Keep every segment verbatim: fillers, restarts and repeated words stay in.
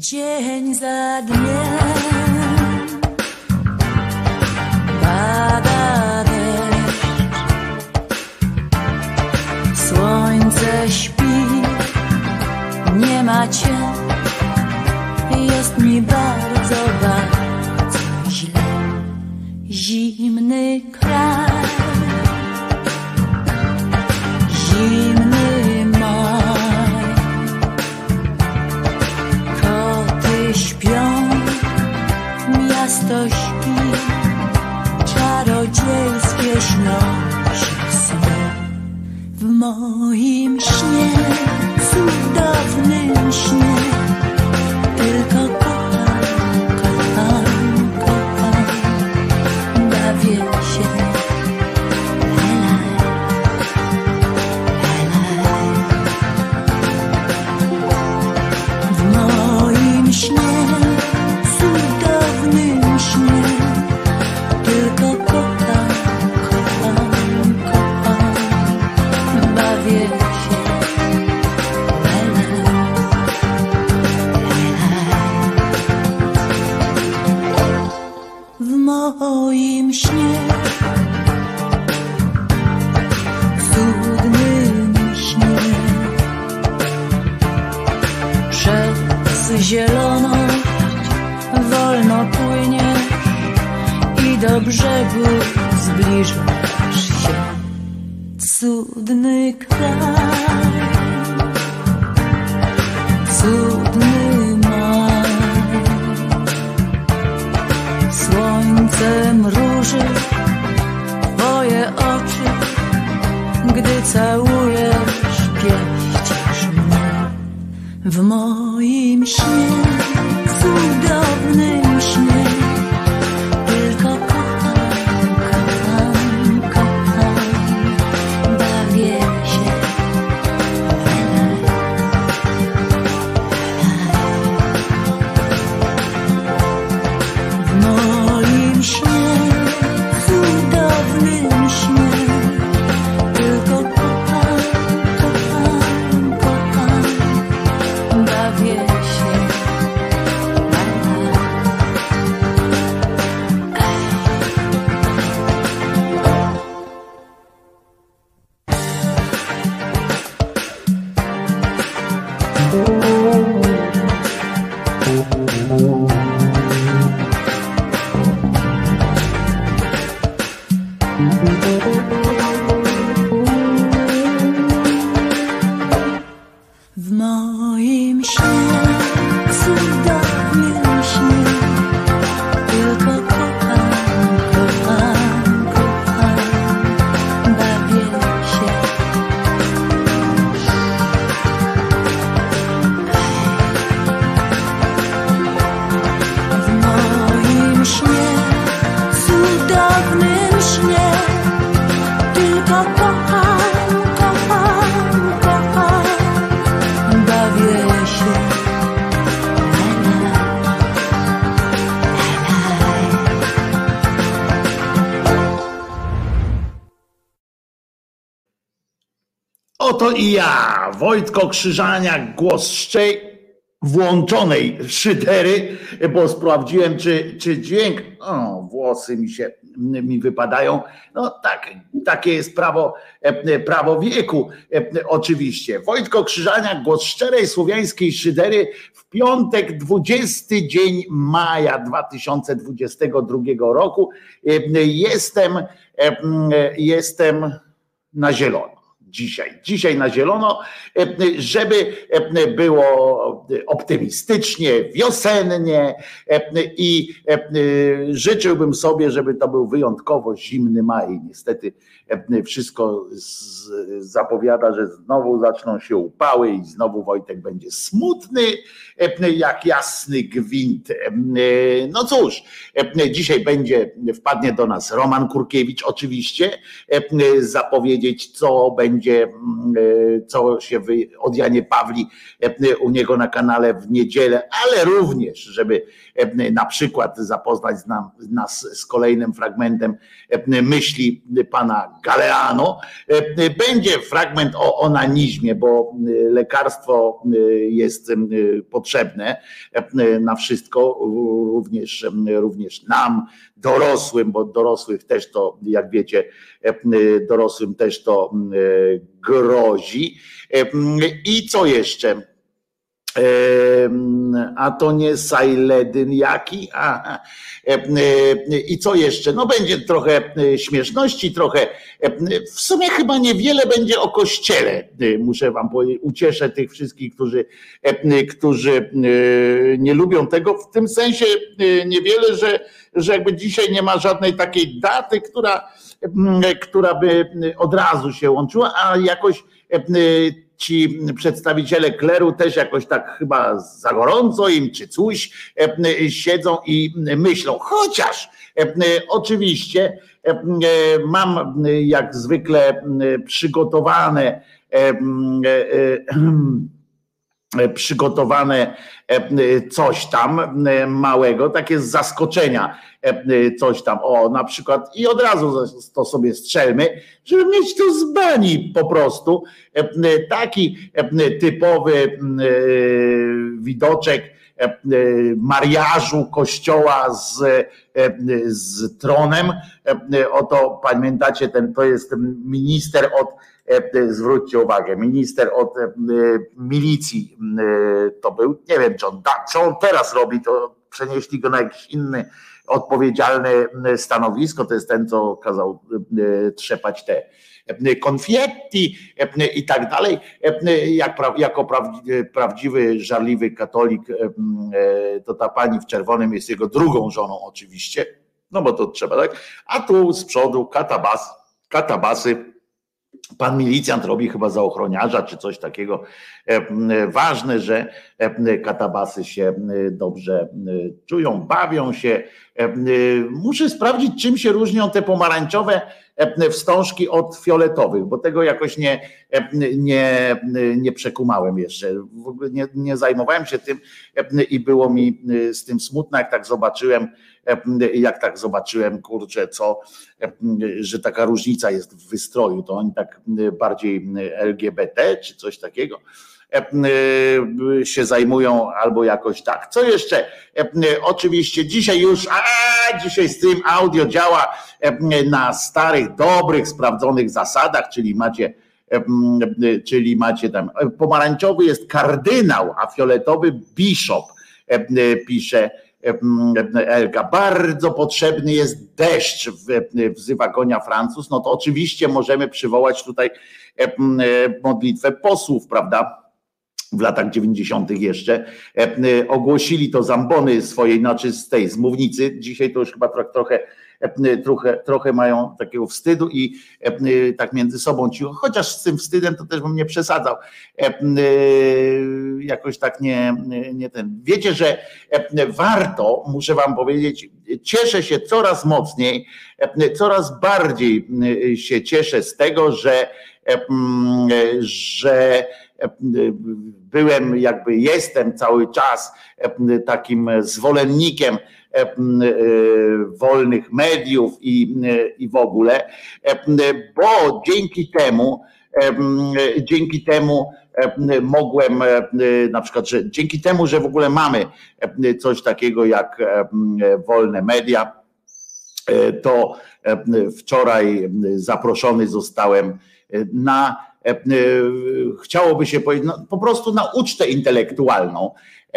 Dzień za dniem pada deszcz, słońce śpi, nie ma cię, jest mi bardzo, bardzo źle. Zimny kraj, zimny maj, koty śpią, miasto śpi, czarodziejskie śnią się sny. W moim śnie, cudownym śnie, tylko kocham, kocham, kocham, bawię się. W moim śnie, cudownym śnie, tylko kocham, kocham, kocham, bawię się. W moim śnie, cudnym śnie, przez zieloność wolno płyniesz i do brzegu zbliżasz się. Cudny kraj, cudny maj, słońce mruży twoje oczy, gdy całujesz, pieścisz mnie. W moim śnie, cudownym śnie, tylko kocham, kocham, kocham, bawię się. W moim śnie, cudownym śnie, tylko kocham, kocham, kocham, bawię się. W moim śnie, cudownym śnie, tylko kocham, kocham, kocham, bawię się. W moim śnie, cudownym śnie, tylko kocham, kocham, kocham, bawię się. Oto i ja, Wojtko Krzyżaniak, głos szczej włączonej szydery, bo sprawdziłem, czy, czy dźwięk, o, włosy mi się mi wypadają. No tak, takie jest prawo, prawo wieku, oczywiście. Wojtko Krzyżaniak, głos szczerej słowiańskiej szydery w piątek, dwudziesty dzień maja dwa tysiące dwudziestego drugiego roku. Jestem, jestem na zielono. Dzisiaj, dzisiaj na zielono, żeby było optymistycznie, wiosennie i życzyłbym sobie, żeby to był wyjątkowo zimny maj. Niestety wszystko zapowiada, że znowu zaczną się upały i znowu Wojtek będzie smutny jak jasny gwint. No cóż, dzisiaj będzie, wpadnie do nas Roman Kurkiewicz oczywiście, zapowiedzieć, co będzie będzie, co się od Janie Pawli u niego na kanale w niedzielę, ale również, żeby na przykład zapoznać nas z kolejnym fragmentem myśli pana Galeano. Będzie fragment o onanizmie, bo lekarstwo jest potrzebne na wszystko, również, również nam, dorosłym, bo dorosłych też to, jak wiecie, dorosłym też to grozi. I co jeszcze? A to nie Sajledyn jaki? A, i co jeszcze? No będzie trochę śmieszności, trochę, w sumie chyba niewiele będzie o Kościele, muszę wam powiedzieć, ucieszę tych wszystkich, którzy, którzy nie lubią tego, w tym sensie niewiele, że, że jakby dzisiaj nie ma żadnej takiej daty, która, która by od razu się łączyła, a jakoś ci przedstawiciele kleru też jakoś tak chyba za gorąco im czy coś siedzą i myślą. Chociaż oczywiście mam jak zwykle przygotowane przygotowane coś tam małego, takie z zaskoczenia coś tam, o na przykład i od razu to sobie strzelmy, żeby mieć to z bani po prostu, taki typowy widoczek mariażu kościoła z, z tronem. Oto pamiętacie, ten to jest minister od, zwróćcie uwagę, minister od milicji to był, nie wiem co on, co on teraz robi, to przenieśli go na jakiś inny odpowiedzialne stanowisko, to jest ten, co kazał trzepać te konfetti i tak dalej. Jak, jako prawdziwy, żarliwy katolik, to ta pani w czerwonym jest jego drugą żoną oczywiście, no bo to trzeba, tak? A tu z przodu katabas, katabasy, pan milicjant robi chyba za ochroniarza czy coś takiego. Ważne, że katabasy się dobrze czują, bawią się. Muszę sprawdzić, czym się różnią te pomarańczowe wstążki od fioletowych, bo tego jakoś nie, nie, nie przekumałem jeszcze. W ogóle nie, nie zajmowałem się tym i było mi z tym smutno, jak tak zobaczyłem, jak tak zobaczyłem, kurczę, co, że taka różnica jest w wystroju, to oni tak bardziej L G B T czy coś takiego się zajmują albo jakoś tak. Co jeszcze? Oczywiście dzisiaj już, a dzisiaj stream audio działa na starych, dobrych, sprawdzonych zasadach, czyli macie, czyli macie tam, pomarańczowy jest kardynał, a fioletowy bishop, pisze Elka. Bardzo potrzebny jest deszcz, wzywa Gonia Francuz, no to oczywiście możemy przywołać tutaj modlitwę posłów, prawda? W latach dziewięćdziesiątych jeszcze ogłosili to zambony swojej, znaczy z tej, z mównicy, dzisiaj to już chyba trochę, trochę, trochę mają takiego wstydu i tak między sobą cicho, chociaż z tym wstydem to też bym nie przesadzał, jakoś tak nie, nie ten. Wiecie, że warto, muszę wam powiedzieć, cieszę się coraz mocniej, coraz bardziej się cieszę z tego, że że byłem, jakby jestem cały czas takim zwolennikiem wolnych mediów i, i w ogóle, bo dzięki temu, dzięki temu mogłem na przykład, że dzięki temu, że w ogóle mamy coś takiego jak wolne media, to wczoraj zaproszony zostałem na, chciałoby się powiedzieć, no, po prostu na ucztę intelektualną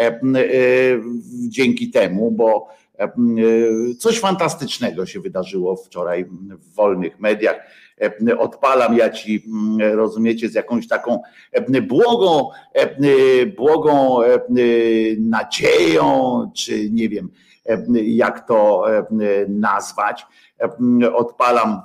dzięki temu, bo coś fantastycznego się wydarzyło wczoraj w wolnych mediach. Odpalam, ja ci, rozumiecie, z jakąś taką błogą, błogą nadzieją, czy nie wiem, jak to nazwać. Odpalam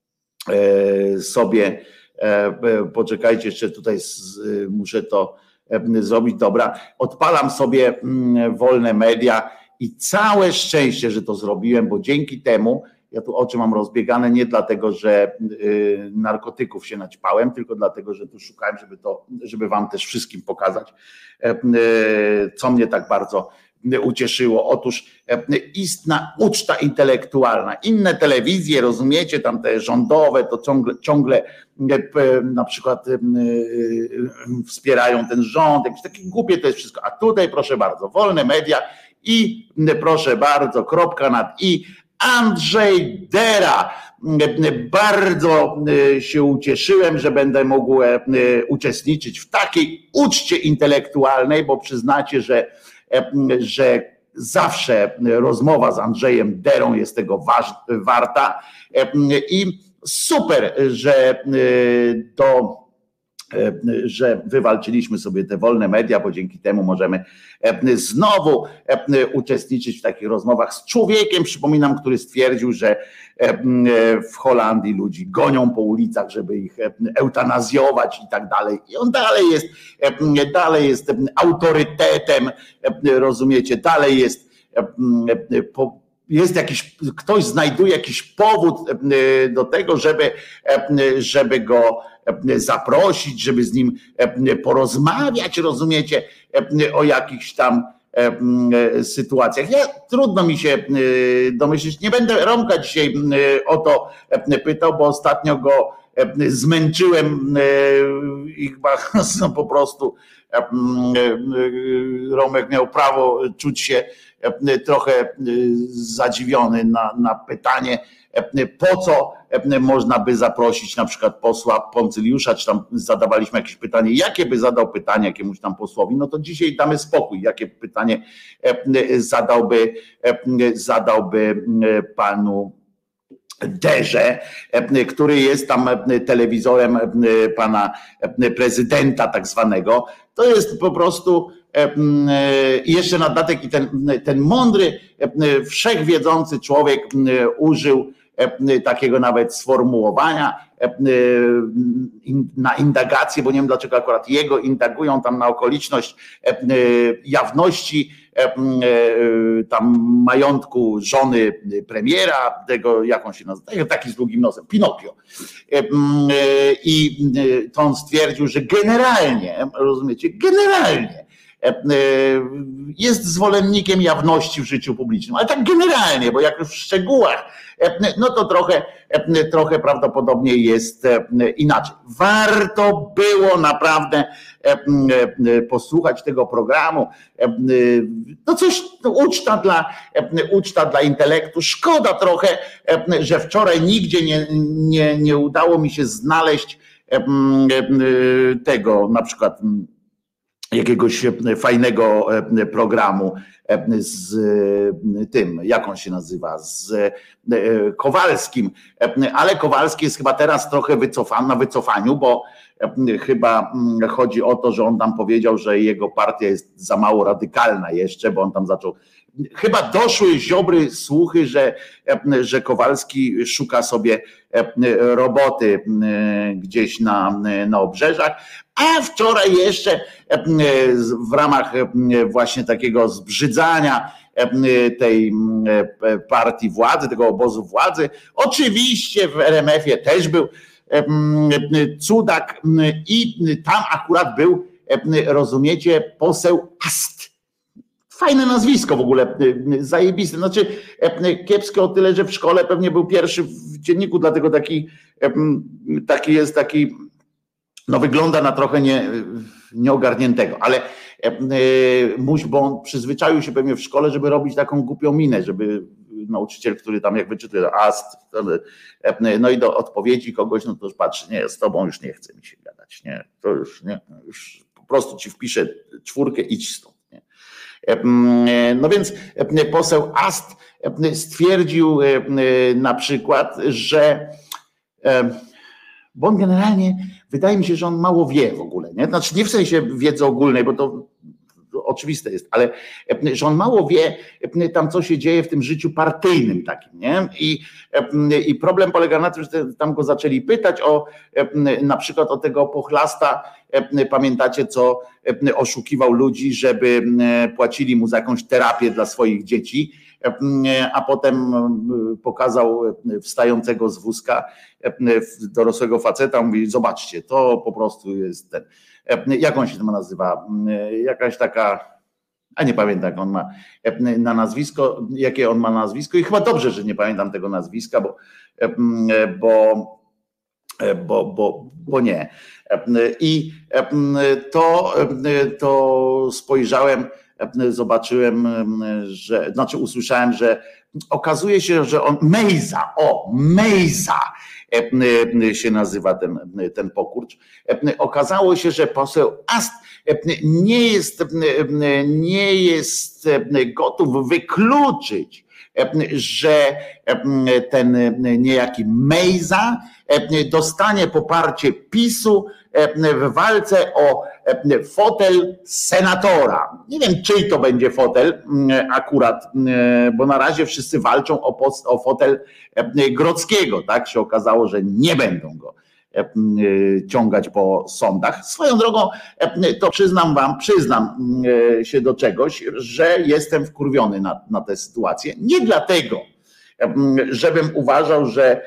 sobie, poczekajcie, jeszcze tutaj muszę to zrobić, dobra, odpalam sobie wolne media i całe szczęście, że to zrobiłem, bo dzięki temu ja tu oczy mam rozbiegane nie dlatego, że narkotyków się naćpałem, tylko dlatego, że tu szukałem, żeby to, żeby wam też wszystkim pokazać, co mnie tak bardzo ucieszyło. Otóż istna uczta intelektualna. Inne telewizje, rozumiecie, tam te rządowe, to ciągle, ciągle na przykład wspierają ten rząd, jakieś takie głupie to jest wszystko. A tutaj proszę bardzo, wolne media i proszę bardzo, kropka nad i, Andrzej Dera. Bardzo się ucieszyłem, że będę mógł uczestniczyć w takiej uczcie intelektualnej, bo przyznacie, że że zawsze rozmowa z Andrzejem Derą jest tego warta i super, że do że wywalczyliśmy sobie te wolne media, bo dzięki temu możemy znowu uczestniczyć w takich rozmowach z człowiekiem, przypominam, który stwierdził, że w Holandii ludzi gonią po ulicach, żeby ich eutanazjować i tak dalej. I on dalej jest, dalej jest autorytetem, rozumiecie, dalej jest jest jakiś, ktoś znajduje jakiś powód do tego, żeby, żeby go zaprosić, żeby z nim porozmawiać, rozumiecie, o jakichś tam sytuacjach. Ja trudno mi się domyślić, nie będę Romka dzisiaj o to pytał, bo ostatnio go zmęczyłem i chyba no, po prostu Romek miał prawo czuć się trochę zadziwiony na, na pytanie, po co można by zaprosić na przykład posła Poncyliusza, czy tam zadawaliśmy jakieś pytanie, jakie by zadał pytanie jakiemuś tam posłowi, no to dzisiaj damy spokój, jakie pytanie zadałby, zadałby panu Derze, który jest tam telewizorem pana prezydenta tak zwanego. To jest po prostu i jeszcze na dodatek i ten, ten mądry, wszechwiedzący człowiek użył takiego nawet sformułowania na indagację, bo nie wiem dlaczego akurat jego indagują tam na okoliczność jawności tam majątku żony premiera, tego jak on się nazywa, taki z długim nosem, Pinokio. I to on stwierdził, że generalnie, rozumiecie, generalnie jest zwolennikiem jawności w życiu publicznym, ale tak generalnie, bo jak już w szczegółach, no to trochę, trochę prawdopodobnie jest inaczej. Warto było naprawdę posłuchać tego programu. No coś, uczta dla, uczta dla intelektu. Szkoda trochę, że wczoraj nigdzie nie, nie, nie udało mi się znaleźć tego, na przykład jakiegoś fajnego programu z tym, jak on się nazywa, z Kowalskim, ale Kowalski jest chyba teraz trochę wycofany, na wycofaniu, bo chyba chodzi o to, że on tam powiedział, że jego partia jest za mało radykalna jeszcze, bo on tam zaczął, chyba doszły Ziobry słuchy, że, że Kowalski szuka sobie roboty gdzieś na, na obrzeżach, a wczoraj jeszcze w ramach właśnie takiego zbrzydzania tej partii władzy, tego obozu władzy, oczywiście w R M F-ie też był cudak i tam akurat był, rozumiecie, poseł Ast. Fajne nazwisko w ogóle, zajebiste. Znaczy kiepskie o tyle, że w szkole pewnie był pierwszy w dzienniku, dlatego taki, taki jest taki, no wygląda na trochę nie, nieogarniętego, ale muś, bo on przyzwyczaił się pewnie w szkole, żeby robić taką głupią minę, żeby nauczyciel, który tam jak wyczytuje ast, no i do odpowiedzi kogoś, no to już patrzy, nie, z tobą już nie chce mi się gadać, nie, to już nie, już po prostu ci wpiszę czwórkę, idź stąd. Nie. No więc poseł Ast stwierdził na przykład, że bo on generalnie, wydaje mi się, że on mało wie w ogóle, nie? Znaczy nie w sensie wiedzy ogólnej, bo to oczywiste jest, ale że on mało wie tam, co się dzieje w tym życiu partyjnym takim, nie? I, i problem polega na tym, że tam go zaczęli pytać o na przykład o tego pochlasta, pamiętacie, co oszukiwał ludzi, żeby płacili mu za jakąś terapię dla swoich dzieci a potem pokazał wstającego z wózka dorosłego faceta, mówi, zobaczcie, to po prostu jest ten, jak on się tam nazywa, jakaś taka, a nie pamiętam jak on ma na nazwisko, jakie on ma nazwisko i chyba dobrze, że nie pamiętam tego nazwiska, bo bo, bo, bo, bo nie. I to, to spojrzałem, zobaczyłem, że, znaczy usłyszałem, że okazuje się, że on, Mejza, o, Mejza się nazywa ten, ten pokurcz. Okazało się, że poseł Ast nie jest, nie jest gotów wykluczyć, że ten niejaki Mejza dostanie poparcie PiSu w walce o fotel senatora. Nie wiem, czyj to będzie fotel akurat, bo na razie wszyscy walczą o, post, o fotel Grodzkiego. Tak się okazało, że nie będą go ciągać po sądach. Swoją drogą to przyznam wam, przyznam się do czegoś, że jestem wkurwiony na, na tę sytuację. Nie dlatego, żebym uważał, że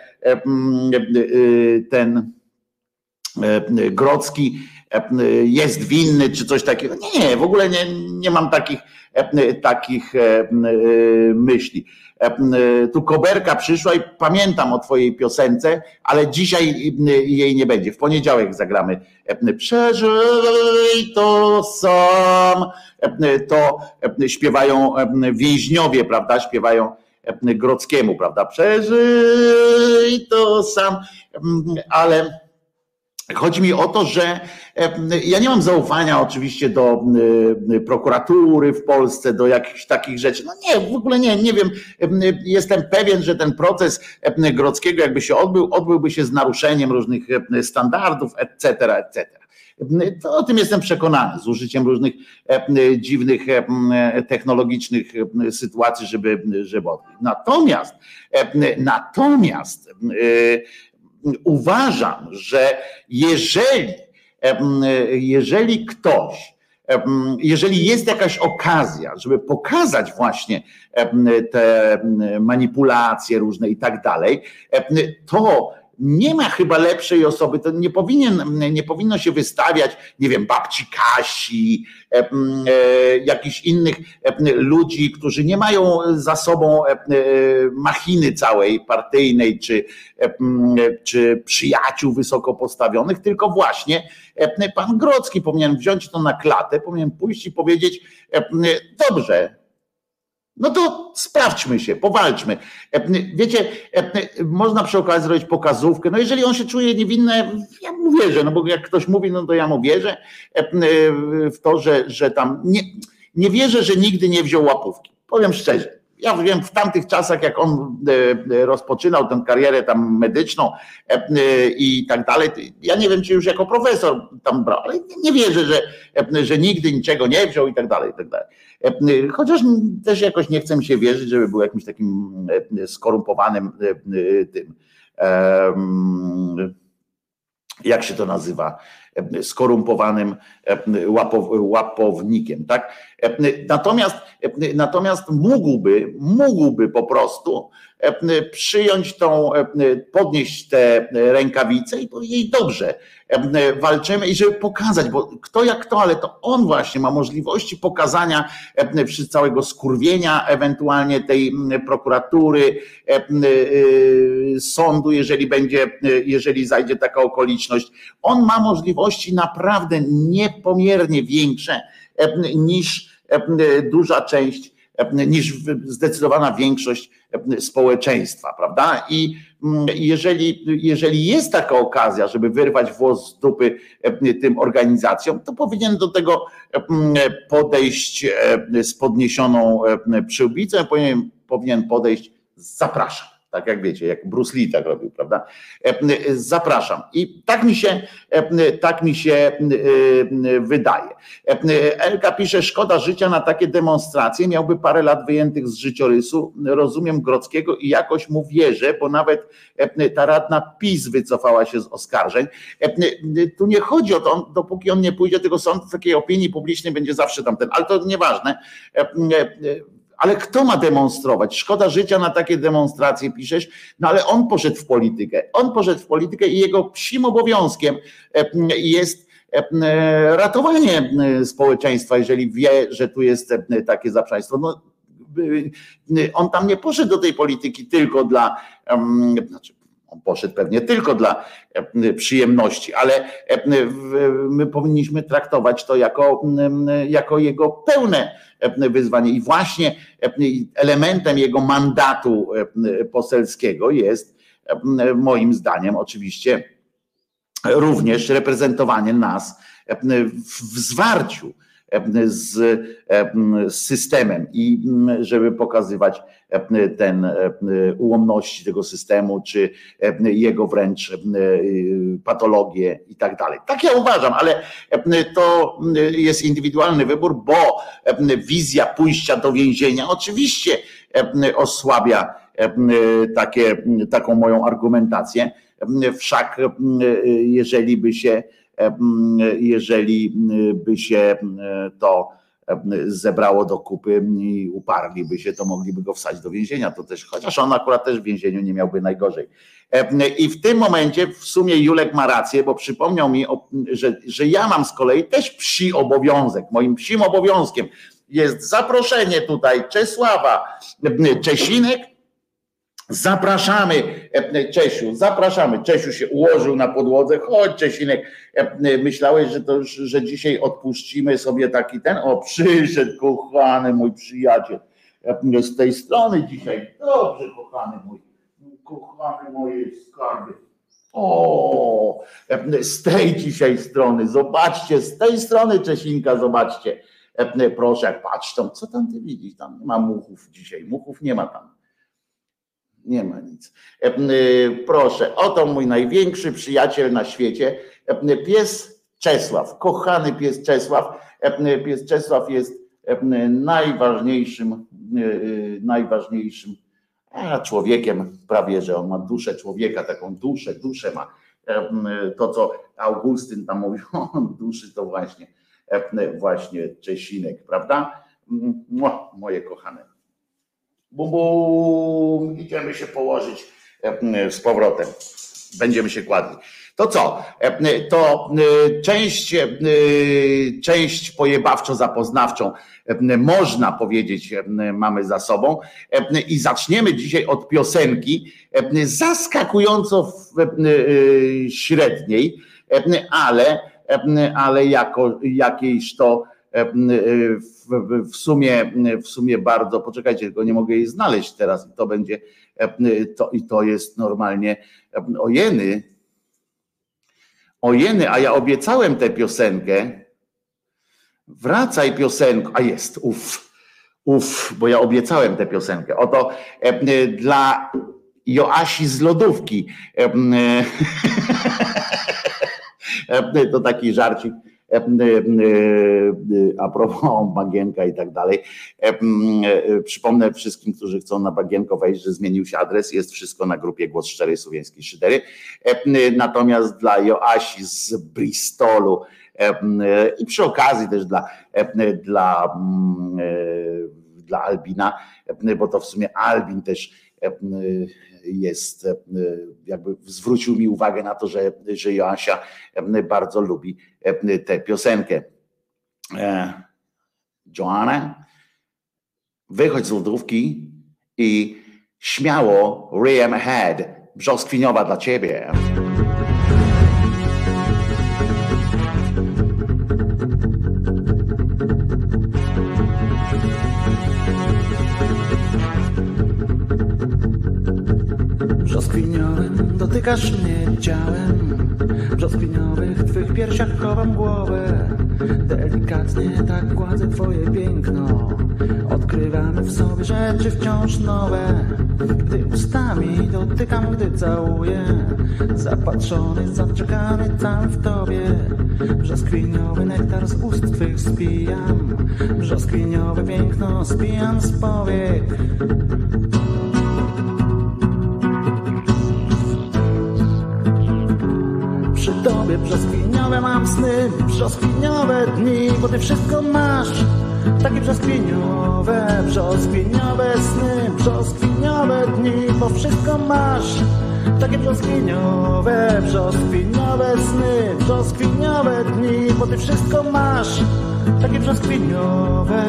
ten Grodzki jest winny czy coś takiego. Nie, w ogóle nie, nie mam takich, takich myśli. Tu Koberka przyszła i pamiętam o twojej piosence, ale dzisiaj jej nie będzie. W poniedziałek zagramy Przeżyj to sam. To śpiewają więźniowie, prawda? Śpiewają Grodzkiemu, prawda? Przeżyj to sam. Ale chodzi mi o to, że ja nie mam zaufania oczywiście do prokuratury w Polsce, do jakichś takich rzeczy. No nie, w ogóle nie, nie wiem. Jestem pewien, że ten proces Grodzkiego jakby się odbył, odbyłby się z naruszeniem różnych standardów, et cetera, et cetera. To o tym jestem przekonany, z użyciem różnych dziwnych technologicznych sytuacji, żeby, żeby odbyć. Natomiast, natomiast uważam, że jeżeli, jeżeli ktoś, jeżeli jest jakaś okazja, żeby pokazać właśnie te manipulacje różne i tak dalej, to nie ma chyba lepszej osoby, to nie powinien, nie powinno się wystawiać, nie wiem, babci Kasi, e, e, jakichś innych e, ludzi, którzy nie mają za sobą e, machiny całej partyjnej, czy, e, czy przyjaciół wysoko postawionych, tylko właśnie e, pan Grodzki powinien wziąć to na klatę, powinien pójść i powiedzieć, e, dobrze, no to sprawdźmy się, powalczmy. Wiecie, można przy okazji zrobić pokazówkę. No jeżeli on się czuje niewinny, ja mu wierzę, no bo jak ktoś mówi, no to ja mu wierzę w to, że, że tam nie, nie wierzę, że nigdy nie wziął łapówki. Powiem szczerze. Ja wiem, w tamtych czasach, jak on rozpoczynał tę karierę tam medyczną i tak dalej, ja nie wiem, czy już jako profesor tam brał, ale nie wierzę, że, że nigdy niczego nie wziął i tak dalej, i tak dalej. Chociaż też jakoś nie chcę mi się wierzyć, żeby był jakimś takim skorumpowanym tym, jak się to nazywa, skorumpowanym łapownikiem, tak? Natomiast, natomiast mógłby, mógłby po prostu przyjąć tą, podnieść te rękawice i powiedzieć dobrze, walczymy i żeby pokazać, bo kto jak kto, ale to on właśnie ma możliwości pokazania całego skurwienia, ewentualnie tej prokuratury, sądu, jeżeli będzie, jeżeli zajdzie taka okoliczność. On ma możliwości naprawdę niepomiernie większe niż duża część, niż zdecydowana większość społeczeństwa, prawda? I jeżeli, jeżeli jest taka okazja, żeby wyrwać włos z dupy tym organizacjom, to powinien do tego podejść z podniesioną przyłbicą, powinien, powinien podejść, zapraszam. Tak jak wiecie, jak Bruce Lee tak robił, prawda? Zapraszam. I tak mi się, tak mi się wydaje. Elka pisze, szkoda życia na takie demonstracje, miałby parę lat wyjętych z życiorysu, rozumiem Grodzkiego i jakoś mu wierzę, bo nawet ta radna PiS wycofała się z oskarżeń. Tu nie chodzi o to, on, dopóki on nie pójdzie do tego sądu, takiej opinii publicznej będzie zawsze tamten, ale to nieważne. Ale kto ma demonstrować? Szkoda życia na takie demonstracje, piszesz, no ale on poszedł w politykę. On poszedł w politykę i jego psim obowiązkiem jest ratowanie społeczeństwa, jeżeli wie, że tu jest takie zaprzaństwo. No, on tam nie poszedł do tej polityki tylko dla, znaczy on poszedł pewnie tylko dla przyjemności, ale my powinniśmy traktować to jako, jako jego pełne wyzwanie i właśnie elementem jego mandatu poselskiego jest moim zdaniem oczywiście również reprezentowanie nas w zwarciu z systemem i żeby pokazywać ten ułomności tego systemu, czy jego wręcz patologię i tak dalej. Tak ja uważam, ale to jest indywidualny wybór, bo wizja pójścia do więzienia oczywiście osłabia takie, taką moją argumentację. Wszak jeżeli by się jeżeli by się to zebrało do kupy i uparliby się, to mogliby go wsadzić do więzienia. To też, chociaż on akurat też w więzieniu nie miałby najgorzej. I w tym momencie w sumie Julek ma rację, bo przypomniał mi, że, że ja mam z kolei też psi obowiązek. Moim psim obowiązkiem jest zaproszenie tutaj Czesława Czesinek. Zapraszamy, Czesiu, zapraszamy. Czesiu się ułożył na podłodze. Chodź, Czesinek. Myślałeś, że to że dzisiaj odpuścimy sobie taki ten. O, przyszedł kochany mój przyjaciel z tej strony dzisiaj. Dobrze, kochany mój, kochany moje skarby. O, z tej dzisiaj strony. Zobaczcie, z tej strony Czesinka, zobaczcie. Proszę, jak patrz tam, co tam ty widzisz? Tam nie ma muchów dzisiaj. Muchów nie ma tam. Nie ma nic. Proszę, oto mój największy przyjaciel na świecie, pies Czesław, kochany pies Czesław. Pies Czesław jest najważniejszym, najważniejszym człowiekiem, prawie że on ma duszę człowieka, taką duszę, duszę ma. To, co Augustyn tam mówił, on duszy, to właśnie, właśnie Czesinek, prawda? Moje kochane. Bum, bum, idziemy się położyć z powrotem. Będziemy się kładli. To co? To część, część pojebawczo-zapoznawczą można powiedzieć mamy za sobą i zaczniemy dzisiaj od piosenki zaskakująco średniej, ale, ale jako jakiejś to W, w, sumie, w sumie bardzo, poczekajcie, tylko nie mogę jej znaleźć teraz i to będzie, to, i to jest normalnie ojeny, ojeny, a ja obiecałem tę piosenkę, wracaj piosenko, a jest, uff, uff, bo ja obiecałem tę piosenkę, oto dla Joasi z lodówki, to taki żarcik, a propos Bagienka i tak dalej. Przypomnę wszystkim, którzy chcą na Bagienko wejść, że zmienił się adres, jest wszystko na grupie Głos Szczerej Słowiańskiej Szydery. Natomiast dla Joasi z Bristolu i przy okazji też dla, dla, dla Albina, bo to w sumie Albin też jest, jakby zwrócił mi uwagę na to, że, że Joasia bardzo lubi tę piosenkę. Joanna, wychodź z lodówki i śmiało Ray'em Head, brzoskwiniowa dla ciebie. Brzoskwiniowym dotykasz mnie ciałem, w brzoskwiniowych twych piersiach chowam głowę. Delikatnie tak gładzę twoje piękno, odkrywamy w sobie rzeczy wciąż nowe. Gdy ustami dotykam, gdy całuję, zapatrzony, zaczekany tam w tobie. Brzoskwiniowy nektar z ust twych spijam, brzoskwiniowe piękno spijam z powiek. Przy tobie brzoskwiniowe mam sny, brzoskwiniowe dni, bo ty wszystko masz, takie brzoskwiniowe, brzoskwiniowe sny, brzoskwiniowe dni, bo wszystko masz. Takie brzoskwiniowe, brzoskwiniowe sny, brzoskwiniowe dni, bo ty wszystko masz. Takie brzoskwiniowe.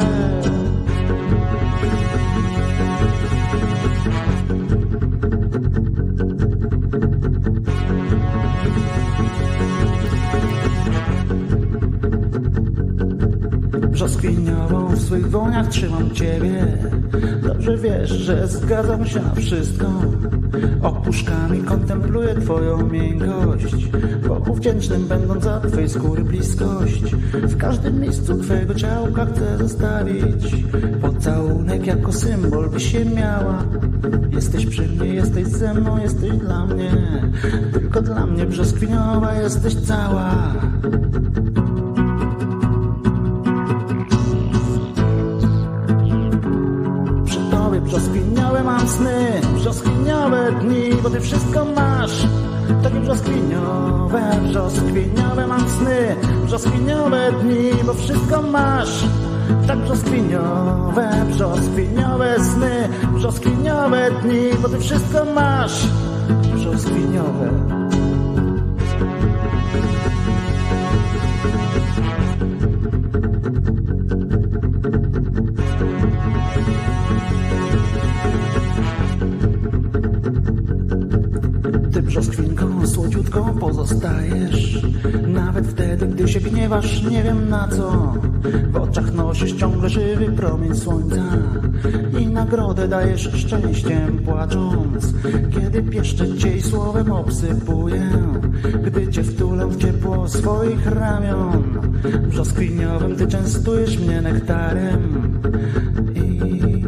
Brzoskwiniową w swych dłoniach trzymam ciebie. Dobrze wiesz, że zgadzam się na wszystko. Opuszkami kontempluję twoją miękkość, wokół wdzięcznym będąc za twej skóry bliskość. W każdym miejscu twojego ciałka chcę zostawić pocałunek jako symbol, by się miała. Jesteś przy mnie, jesteś ze mną, jesteś dla mnie, tylko dla mnie brzoskwiniowa jesteś cała. Brzoskwiniowe mam sny, brzoskwiniowe dni, bo ty wszystko masz. Takie brzoskwiniowe, brzoskwiniowe mam sny, brzoskwiniowe dni, bo wszystko masz. Tak brzoskwiniowe, brzoskwiniowe sny, brzoskwiniowe dni, bo ty wszystko masz. Brzoskwiniowe. Brzoskwinką słodziutką pozostajesz, nawet wtedy, gdy się gniewasz, nie wiem na co. W oczach nosisz ciągle żywy promień słońca i nagrodę dajesz szczęściem płacząc, kiedy pieszczę cię i słowem obsypuję, gdy cię wtulę w ciepło swoich ramion. Brzoskwiniowym ty częstujesz mnie nektarem i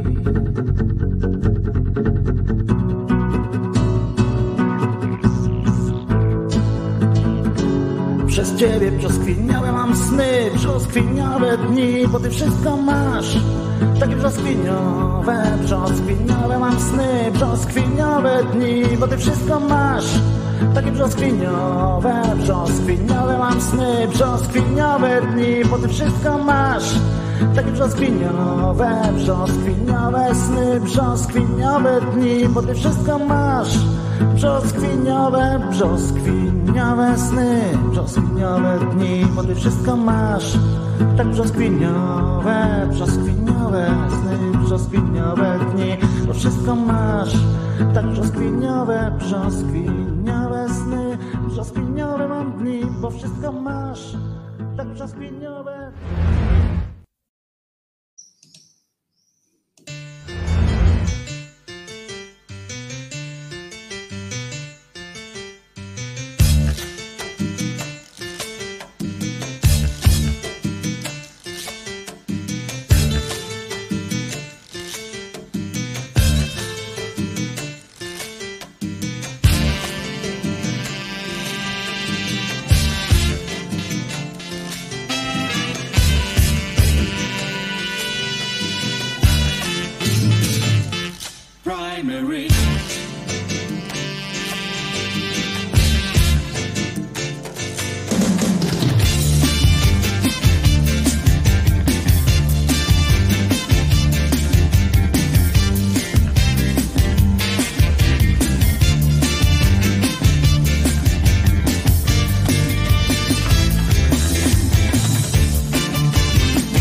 przez ciebie brzoskwiniowe mam sny, brzoskwiniowe dni, bo ty wszystko masz. Takie brzoskwiniowe, brzoskwiniowe mam sny, brzoskwiniowe dni, bo ty wszystko masz. Takie brzoskwiniowe, brzoskwiniowe mam sny, brzoskwiniowe dni, bo ty wszystko masz. Takie brzoskwiniowe, brzoskwiniowe sny, brzoskwiniowe dni, bo ty wszystko masz. Brzoskwiniowe, brzoskwiniowe sny, brzoskwiniowe dni, bo ty wszystko masz. Tak brzoskwiniowe, brzoskwiniowe sny, brzoskwiniowe dni, bo wszystko masz. Tak brzoskwiniowe, brzoskwiniowe sny, brzoskwiniowe mam dni, bo wszystko masz. Tak brzoskwiniowe. Primary.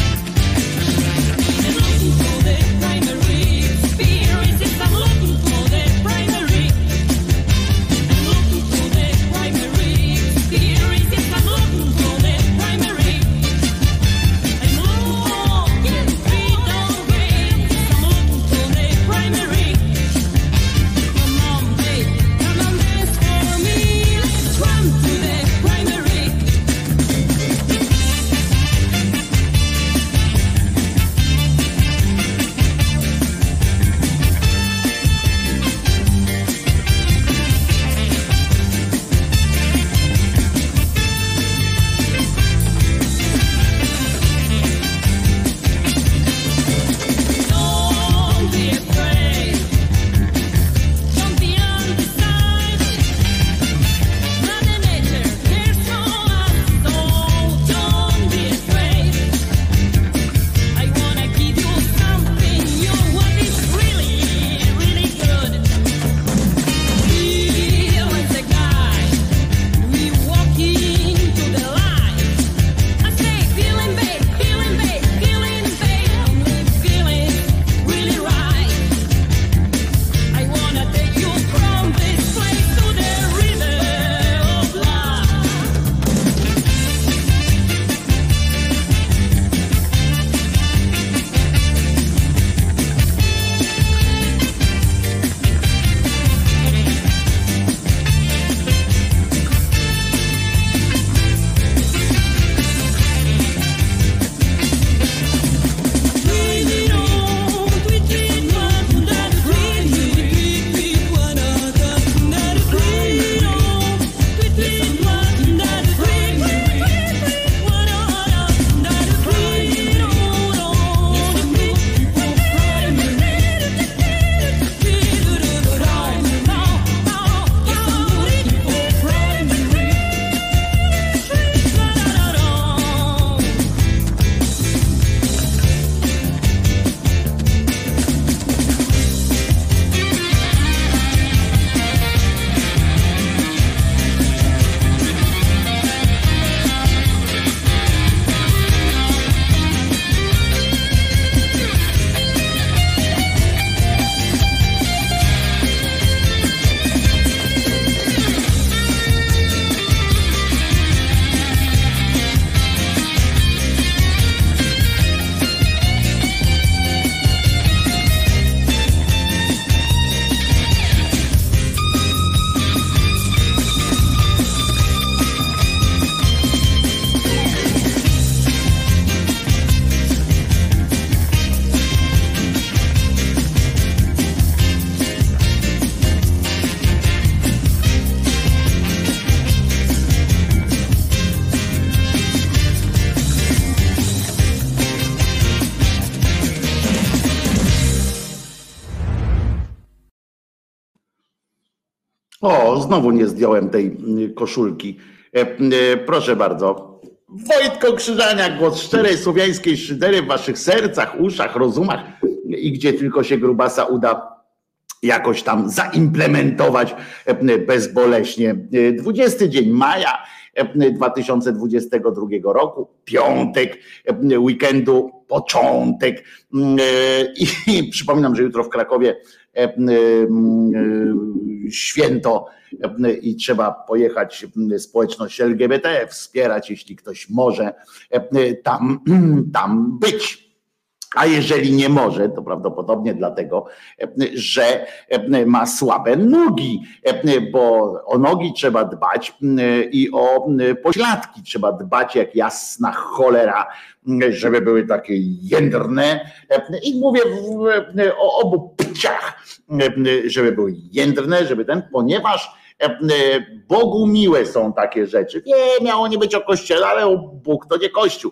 I'm looking for the primary experiences. I'm looking for O, znowu nie zdjąłem tej koszulki. Proszę bardzo. Wojtko Krzyżaniak, głos szczerej słowiańskiej szydery w waszych sercach, uszach, rozumach i gdzie tylko się grubasa uda jakoś tam zaimplementować bezboleśnie. dwudziesty dzień maja dwa tysiące dwudziestego drugiego roku, piątek, weekendu, początek. I przypominam, że jutro w Krakowie święto i trzeba pojechać społeczność L G B T, wspierać, jeśli ktoś może tam, tam być. A jeżeli nie może, to prawdopodobnie dlatego, że ma słabe nogi, bo o nogi trzeba dbać i o pośladki trzeba dbać jak jasna cholera, żeby były takie jędrne. I mówię o obu płciach, żeby były jędrne, żeby ten, ponieważ Bogu miłe są takie rzeczy. Nie, miało nie być o kościele, ale Bóg to nie kościół.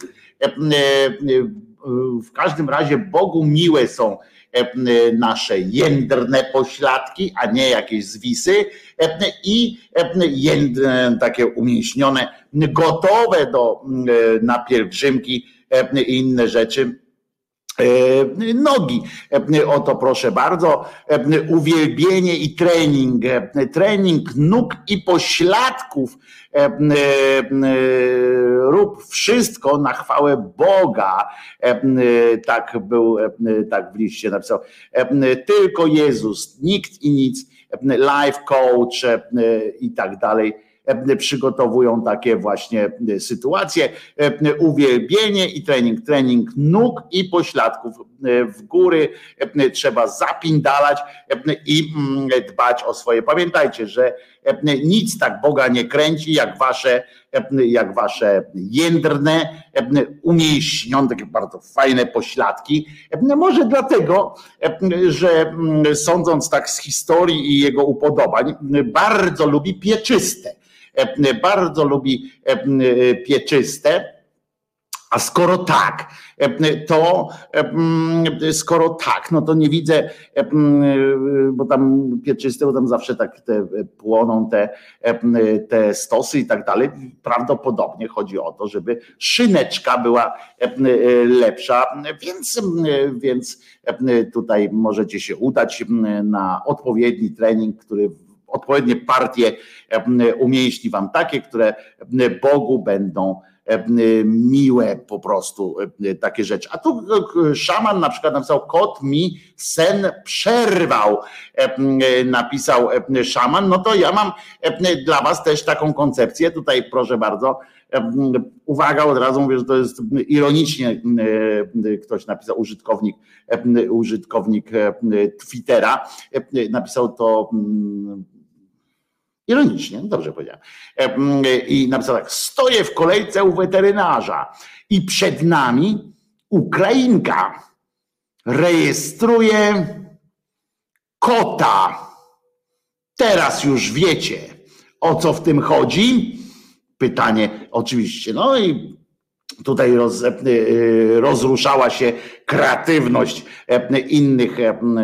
W każdym razie Bogu miłe są nasze jędrne pośladki, a nie jakieś zwisy i jędrne, takie umięśnione, gotowe do, na pielgrzymki i inne rzeczy. Nogi. Oto proszę bardzo, uwielbienie i trening, trening nóg i pośladków. Rób wszystko na chwałę Boga. Tak był, tak w liście napisał. Tylko Jezus, nikt i nic, life coach i tak dalej. Przygotowują takie właśnie sytuacje, uwielbienie i trening, trening nóg i pośladków w góry, trzeba zapindalać i dbać o swoje. Pamiętajcie, że nic tak Boga nie kręci jak wasze, jak wasze jędrne, umięśnione, takie bardzo fajne pośladki. Może dlatego, że sądząc tak z historii i jego upodobań, bardzo lubi pieczyste. Bardzo lubi pieczyste, a skoro tak, to skoro tak, no to nie widzę, bo tam pieczyste, bo tam zawsze tak te płoną te, te stosy i tak dalej. Prawdopodobnie chodzi o to, żeby szyneczka była lepsza, więc, więc tutaj możecie się udać na odpowiedni trening, który odpowiednie partie umięśni wam takie, które Bogu będą miłe, po prostu takie rzeczy. A tu szaman na przykład napisał, kot mi sen przerwał, napisał szaman. No to ja mam dla was też taką koncepcję, tutaj proszę bardzo, uwaga, od razu mówię, że to jest ironicznie, ktoś napisał, użytkownik, użytkownik Twittera, napisał to ironicznie, dobrze powiedziałem. I napisał tak, stoję w kolejce u weterynarza i przed nami Ukrainka rejestruje kota. Teraz już wiecie, o co w tym chodzi? Pytanie oczywiście. No i tutaj roz, rozruszała się kreatywność innych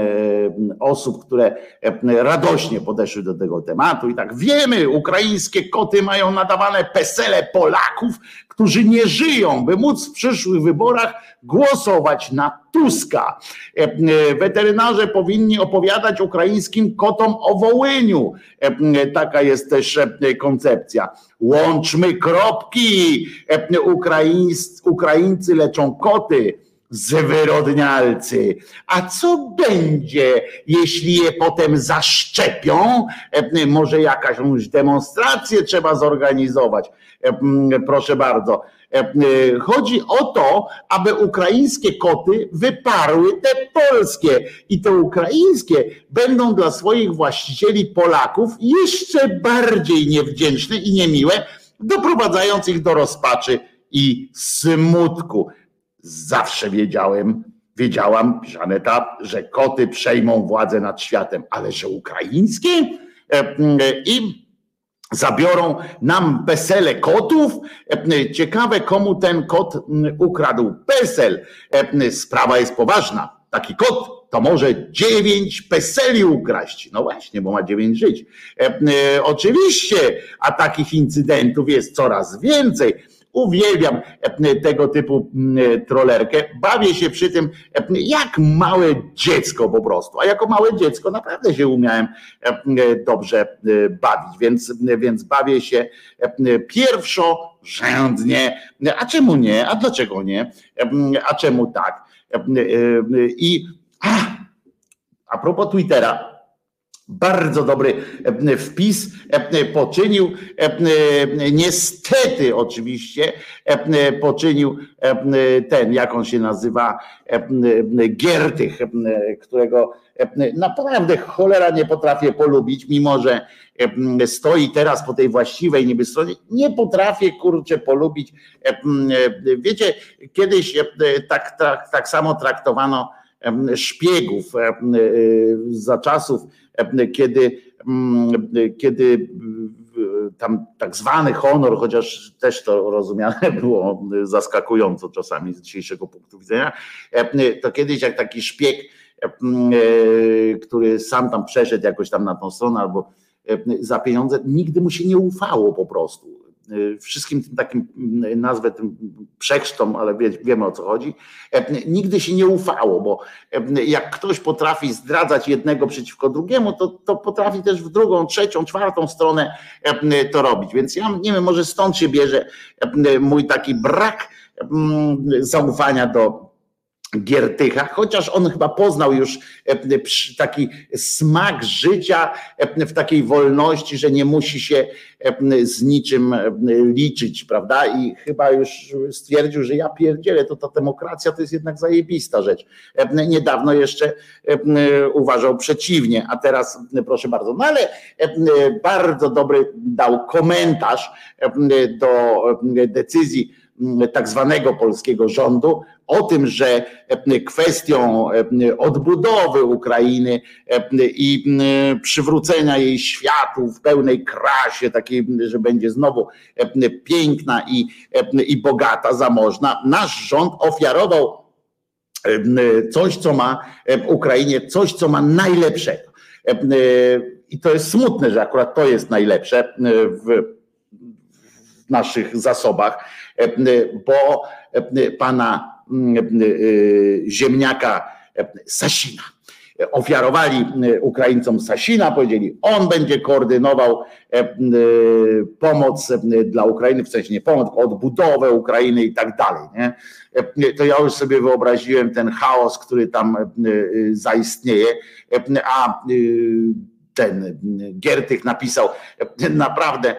osób, które radośnie podeszły do tego tematu i tak wiemy, ukraińskie koty mają nadawane pesele Polaków, którzy nie żyją, by móc w przyszłych wyborach głosować na Tuska. Weterynarze powinni opowiadać ukraińskim kotom o Wołyniu. Taka jest też koncepcja. Łączmy kropki. Ukraińscy, Ukraińcy leczą koty, zwyrodnialcy. A co będzie, jeśli je potem zaszczepią? Może jakąś demonstrację trzeba zorganizować. Proszę bardzo. Chodzi o to, aby ukraińskie koty wyparły te polskie i te ukraińskie będą dla swoich właścicieli Polaków jeszcze bardziej niewdzięczne i niemiłe, doprowadzając ich do rozpaczy i smutku. Zawsze wiedziałem, wiedziałam, pisze Aneta, że koty przejmą władzę nad światem, ale że ukraińskie i zabiorą nam pesele kotów. Ciekawe, komu ten kot ukradł pesel. Sprawa jest poważna. Taki kot to może dziewięć peseli ukraść. No właśnie, bo ma dziewięć żyć. E, e, oczywiście, a takich incydentów jest coraz więcej. Uwielbiam tego typu trollerkę. Bawię się przy tym jak małe dziecko po prostu. A jako małe dziecko naprawdę się umiałem dobrze bawić, więc, więc bawię się pierwszorzędnie. A czemu nie? A dlaczego nie? A czemu tak? I a, a propos Twittera. Bardzo dobry wpis poczynił, niestety oczywiście poczynił ten, jak on się nazywa, Giertych, którego naprawdę cholera nie potrafię polubić, mimo że stoi teraz po tej właściwej niby stronie, nie potrafię kurczę polubić. Wiecie, kiedyś tak, tak, tak samo traktowano szpiegów za czasów, kiedy, kiedy tam tak zwany honor, chociaż też to rozumiane było zaskakująco czasami z dzisiejszego punktu widzenia, to kiedyś jak taki szpieg, który sam tam przeszedł jakoś tam na tą stronę albo za pieniądze, nigdy mu się nie ufało po prostu. Wszystkim tym takim, nazwę tym przechrztom, ale wie, wiemy o co chodzi, nigdy się nie ufało, bo jak ktoś potrafi zdradzać jednego przeciwko drugiemu, to, to potrafi też w drugą, trzecią, czwartą stronę to robić. Więc ja nie wiem, może stąd się bierze mój taki brak zaufania do Giertycha, chociaż on chyba poznał już taki smak życia w takiej wolności, że nie musi się z niczym liczyć, prawda? I chyba już stwierdził, że ja pierdzielę, to ta demokracja to jest jednak zajebista rzecz. Niedawno jeszcze uważał przeciwnie, a teraz proszę bardzo. No ale bardzo dobry dał komentarz do decyzji tak zwanego polskiego rządu o tym, że kwestią odbudowy Ukrainy i przywrócenia jej światu w pełnej krasie, takiej, że będzie znowu piękna i, i bogata, zamożna, nasz rząd ofiarował coś, co ma Ukrainie, coś, co ma najlepszego. I to jest smutne, że akurat to jest najlepsze w naszych zasobach, bo pana ziemniaka Sasina ofiarowali Ukraińcom Sasina, powiedzieli, on będzie koordynował pomoc dla Ukrainy, w sensie nie pomoc, tylko odbudowę Ukrainy i tak dalej. Nie? To ja już sobie wyobraziłem ten chaos, który tam zaistnieje, a ten Giertych napisał, naprawdę,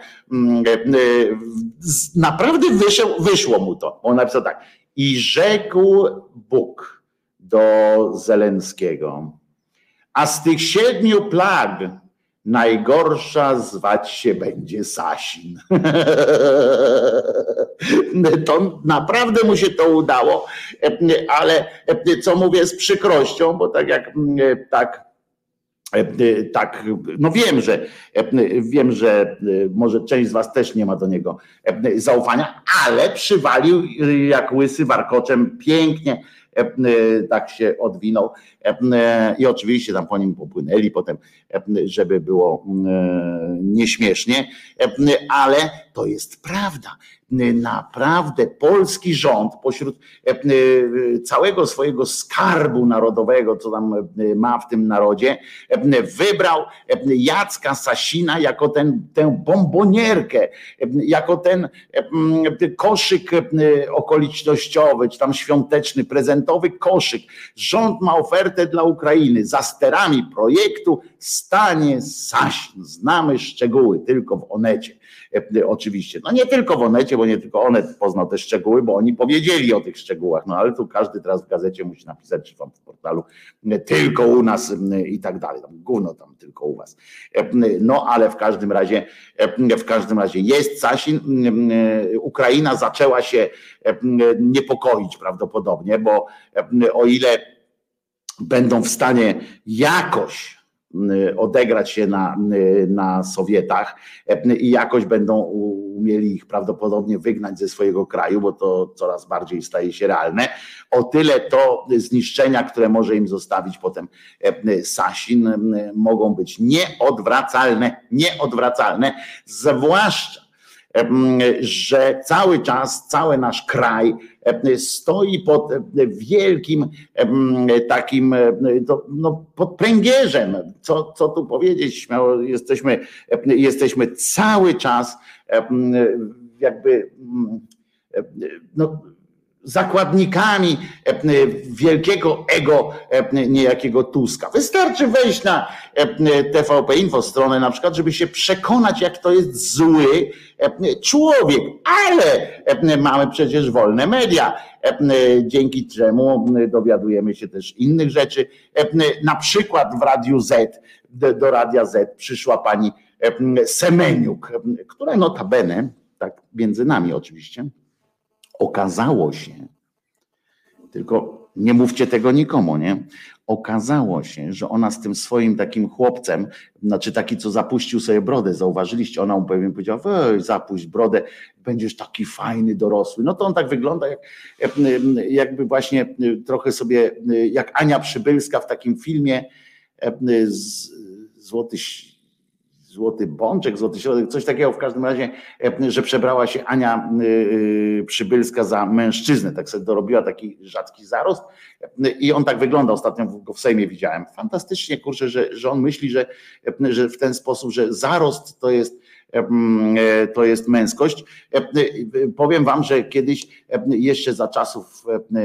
naprawdę wyszło, wyszło mu to. On napisał tak, i rzekł Bóg do Zelenskiego, a z tych siedmiu plag najgorsza zwać się będzie Sasin. To naprawdę mu się to udało, ale co mówię z przykrością, bo tak jak tak Tak, no wiem, że wiem, że może część z was też nie ma do niego zaufania, ale przywalił jak łysy warkoczem pięknie, tak się odwinął i oczywiście tam po nim popłynęli potem, żeby było nieśmiesznie, ale to jest prawda. Naprawdę polski rząd pośród całego swojego skarbu narodowego, co tam ma w tym narodzie, wybrał Jacka Sasina jako ten, tę bombonierkę, jako ten koszyk okolicznościowy, czy tam świąteczny, prezentowy koszyk. Rząd ma ofertę dla Ukrainy. Za sterami projektu stanie Sasin. Znamy szczegóły tylko w Onecie. Oczywiście, no nie tylko w Onecie, bo nie tylko Onet poznał te szczegóły, bo oni powiedzieli o tych szczegółach, no ale tu każdy teraz w gazecie musi napisać, czy tam w portalu tylko u nas i tak dalej, tam gówno tam tylko u was. No ale w każdym razie, w każdym razie jest Sasin, Ukraina zaczęła się niepokoić prawdopodobnie, bo o ile będą w stanie jakoś odegrać się na, na Sowietach i jakoś będą umieli ich prawdopodobnie wygnać ze swojego kraju, bo to coraz bardziej staje się realne. O tyle to zniszczenia, które może im zostawić potem Sasin, mogą być nieodwracalne, nieodwracalne, zwłaszcza że cały czas, cały nasz kraj stoi pod wielkim takim, no, pod pręgierzem. Co, co tu powiedzieć śmiało, jesteśmy, jesteśmy cały czas jakby no, zakładnikami wielkiego ego niejakiego Tuska. Wystarczy wejść na T V P Info stronę na przykład, żeby się przekonać, jak to jest zły człowiek, ale mamy przecież wolne media, dzięki czemu dowiadujemy się też innych rzeczy. Na przykład w Radiu Z, do Radia Z przyszła pani Semeniuk, która notabene, tak między nami oczywiście, okazało się, tylko nie mówcie tego nikomu, nie? Okazało się, że ona z tym swoim takim chłopcem, znaczy taki, co zapuścił sobie brodę, zauważyliście, ona mu pewnie powiedziała, weź zapuść brodę, będziesz taki fajny, dorosły. No to on tak wygląda, jak, jakby właśnie trochę sobie, jak Ania Przybylska w takim filmie z, Złoty Złoty Bączek, Złoty Środek, coś takiego w każdym razie, że przebrała się Ania Przybylska za mężczyznę, tak sobie dorobiła taki rzadki zarost i on tak wygląda, ostatnio go w Sejmie widziałem. Fantastycznie, kurczę, że, że on myśli, że, że w ten sposób, że zarost to jest to jest męskość. Powiem wam, że kiedyś jeszcze za czasów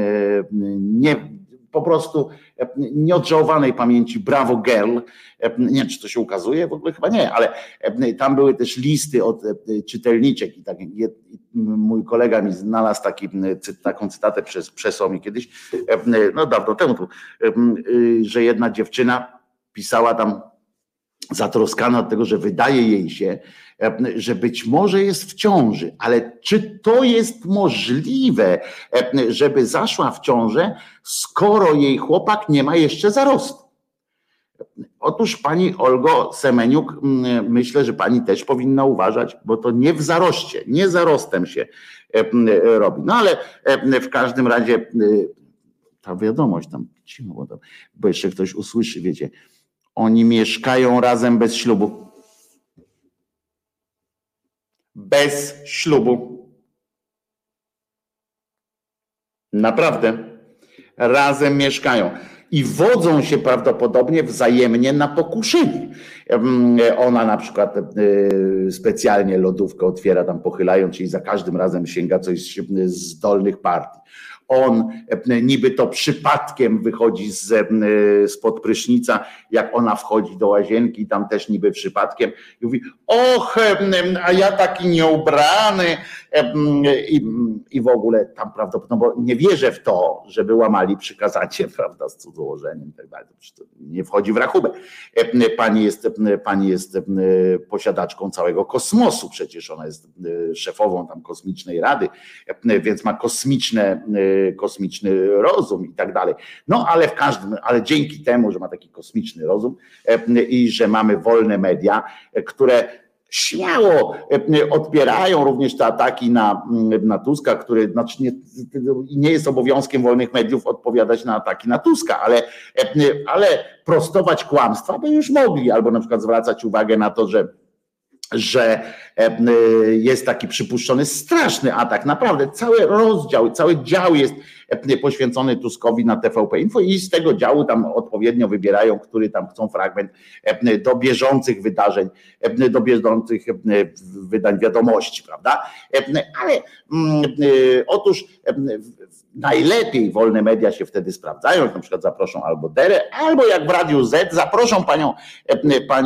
nie po prostu nieodżałowanej pamięci Bravo Girl, nie wiem, czy to się ukazuje, w ogóle chyba nie, ale tam były też listy od czytelniczek i tak, mój kolega mi znalazł taki, taką cytatę, przesłał mi kiedyś, no dawno temu, że jedna dziewczyna pisała tam zatroskana od tego, że wydaje jej się, że być może jest w ciąży, ale czy to jest możliwe, żeby zaszła w ciążę, skoro jej chłopak nie ma jeszcze zarostu? Otóż pani Olgo Semeniuk, myślę, że pani też powinna uważać, bo to nie w zaroście, nie zarostem się robi. No ale w każdym razie ta wiadomość tam, bo jeszcze ktoś usłyszy, wiecie, oni mieszkają razem bez ślubu. Bez ślubu. Naprawdę. Razem mieszkają. I wodzą się prawdopodobnie wzajemnie na pokuszenie. Ona na przykład specjalnie lodówkę otwiera tam pochylając, czyli za każdym razem sięga coś z dolnych partii. On niby to przypadkiem wychodzi z, spod prysznica, jak ona wchodzi do łazienki i tam też niby przypadkiem i mówi, och, a ja taki nieubrany i, i w ogóle tam prawdopodobnie, no bo nie wierzę w to, żeby łamali przykazanie, prawda, z cudzołożeniem i tak dalej, to nie wchodzi w rachubę. Pani jest, pani jest posiadaczką całego kosmosu, przecież ona jest szefową tam kosmicznej rady, więc ma kosmiczne kosmiczny rozum i tak dalej. No ale w każdym, ale dzięki temu, że ma taki kosmiczny rozum i że mamy wolne media, które śmiało odpierają również te ataki na, na Tuska, który znaczy nie, nie jest obowiązkiem wolnych mediów odpowiadać na ataki na Tuska, ale, ale prostować kłamstwa by już mogli, albo na przykład zwracać uwagę na to, że że jest taki przypuszczony straszny atak, naprawdę cały rozdział, cały dział jest poświęcony Tuskowi na T V P Info i z tego działu tam odpowiednio wybierają, który tam chcą fragment do bieżących wydarzeń, do bieżących wydań wiadomości, prawda? Ale otóż najlepiej wolne media się wtedy sprawdzają, na przykład zaproszą albo Derę, albo jak w Radiu Z zaproszą panią, panią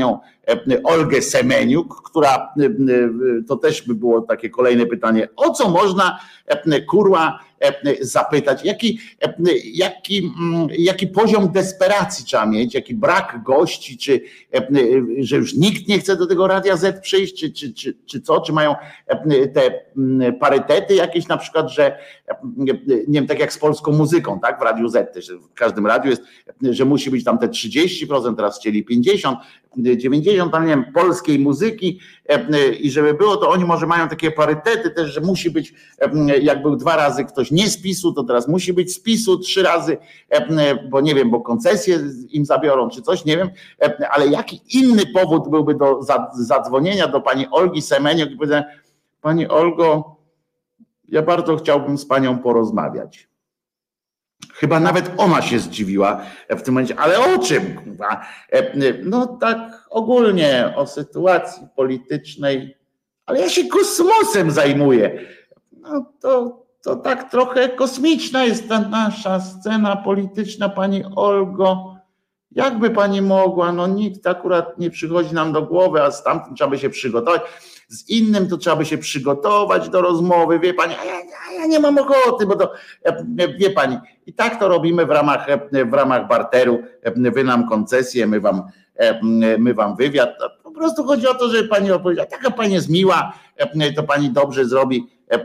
Olgę Semeniuk, która, to też by było takie kolejne pytanie, o co można kurwa zapytać, jaki, jaki, jaki poziom desperacji trzeba mieć, jaki brak gości, czy że już nikt nie chce do tego Radia Z przyjść, czy, czy, czy, czy co, czy mają te parytety jakieś na przykład, że nie wiem, tak jak z polską muzyką, tak, w Radiu Z też, w każdym radiu jest, że musi być tam te trzydzieści procent, teraz chcieli pięćdziesiąt, dziewięćdziesiąt, tam nie wiem, polskiej muzyki i żeby było, to oni może mają takie parytety też, że musi być, jak był dwa razy ktoś nie z PiSu, to teraz musi być z PiSu trzy razy, bo nie wiem, bo koncesje im zabiorą, czy coś, nie wiem, ale jaki inny powód byłby do zadzwonienia do pani Olgi Semeniuk i powiedzenia, pani Olgo, ja bardzo chciałbym z panią porozmawiać. Chyba nawet ona się zdziwiła w tym momencie, ale o czym? No tak ogólnie o sytuacji politycznej, ale ja się kosmosem zajmuję. No to, to tak trochę kosmiczna jest ta nasza scena polityczna, pani Olgo. Jakby pani mogła, no nikt akurat nie przychodzi nam do głowy, a z tamtym trzeba by się przygotować. Z innym to trzeba by się przygotować do rozmowy, wie pani, a ja, a ja nie mam ochoty, bo to, wie pani, i tak to robimy w ramach, w ramach barteru, wy nam koncesję, my wam, my wam wywiad, po prostu chodzi o to, żeby pani opowiedziała, taka pani jest miła, to pani dobrze zrobi,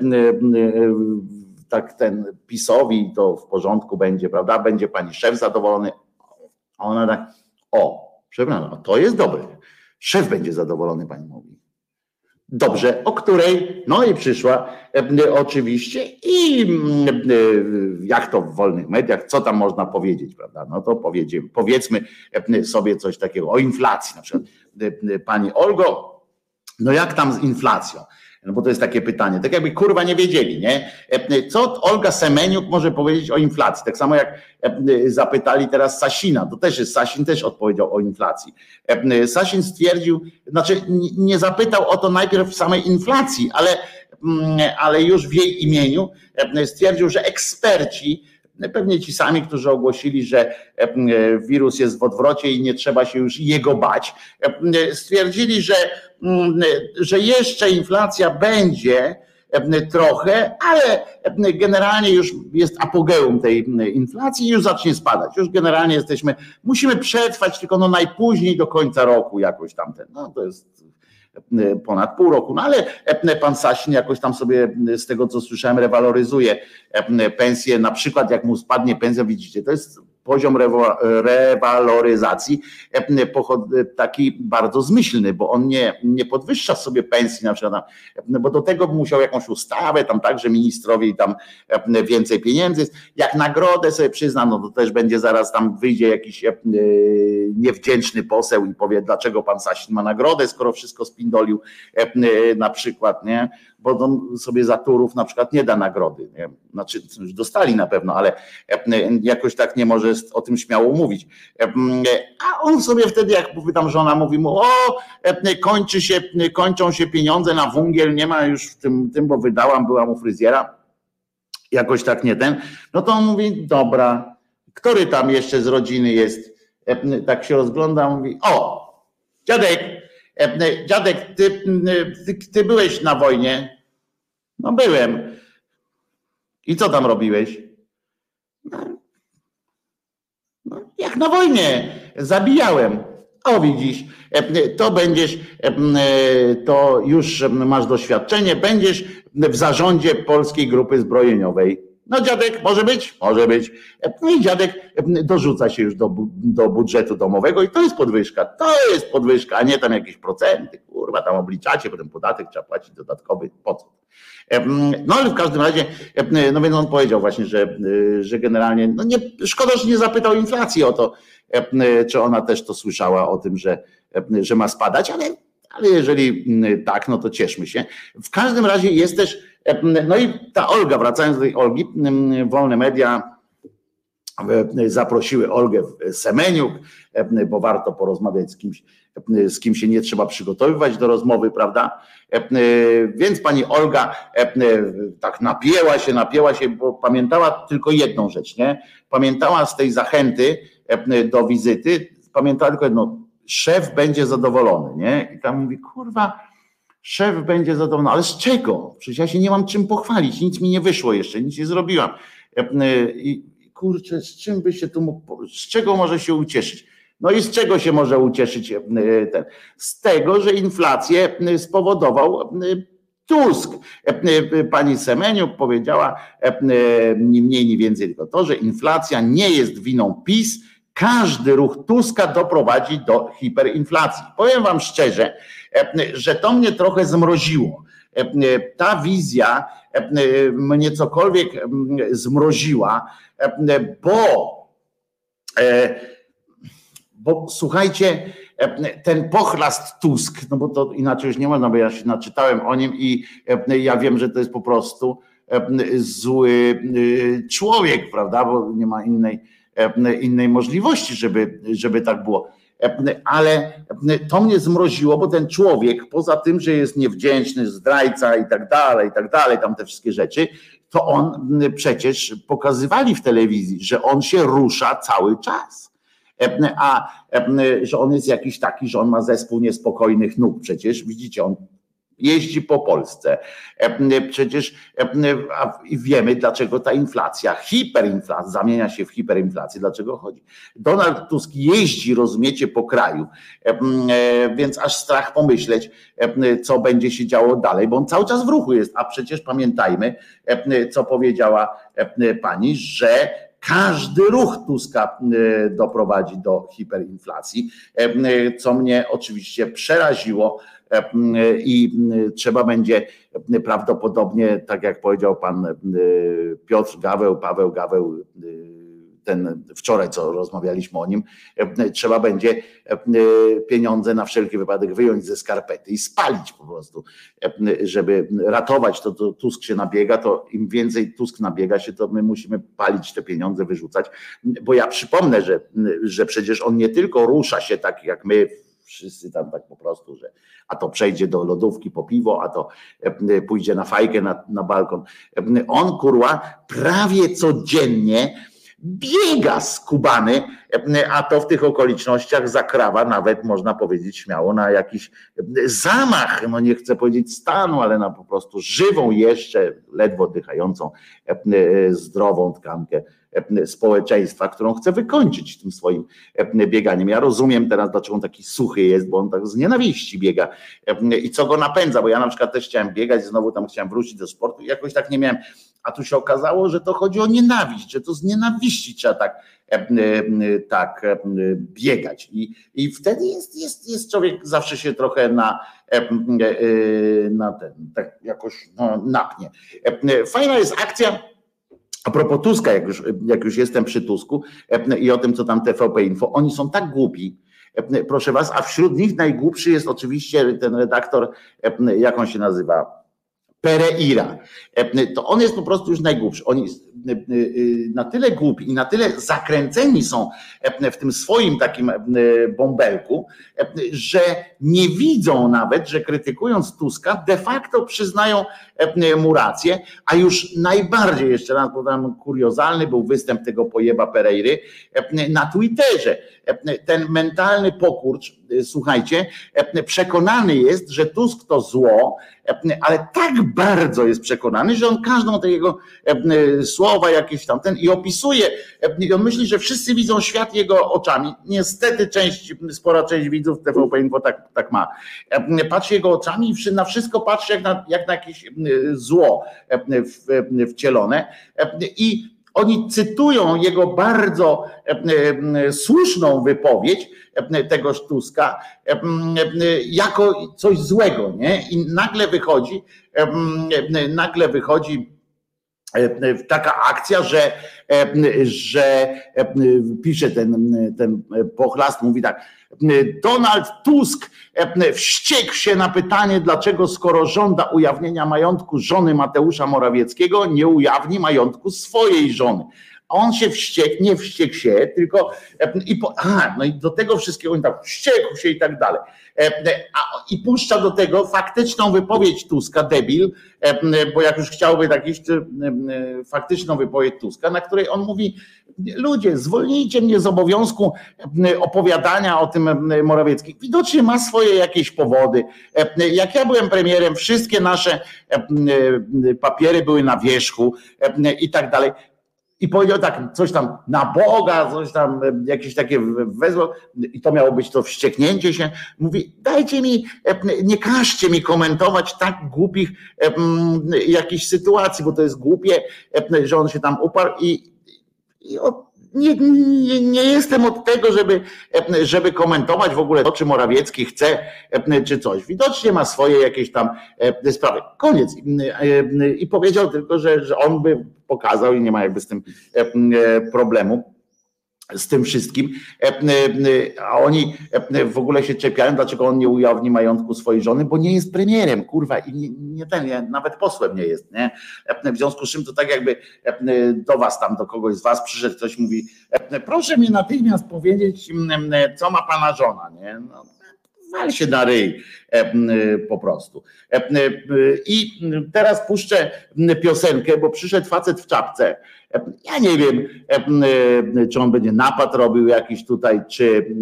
tak ten PiS-owi to w porządku będzie, prawda, będzie pani szef zadowolony, a ona tak, o, przepraszam, to jest dobre, szef będzie zadowolony, pani mówi. Dobrze, o której, no i przyszła e, oczywiście i e, jak to w wolnych mediach, co tam można powiedzieć, prawda? No to powiedzmy, powiedzmy sobie coś takiego o inflacji, na przykład e, pani Olgo, no jak tam z inflacją? No bo to jest takie pytanie, tak jakby kurwa nie wiedzieli, nie? Co Olga Semeniuk może powiedzieć o inflacji? Tak samo jak zapytali teraz Sasina, to też jest, Sasin też odpowiedział o inflacji. Sasin stwierdził, znaczy nie zapytał o to najpierw w samej inflacji, ale, ale już w jej imieniu stwierdził, że eksperci, pewnie ci sami, którzy ogłosili, że wirus jest w odwrocie i nie trzeba się już jego bać, stwierdzili, że, że jeszcze inflacja będzie trochę, ale generalnie już jest apogeum tej inflacji i już zacznie spadać. Już generalnie jesteśmy, musimy przetrwać tylko no najpóźniej do końca roku jakoś tamten. No to jest ponad pół roku, no ale pan Sasin jakoś tam sobie z tego co słyszałem rewaloryzuje pensję, na przykład jak mu spadnie pensja, widzicie, to jest poziom rewaloryzacji taki bardzo zmyślny, bo on nie, nie podwyższa sobie pensji na przykład, bo do tego by musiał jakąś ustawę tam tak, że ministrowie i tam więcej pieniędzy, jak nagrodę sobie przyzna, no to też będzie zaraz tam wyjdzie jakiś niewdzięczny poseł i powie, dlaczego pan Sasin ma nagrodę, skoro wszystko spindolił na przykład, nie? Bo on sobie za Turów na przykład nie da nagrody, nie? Znaczy już dostali na pewno, ale jakoś tak nie może o tym śmiało mówić. A on sobie wtedy, jak tam żona mówi mu, o, kończy się, kończą się pieniądze na węgiel, nie ma już w tym, tym, bo wydałam, byłam u fryzjera, jakoś tak nie ten, no to on mówi, dobra, który tam jeszcze z rodziny jest, tak się rozgląda, mówi, o, dziadek, dziadek, ty, ty, ty byłeś na wojnie? No byłem. I co tam robiłeś? No, jak na wojnie, zabijałem. O widzisz, to będziesz, to już masz doświadczenie, będziesz w zarządzie Polskiej Grupy Zbrojeniowej. No dziadek, może być? Może być. No i dziadek dorzuca się już do, do budżetu domowego i to jest podwyżka, to jest podwyżka, a nie tam jakieś procenty, kurwa, tam obliczacie, potem podatek trzeba płacić dodatkowy, po co? No ale w każdym razie, no więc on powiedział właśnie, że, że generalnie, no nie, szkoda, że nie zapytał inflacji o to, czy ona też to słyszała o tym, że, że ma spadać, ale, ale jeżeli tak, no to cieszmy się. W każdym razie jest też, no i ta Olga, wracając do tej Olgi, wolne media zaprosiły Olgę Semeniuk, bo warto porozmawiać z kimś, z kim się nie trzeba przygotowywać do rozmowy, prawda? Więc pani Olga tak napięła się, napięła się, bo pamiętała tylko jedną rzecz, nie? Pamiętała z tej zachęty do wizyty, pamiętała tylko jedno, szef będzie zadowolony, nie? I tam mówi, kurwa, szef będzie zadowolony, ale z czego? Przecież ja się nie mam czym pochwalić, nic mi nie wyszło jeszcze, nic nie zrobiłam. I kurczę, z czym by się tu mógł, z czego może się ucieszyć? No i z czego się może ucieszyć ten? Z tego, że inflację spowodował Tusk. Pani Semeniuk powiedziała ni mniej, ni więcej tylko to, że inflacja nie jest winą PiS. Każdy ruch Tuska doprowadzi do hiperinflacji. Powiem wam szczerze, że to mnie trochę zmroziło. Ta wizja mnie cokolwiek zmroziła, bo, bo słuchajcie, ten pochlast Tusk, no bo to inaczej już nie można, bo ja się naczytałem o nim i ja wiem, że to jest po prostu zły człowiek, prawda, bo nie ma innej innej możliwości, żeby, żeby tak było. Ale to mnie zmroziło, bo ten człowiek, poza tym, że jest niewdzięczny, zdrajca i tak dalej, i tak dalej, tam te wszystkie rzeczy, to on przecież pokazywali w telewizji, że on się rusza cały czas. A że on jest jakiś taki, że on ma zespół niespokojnych nóg. Przecież widzicie, on jeździ po Polsce. Przecież i wiemy, dlaczego ta inflacja, hiperinflacja zamienia się w hiperinflację. Dlaczego chodzi? Donald Tusk jeździ, rozumiecie, po kraju, więc aż strach pomyśleć, co będzie się działo dalej, bo on cały czas w ruchu jest. A przecież pamiętajmy, co powiedziała pani, że każdy ruch Tuska doprowadzi do hiperinflacji, co mnie oczywiście przeraziło. I trzeba będzie prawdopodobnie, tak jak powiedział pan Piotr Gaweł, Paweł Gaweł, ten wczoraj, co rozmawialiśmy o nim, trzeba będzie pieniądze na wszelki wypadek wyjąć ze skarpety i spalić po prostu, żeby ratować to, to Tusk się nabiega, to im więcej Tusk nabiega się, to my musimy palić te pieniądze, wyrzucać, bo ja przypomnę, że, że przecież on nie tylko rusza się tak jak my, wszyscy tam tak po prostu, że a to przejdzie do lodówki po piwo, a to pójdzie na fajkę na, na balkon. On, kurwa, prawie codziennie biega skubany, a to w tych okolicznościach zakrawa nawet, można powiedzieć śmiało, na jakiś zamach, no nie chcę powiedzieć stanu, ale na po prostu żywą jeszcze, ledwo oddychającą, zdrową tkankę społeczeństwa, którą chce wykończyć tym swoim bieganiem. Ja rozumiem teraz, dlaczego on taki suchy jest, bo on tak z nienawiści biega i co go napędza, bo ja na przykład też chciałem biegać, znowu tam chciałem wrócić do sportu i jakoś tak nie miałem, a tu się okazało, że to chodzi o nienawiść, że to z nienawiści trzeba tak, tak biegać i, i wtedy jest, jest, jest człowiek zawsze się trochę na, na ten, tak jakoś no, napnie. Fajna jest akcja. A propos Tuska, jak już, jak już jestem przy Tusku i o tym, co tam T V P Info, oni są tak głupi, proszę was, a wśród nich najgłupszy jest oczywiście ten redaktor, jak on się nazywa, Pereira. To on jest po prostu już najgłupszy. Oni na tyle głupi i na tyle zakręceni są w tym swoim takim bąbelku, że nie widzą nawet, że krytykując Tuska de facto przyznają mu rację, a już najbardziej, jeszcze raz powiem, kuriozalny był występ tego pojeba Pereiry na Twitterze. Ten mentalny pokurcz, słuchajcie, przekonany jest, że Tusk to zło, ale tak bardzo jest przekonany, że on każdą tego słowa jakieś tam ten i opisuje, i on myśli, że wszyscy widzą świat jego oczami. Niestety część, spora część widzów T V P Info tak, tak ma. Patrzy jego oczami i na wszystko patrzy jak na, jak na jakieś zło wcielone i oni cytują jego bardzo słuszną wypowiedź tegoż Tuska jako coś złego, nie? I nagle wychodzi, nagle wychodzi taka akcja, że, że pisze ten, ten pochlast, mówi tak: Donald Tusk wściekł się na pytanie, dlaczego skoro żąda ujawnienia majątku żony Mateusza Morawieckiego, nie ujawni majątku swojej żony. A on się wściekł, nie wściekł się, tylko i, po, aha, no i do tego wszystkiego on tak wściekł się i tak dalej. A, I puszcza do tego faktyczną wypowiedź Tuska, debil, bo jak już chciałby tak iść, faktyczną wypowiedź Tuska, na której on mówi: ludzie, zwolnijcie mnie z obowiązku opowiadania o tym Morawiecki. Widocznie ma swoje jakieś powody. Jak ja byłem premierem, wszystkie nasze papiery były na wierzchu i tak dalej. I powiedział tak, coś tam na Boga, coś tam, jakieś takie wezwał, i to miało być to wścieknięcie się. Mówi: dajcie mi, nie każcie mi komentować tak głupich jakichś sytuacji, bo to jest głupie, że on się tam uparł i, i od, nie, nie, nie jestem od tego, żeby, żeby komentować w ogóle to, czy Morawiecki chce, czy coś. Widocznie ma swoje jakieś tam sprawy. Koniec. I powiedział tylko, że, że on by pokazał i nie ma jakby z tym problemu, z tym wszystkim, a oni w ogóle się czepiają, dlaczego on nie ujawni majątku swojej żony, bo nie jest premierem, kurwa, i nie, nie ten, nie, nawet posłem nie jest, nie? W związku z czym to tak jakby do was tam, do kogoś z was przyszedł ktoś, mówi: proszę mi natychmiast powiedzieć, co ma pana żona, nie? No, wal się na ryj po prostu. I teraz puszczę piosenkę, bo przyszedł facet w czapce. Ja nie wiem, czy on będzie napad robił jakiś tutaj, czy,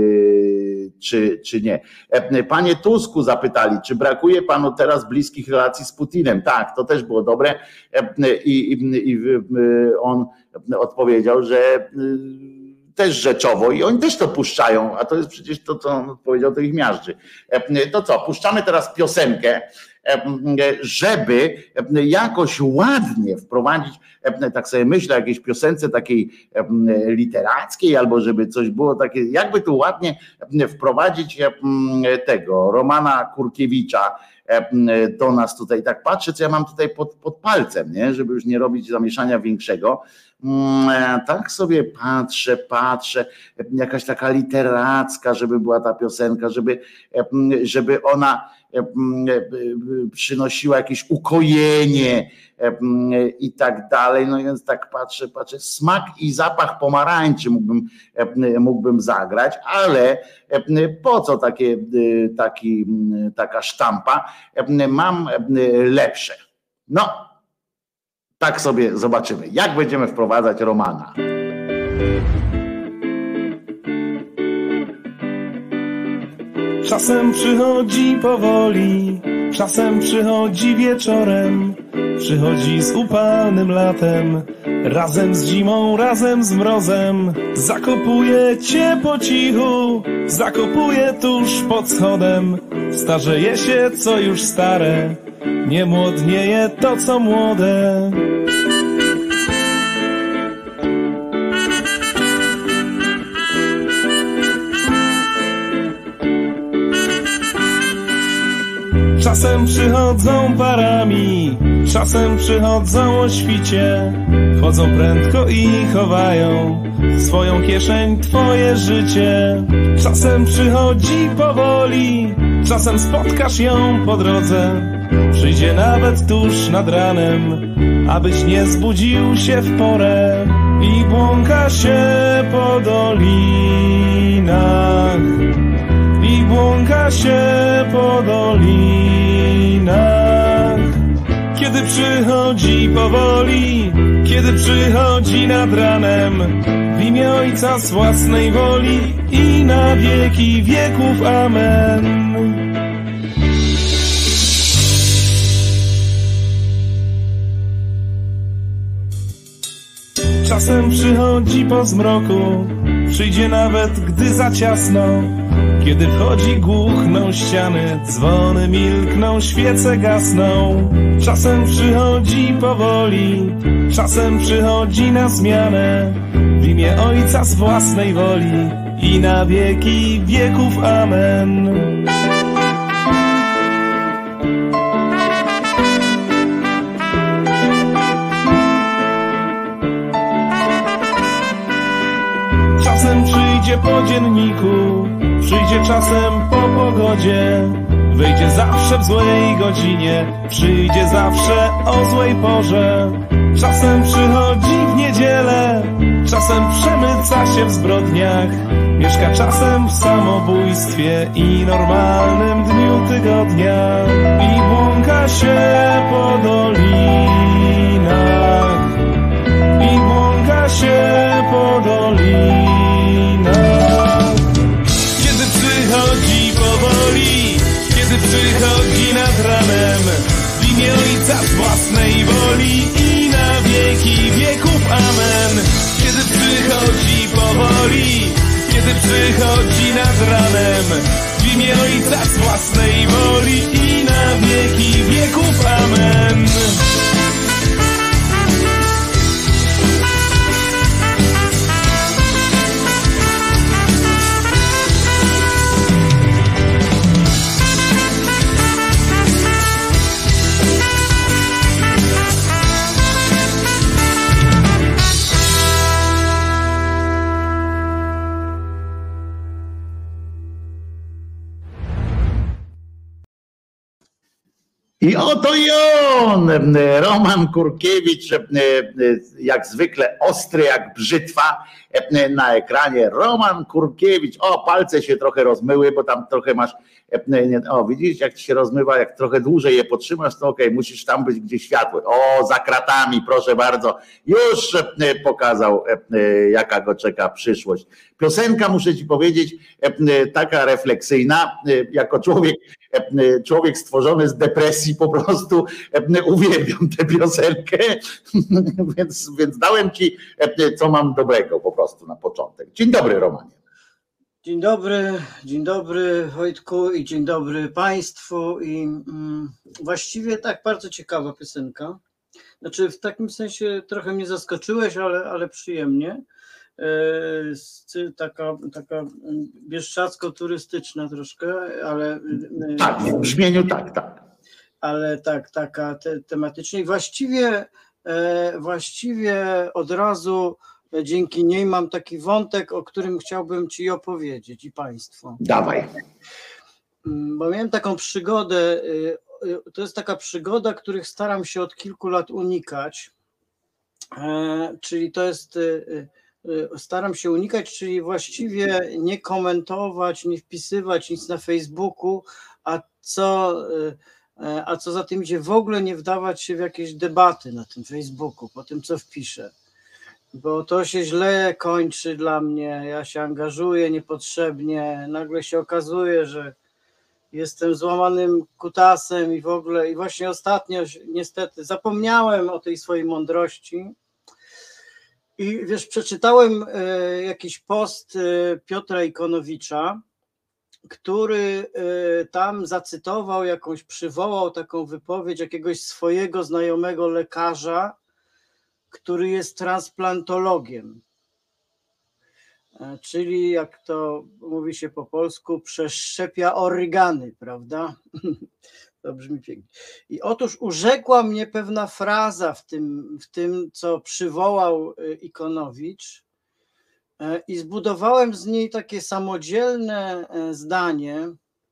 czy, czy nie. Panie Tusku, zapytali, czy brakuje panu teraz bliskich relacji z Putinem? Tak, to też było dobre. I, i, i on odpowiedział, że też rzeczowo i oni też to puszczają, a to jest przecież to, co on powiedział, to ich miażdży. To co, puszczamy teraz piosenkę, żeby jakoś ładnie wprowadzić, tak sobie myślę, jakiejś piosence takiej literackiej, albo żeby coś było takie, jakby tu ładnie wprowadzić tego Romana Kurkiewicza do nas tutaj. Tak patrzę, co ja mam tutaj pod, pod palcem, nie? Żeby już nie robić zamieszania większego. Tak sobie patrzę, patrzę, jakaś taka literacka, żeby była ta piosenka, żeby, żeby ona przynosiła jakieś ukojenie i tak dalej. No więc tak patrzę, patrzę, smak i zapach pomarańczy mógłbym, mógłbym zagrać, ale po co takie, taki, taka sztampa? Mam lepsze. No, tak sobie zobaczymy, jak będziemy wprowadzać Romana. Czasem przychodzi powoli, czasem przychodzi wieczorem, przychodzi z upanym latem, razem z zimą, razem z mrozem. Zakopuje cię po cichu, zakopuje tuż pod schodem. Starzeje się, co już stare, nie młodnieje to, co młode. Czasem przychodzą parami, czasem przychodzą o świcie, chodzą prędko i chowają w swoją kieszeń twoje życie. Czasem przychodzi powoli, czasem spotkasz ją po drodze, przyjdzie nawet tuż nad ranem, abyś nie zbudził się w porę. I błąka się po dolinach, i błąka się po dolinach. Kiedy przychodzi powoli, kiedy przychodzi nad ranem, w imię Ojca z własnej woli i na wieki wieków. Amen. Czasem przychodzi po zmroku, przyjdzie nawet gdy za ciasno. Kiedy wchodzi, głuchną ściany, dzwony milkną, świece gasną. Czasem przychodzi powoli, czasem przychodzi na zmianę, w imię Ojca z własnej woli i na wieki wieków. Amen. Czasem przyjdzie po dzienniku, przyjdzie czasem po pogodzie, wyjdzie zawsze w złej godzinie, przyjdzie zawsze o złej porze. Czasem przychodzi w niedzielę, niedzielę, czasem przemyca się w zbrodniach, mieszka czasem w samobójstwie i normalnym dniu tygodnia i błąka się po dolinach, i błąka się po dolinach. Kiedy przychodzi powoli, kiedy przychodzi nad ranem, w imię Ojca z własnej woli i na wieki wieków amen. Kiedy przychodzi powoli, kiedy przychodzi nad ranem, w imię Ojca z własnej woli i na wieki wieków amen. I oto i on, Roman Kurkiewicz, jak zwykle ostry jak brzytwa na ekranie. Roman Kurkiewicz, o, palce się trochę rozmyły, bo tam trochę masz, o, widzisz, jak ci się rozmywa, jak trochę dłużej je potrzymasz, to okej, okay, musisz tam być gdzie światło. O, za kratami, proszę bardzo, już pokazał, jaka go czeka przyszłość. Piosenka, muszę ci powiedzieć, taka refleksyjna, jako człowiek, człowiek stworzony z depresji, po prostu uwielbiam tę piosenkę, więc, więc dałem ci, co mam dobrego po prostu na początek. Dzień dobry, Romanie. Dzień dobry, dzień dobry Wojtku i dzień dobry Państwu. I mm, właściwie tak, bardzo ciekawa piosenka. Znaczy w takim sensie trochę mnie zaskoczyłeś, ale, ale przyjemnie. Yy, taka, taka bieszczacko-turystyczna troszkę, ale... Tak, w brzmieniu tak, tak. Ale tak, taka te, tematycznie. I właściwie, e, właściwie od razu dzięki niej mam taki wątek, o którym chciałbym ci opowiedzieć i Państwu. Dawaj. Bo miałem taką przygodę, to jest taka przygoda, których staram się od kilku lat unikać, e, czyli to jest... Staram się unikać, czyli właściwie nie komentować, nie wpisywać nic na Facebooku, a co, a co za tym idzie, w ogóle nie wdawać się w jakieś debaty na tym Facebooku po tym, co wpiszę. Bo to się źle kończy dla mnie, ja się angażuję niepotrzebnie, nagle się okazuje, że jestem złamanym kutasem i w ogóle, i właśnie ostatnio niestety zapomniałem o tej swojej mądrości. I wiesz, przeczytałem jakiś post Piotra Ikonowicza, który tam zacytował jakąś, przywołał taką wypowiedź jakiegoś swojego znajomego lekarza, który jest transplantologiem. Czyli jak to mówi się po polsku, przeszczepia organy, prawda? To brzmi pięknie. I otóż urzekła mnie pewna fraza w tym, w tym, co przywołał Ikonowicz, i zbudowałem z niej takie samodzielne zdanie,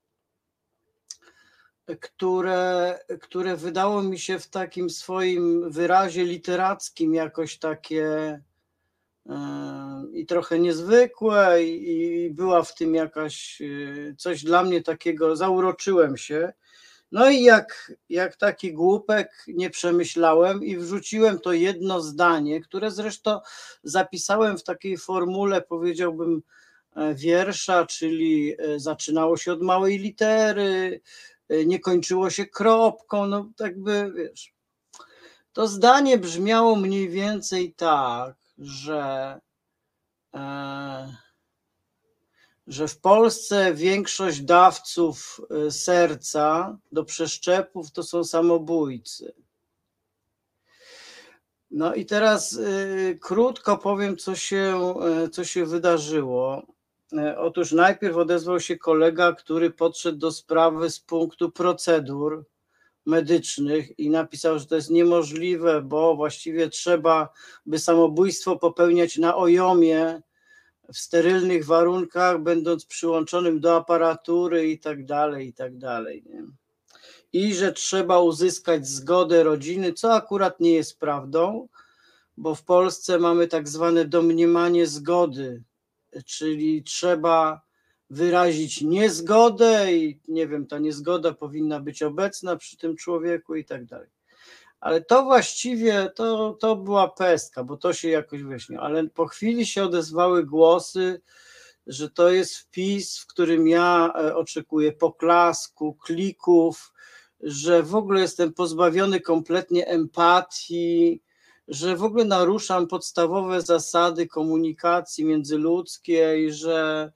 które, które wydało mi się w takim swoim wyrazie literackim jakoś takie i trochę niezwykłe, i była w tym jakaś coś dla mnie takiego, zauroczyłem się. No i jak, jak taki głupek nie przemyślałem i wrzuciłem to jedno zdanie, które zresztą zapisałem w takiej formule, powiedziałbym, wiersza, czyli zaczynało się od małej litery, nie kończyło się kropką, no tak by, wiesz. To zdanie brzmiało mniej więcej tak, że... E, że w Polsce większość dawców serca do przeszczepów to są samobójcy. No i teraz y, krótko powiem, co się, co się wydarzyło. Otóż najpierw odezwał się kolega, który podszedł do sprawy z punktu procedur medycznych i napisał, że to jest niemożliwe, bo właściwie trzeba by samobójstwo popełniać na ojomie, w sterylnych warunkach, będąc przyłączonym do aparatury i tak dalej, i tak dalej. Nie? I że trzeba uzyskać zgodę rodziny, co akurat nie jest prawdą, bo w Polsce mamy tak zwane domniemanie zgody, czyli trzeba wyrazić niezgodę i nie wiem, ta niezgoda powinna być obecna przy tym człowieku i tak dalej. Ale to właściwie to, to była pestka, bo to się jakoś wyjaśniło, ale po chwili się odezwały głosy, że to jest wpis, w którym ja oczekuję poklasku, klików, że w ogóle jestem pozbawiony kompletnie empatii, że w ogóle naruszam podstawowe zasady komunikacji międzyludzkiej, że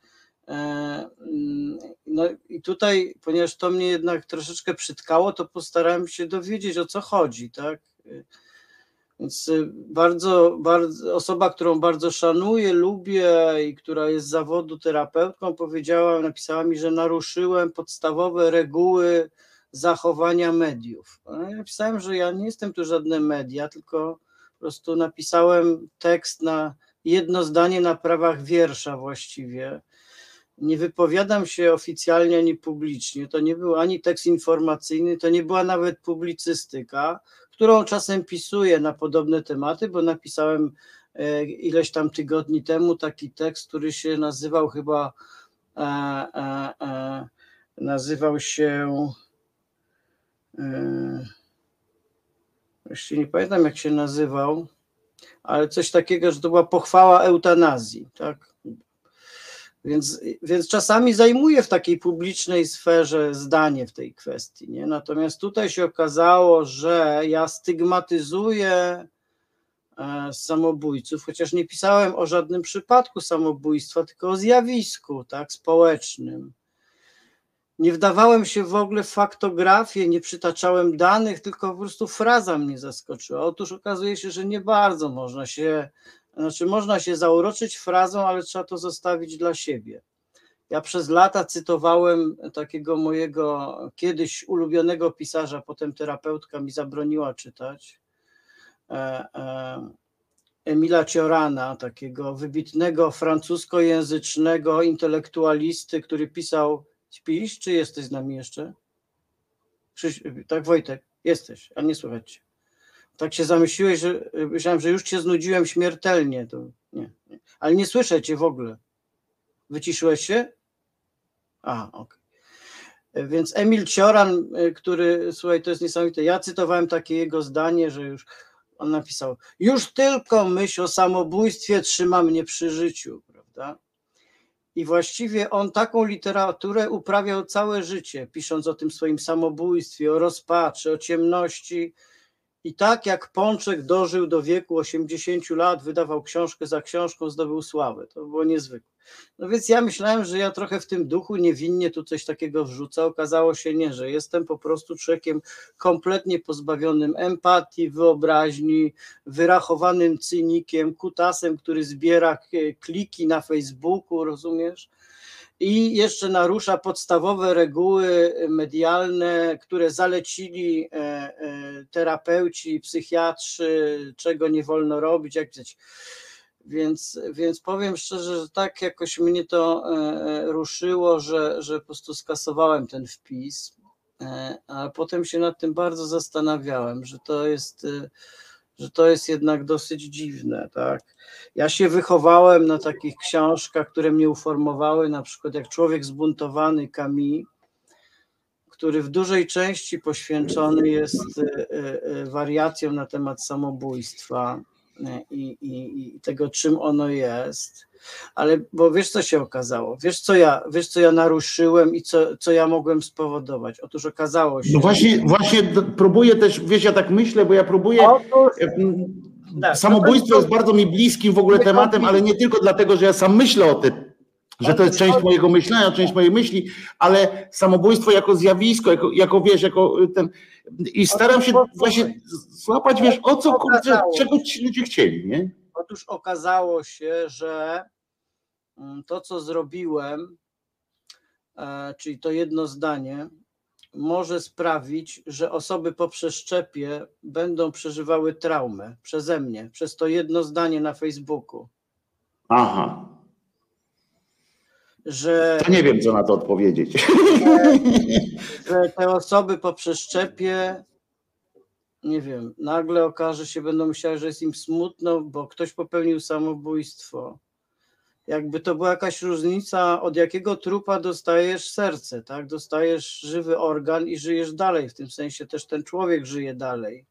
no i tutaj, ponieważ to mnie jednak troszeczkę przytkało, to postarałem się dowiedzieć, o co chodzi, tak? Więc bardzo, bardzo, osoba, którą bardzo szanuję, lubię i która jest z zawodu terapeutką, powiedziała, napisała mi, że naruszyłem podstawowe reguły zachowania mediów. Ja napisałem, że ja nie jestem tu żadne media, tylko po prostu napisałem tekst na jedno zdanie na prawach wiersza właściwie. Nie wypowiadam się oficjalnie ani publicznie, to nie był ani tekst informacyjny, to nie była nawet publicystyka, którą czasem pisuję na podobne tematy, bo napisałem ileś tam tygodni temu taki tekst, który się nazywał chyba, e, e, e, nazywał się, e, właściwie nie pamiętam jak się nazywał, ale coś takiego, że to była pochwała eutanazji, tak? Więc, więc czasami zajmuję w takiej publicznej sferze zdanie w tej kwestii, nie? Natomiast tutaj się okazało, że ja stygmatyzuję samobójców, chociaż nie pisałem o żadnym przypadku samobójstwa, tylko o zjawisku, tak, społecznym. Nie wdawałem się w ogóle w faktografię, nie przytaczałem danych, tylko po prostu fraza mnie zaskoczyła. Otóż okazuje się, że nie bardzo można się Znaczy można się zauroczyć frazą, ale trzeba to zostawić dla siebie. Ja przez lata cytowałem takiego mojego kiedyś ulubionego pisarza, potem terapeutka mi zabroniła czytać, Emila Ciorana, takiego wybitnego francuskojęzycznego intelektualisty, który pisał... Śpisz, czy jesteś z nami jeszcze? Tak, Wojtek, jesteś, a nie słychać cię. Tak się zamyśliłeś, że myślałem, że już cię znudziłem śmiertelnie. To nie, nie. Ale nie słyszę cię w ogóle. Wyciszyłeś się? A, okej. Okay. Więc Emil Cioran, który, słuchaj, to jest niesamowite. Ja cytowałem takie jego zdanie, że już on napisał, już tylko myśl o samobójstwie trzyma mnie przy życiu, prawda? I właściwie on taką literaturę uprawiał całe życie, pisząc o tym swoim samobójstwie, o rozpaczy, o ciemności. I tak jak Pączek dożył do wieku osiemdziesięciu lat, wydawał książkę za książką, zdobył sławę. To było niezwykłe. No więc ja myślałem, że ja trochę w tym duchu niewinnie tu coś takiego wrzucę. Okazało się nie, że jestem po prostu człowiekiem kompletnie pozbawionym empatii, wyobraźni, wyrachowanym cynikiem, kutasem, który zbiera kliki na Facebooku, rozumiesz? I jeszcze narusza podstawowe reguły medialne, które zalecili terapeuci, psychiatrzy, czego nie wolno robić, jak wiecie. Więc, więc powiem szczerze, że tak jakoś mnie to ruszyło, że, że po prostu skasowałem ten wpis, a potem się nad tym bardzo zastanawiałem, że to jest... że to jest jednak dosyć dziwne, tak? Ja się wychowałem na takich książkach, które mnie uformowały, na przykład jak Człowiek zbuntowany Camus, który w dużej części poświęcony jest wariacjom na temat samobójstwa i, i, i tego, czym ono jest. Ale bo wiesz, co się okazało? Wiesz, co ja, wiesz, co ja naruszyłem i co, co ja mogłem spowodować? Otóż okazało się... No właśnie, właśnie próbuję też, wiesz, ja tak myślę, bo ja próbuję... Otóż... Tak, samobójstwo jest bardzo mi bliskim w ogóle tematem, ale nie tylko dlatego, że ja sam myślę o tym, że to jest część mojego myślenia, część mojej myśli, ale samobójstwo jako zjawisko, jako, jako wiesz, jako ten... I staram się właśnie złapać, wiesz, o co, kurczę, czego ci ludzie chcieli, nie? Otóż okazało się, że to, co zrobiłem, czyli to jedno zdanie, może sprawić, że osoby po przeszczepie będą przeżywały traumę przeze mnie, przez to jedno zdanie na Facebooku. Aha. Że, to nie wiem, co na to odpowiedzieć. Że, że te osoby po przeszczepie nie wiem, nagle okaże się, będą myślały, że jest im smutno, bo ktoś popełnił samobójstwo. Jakby to była jakaś różnica, od jakiego trupa dostajesz serce, tak? Dostajesz żywy organ i żyjesz dalej, w tym sensie też ten człowiek żyje dalej.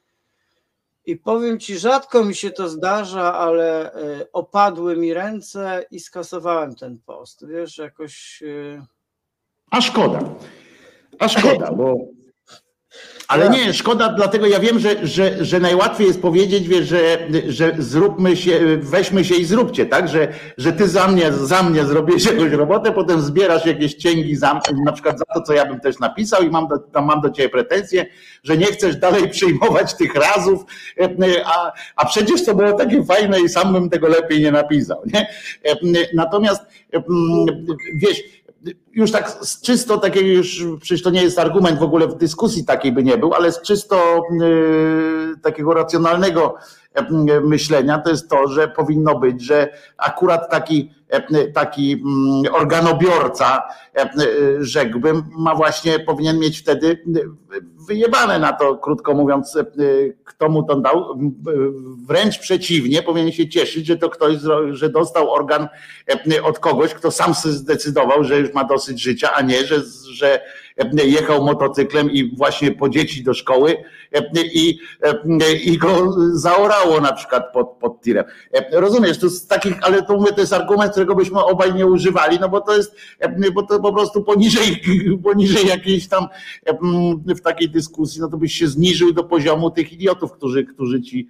I powiem ci, rzadko mi się to zdarza, ale y, opadły mi ręce i skasowałem ten post. Wiesz, jakoś... Y... A szkoda. A szkoda, bo... Ale nie, szkoda, dlatego ja wiem, że, że, że najłatwiej jest powiedzieć, wiesz, że, że zróbmy się, weźmy się i zróbcie, tak? Że, że ty za mnie, za mnie zrobisz jakąś robotę, potem zbierasz jakieś cięgi za, na przykład za to, co ja bym też napisał i mam do, tam mam do ciebie pretensje, że nie chcesz dalej przyjmować tych razów, a, a przecież to było takie fajne i sam bym tego lepiej nie napisał, nie? Natomiast wiesz, już tak z czysto takiego, już przecież to nie jest argument w ogóle w dyskusji takiej by nie był, ale z czysto y, takiego racjonalnego y, myślenia to jest to, że powinno być, że akurat taki, y, taki y, organobiorca, y, rzekłbym, ma właśnie, powinien mieć wtedy wyjebane na to, krótko mówiąc, y, kto mu to dał. Wręcz przeciwnie, powinien się cieszyć, że to ktoś, że dostał organ od kogoś, kto sam zdecydował, że już ma dosyć życia, a nie, że, że jechał motocyklem i właśnie po dzieci do szkoły i, i go zaorało na przykład pod, pod tirem. Rozumiesz, to z takich, ale to mówię, to jest argument, którego byśmy obaj nie używali, no bo to jest, bo to po prostu poniżej, poniżej jakiejś tam w takiej dyskusji, no to byś się zniżył do poziomu tych idiotów, którzy, którzy ci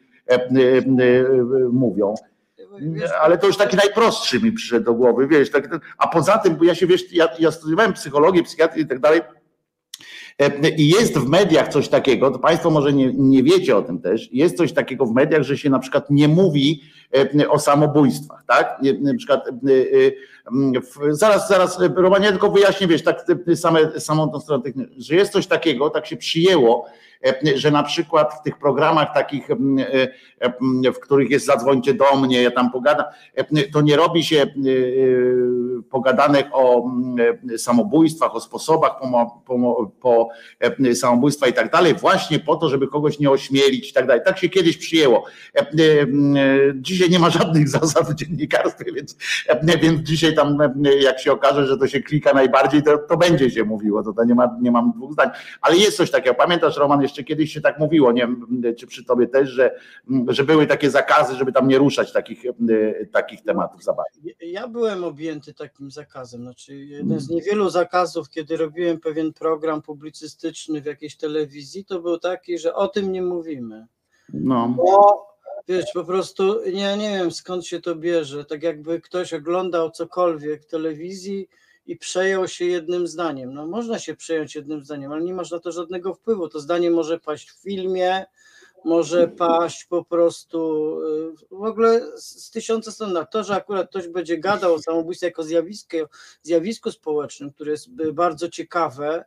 mówią. Ale to już taki najprostszy mi przyszedł do głowy, wiesz, tak, a poza tym, bo ja się, wiesz, ja, ja studiowałem psychologię, psychiatrię i tak dalej i jest w mediach coś takiego, to państwo może nie, nie wiecie o tym też, jest coś takiego w mediach, że się na przykład nie mówi o samobójstwach, tak, na przykład zaraz, zaraz Romanie, tylko wyjaśnię, wiesz, tak same, samą tą stronę, że jest coś takiego, tak się przyjęło, że na przykład w tych programach takich, w których jest zadzwońcie do mnie, ja tam pogadam, to nie robi się pogadanek o samobójstwach, o sposobach po, po, po samobójstwa i tak dalej, właśnie po to, żeby kogoś nie ośmielić i tak dalej. Tak się kiedyś przyjęło. Dzisiaj nie ma żadnych zasad w dziennikarstwie, więc, więc dzisiaj tam jak się okaże, że to się klika najbardziej, to, to będzie się mówiło, to, to nie ma, nie mam dwóch zdań. Ale jest coś takiego. Pamiętasz, Roman, jeszcze kiedyś się tak mówiło, nie wiem, czy przy tobie też, że, że były takie zakazy, żeby tam nie ruszać takich, takich tematów zabawnych. Ja byłem objęty takim zakazem, znaczy jeden z niewielu zakazów, kiedy robiłem pewien program publicystyczny w jakiejś telewizji, to był taki, że o tym nie mówimy. No. Bo, wiesz, po prostu ja nie wiem, skąd się to bierze, tak jakby ktoś oglądał cokolwiek w telewizji i przejął się jednym zdaniem. No można się przejąć jednym zdaniem, ale nie masz na to żadnego wpływu. To zdanie może paść w filmie, może paść po prostu w ogóle z tysiąca stron. Na to, że akurat ktoś będzie gadał o samobójstwie jako zjawisku, zjawisku społecznym, które jest bardzo ciekawe,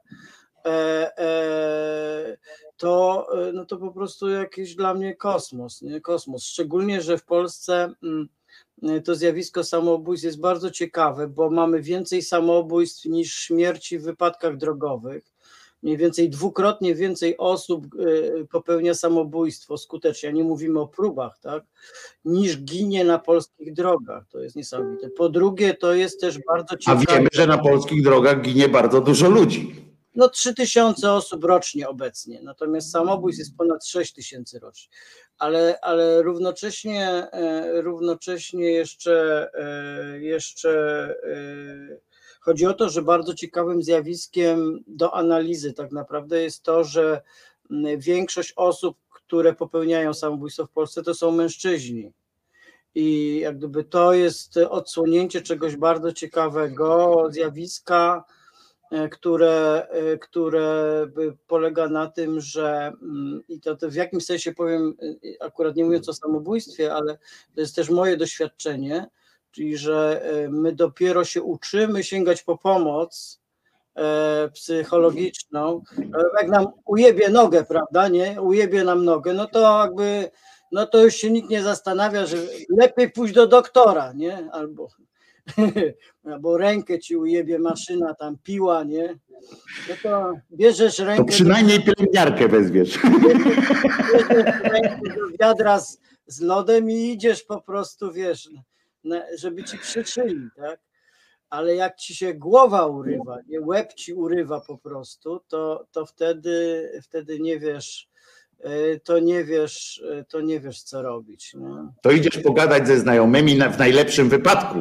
to, no to po prostu jakiś dla mnie kosmos, nie? Kosmos. Szczególnie, że w Polsce to zjawisko samobójstw jest bardzo ciekawe, bo mamy więcej samobójstw niż śmierci w wypadkach drogowych. Mniej więcej dwukrotnie więcej osób popełnia samobójstwo skutecznie, nie mówimy o próbach, tak, niż ginie na polskich drogach. To jest niesamowite. Po drugie, to jest też bardzo ciekawe. A wiemy, że na polskich drogach ginie bardzo dużo ludzi. No trzy tysiące osób rocznie obecnie, natomiast samobójstw jest ponad sześć tysięcy rocznie. Ale, ale równocześnie, równocześnie jeszcze, jeszcze chodzi o to, że bardzo ciekawym zjawiskiem do analizy tak naprawdę jest to, że większość osób, które popełniają samobójstwo w Polsce, to są mężczyźni. I jak gdyby to jest odsłonięcie czegoś bardzo ciekawego, zjawiska, które, które polega na tym, że i to, to w jakimś sensie powiem, akurat nie mówiąc o samobójstwie, ale to jest też moje doświadczenie, czyli że my dopiero się uczymy sięgać po pomoc psychologiczną. Jak nam ujebie nogę, prawda, nie? Ujebie nam nogę, no to jakby, no to już się nikt nie zastanawia, że lepiej pójść do doktora, nie? Albo albo rękę ci ujebie maszyna, tam piła, nie? No to bierzesz rękę... To przynajmniej do... pielęgniarkę wezwiesz. Bierzesz rękę do wiadra z, z lodem i idziesz po prostu, wiesz, żeby ci przyczyli, tak? Ale jak ci się głowa urywa, nie, łeb ci urywa po prostu, to, to wtedy, wtedy nie wiesz, to nie wiesz, to nie wiesz co robić. Nie? To idziesz pogadać ze znajomymi w najlepszym wypadku,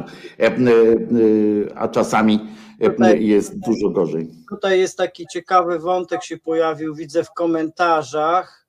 a czasami tutaj jest dużo gorzej. Tutaj jest taki ciekawy wątek się pojawił, widzę w komentarzach,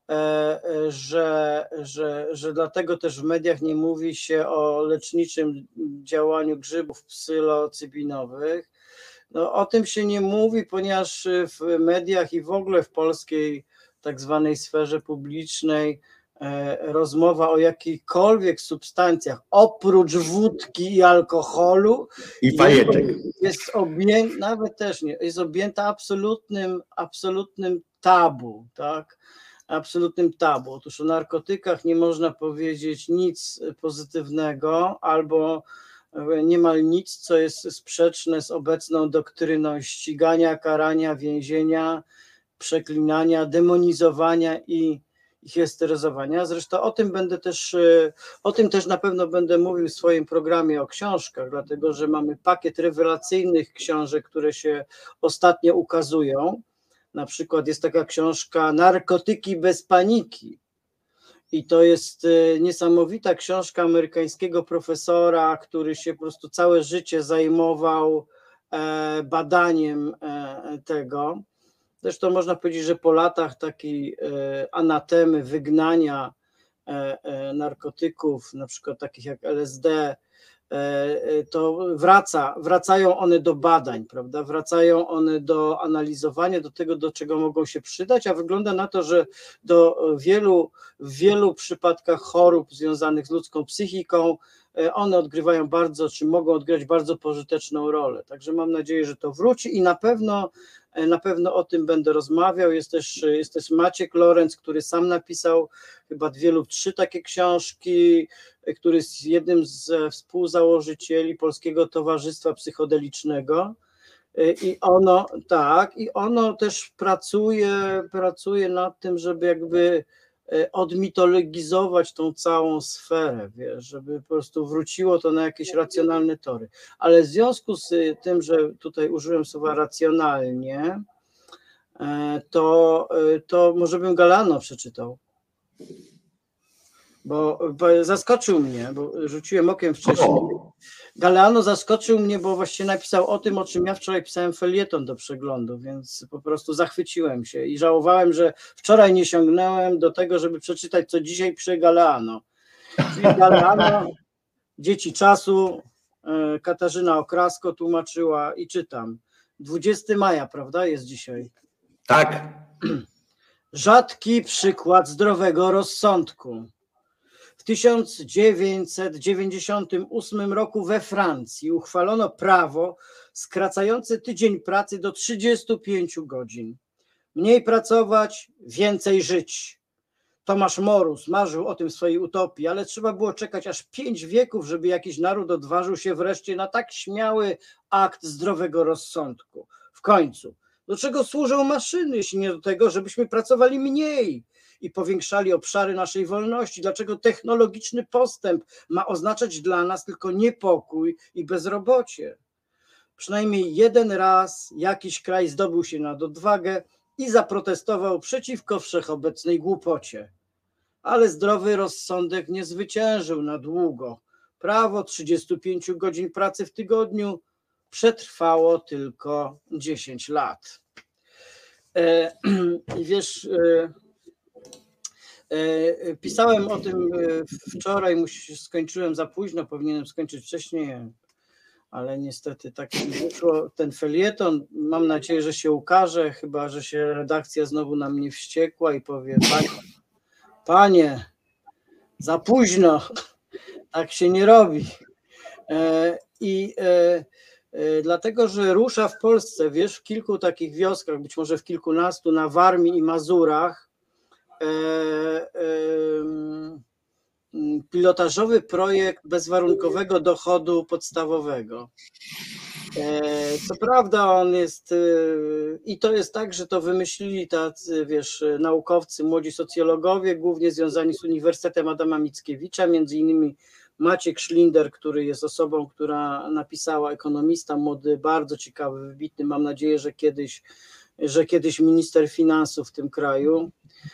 że, że, że dlatego też w mediach nie mówi się o leczniczym działaniu grzybów psylocybinowych. No, o tym się nie mówi, ponieważ w mediach i w ogóle w polskiej tak zwanej sferze publicznej rozmowa o jakichkolwiek substancjach oprócz wódki i alkoholu i fajeczek jest objęta, nawet też nie, jest objęta absolutnym, absolutnym tabu, tak? Absolutnym tabu. Otóż o narkotykach nie można powiedzieć nic pozytywnego albo niemal nic, co jest sprzeczne z obecną doktryną ścigania, karania, więzienia, przeklinania, demonizowania i histeryzowania. Zresztą o tym będę też, o tym też na pewno będę mówił w swoim programie o książkach, dlatego że mamy pakiet rewelacyjnych książek, które się ostatnio ukazują. Na przykład jest taka książka Narkotyki bez paniki. I to jest niesamowita książka amerykańskiego profesora, który się po prostu całe życie zajmował badaniem tego. Zresztą można powiedzieć, że po latach takiej anatemy, wygnania narkotyków, na przykład takich jak L S D, to wraca, wracają one do badań, prawda? Wracają one do analizowania, do tego, do czego mogą się przydać, a wygląda na to, że do wielu, w wielu przypadkach chorób związanych z ludzką psychiką one odgrywają bardzo, czy mogą odgrywać bardzo pożyteczną rolę. Także mam nadzieję, że to wróci i na pewno, na pewno o tym będę rozmawiał. Jest też, jest też Maciek Lorenz, który sam napisał chyba dwie lub trzy takie książki, który jest jednym z współzałożycieli Polskiego Towarzystwa Psychodelicznego. I ono, tak, i ono też pracuje, pracuje nad tym, żeby jakby odmitologizować tą całą sferę, wiesz, żeby po prostu wróciło to na jakieś racjonalne tory. Ale w związku z tym, że tutaj użyłem słowa racjonalnie, to, to może bym Galano przeczytał. Bo, bo zaskoczył mnie, bo rzuciłem okiem wcześniej. Galeano zaskoczył mnie, bo właściwie napisał o tym, o czym ja wczoraj pisałem felieton do przeglądu, więc po prostu zachwyciłem się i żałowałem, że wczoraj nie sięgnąłem do tego, żeby przeczytać, co dzisiaj pisze Galeano. Czyli Galeano, Dzieci czasu, Katarzyna Okrasko tłumaczyła i czytam. dwudziestego maja, prawda, jest dzisiaj? Tak. Rzadki przykład zdrowego rozsądku. W tysiąc dziewięćset dziewięćdziesiątym ósmym roku we Francji uchwalono prawo skracające tydzień pracy do trzydziestu pięciu godzin. Mniej pracować, więcej żyć. Tomasz Morus marzył o tym w swojej utopii, ale trzeba było czekać aż pięć wieków, żeby jakiś naród odważył się wreszcie na tak śmiały akt zdrowego rozsądku. W końcu, do czego służą maszyny, jeśli nie do tego, żebyśmy pracowali mniej i powiększali obszary naszej wolności? Dlaczego technologiczny postęp ma oznaczać dla nas tylko niepokój i bezrobocie? Przynajmniej jeden raz jakiś kraj zdobył się na odwagę i zaprotestował przeciwko wszechobecnej głupocie. Ale zdrowy rozsądek nie zwyciężył na długo. Prawo trzydziestu pięciu godzin pracy w tygodniu przetrwało tylko dziesięć lat. I wiesz, pisałem o tym wczoraj, skończyłem za późno, powinienem skończyć wcześniej, ale niestety tak mi wyszło. Ten felieton, mam nadzieję, że się ukaże, chyba że się redakcja znowu na mnie wściekła i powie: panie, panie za późno, tak się nie robi. I dlatego, że rusza w Polsce, wiesz, w kilku takich wioskach, być może w kilkunastu, na Warmii i Mazurach, pilotażowy projekt bezwarunkowego dochodu podstawowego. Co prawda on jest, i to jest tak, że to wymyślili tacy, wiesz, naukowcy, młodzi socjologowie, głównie związani z Uniwersytetem Adama Mickiewicza, między innymi Maciek Szlinder, który jest osobą, która napisała, ekonomista młody, bardzo ciekawy, wybitny, mam nadzieję, że kiedyś, że kiedyś minister finansów w tym kraju.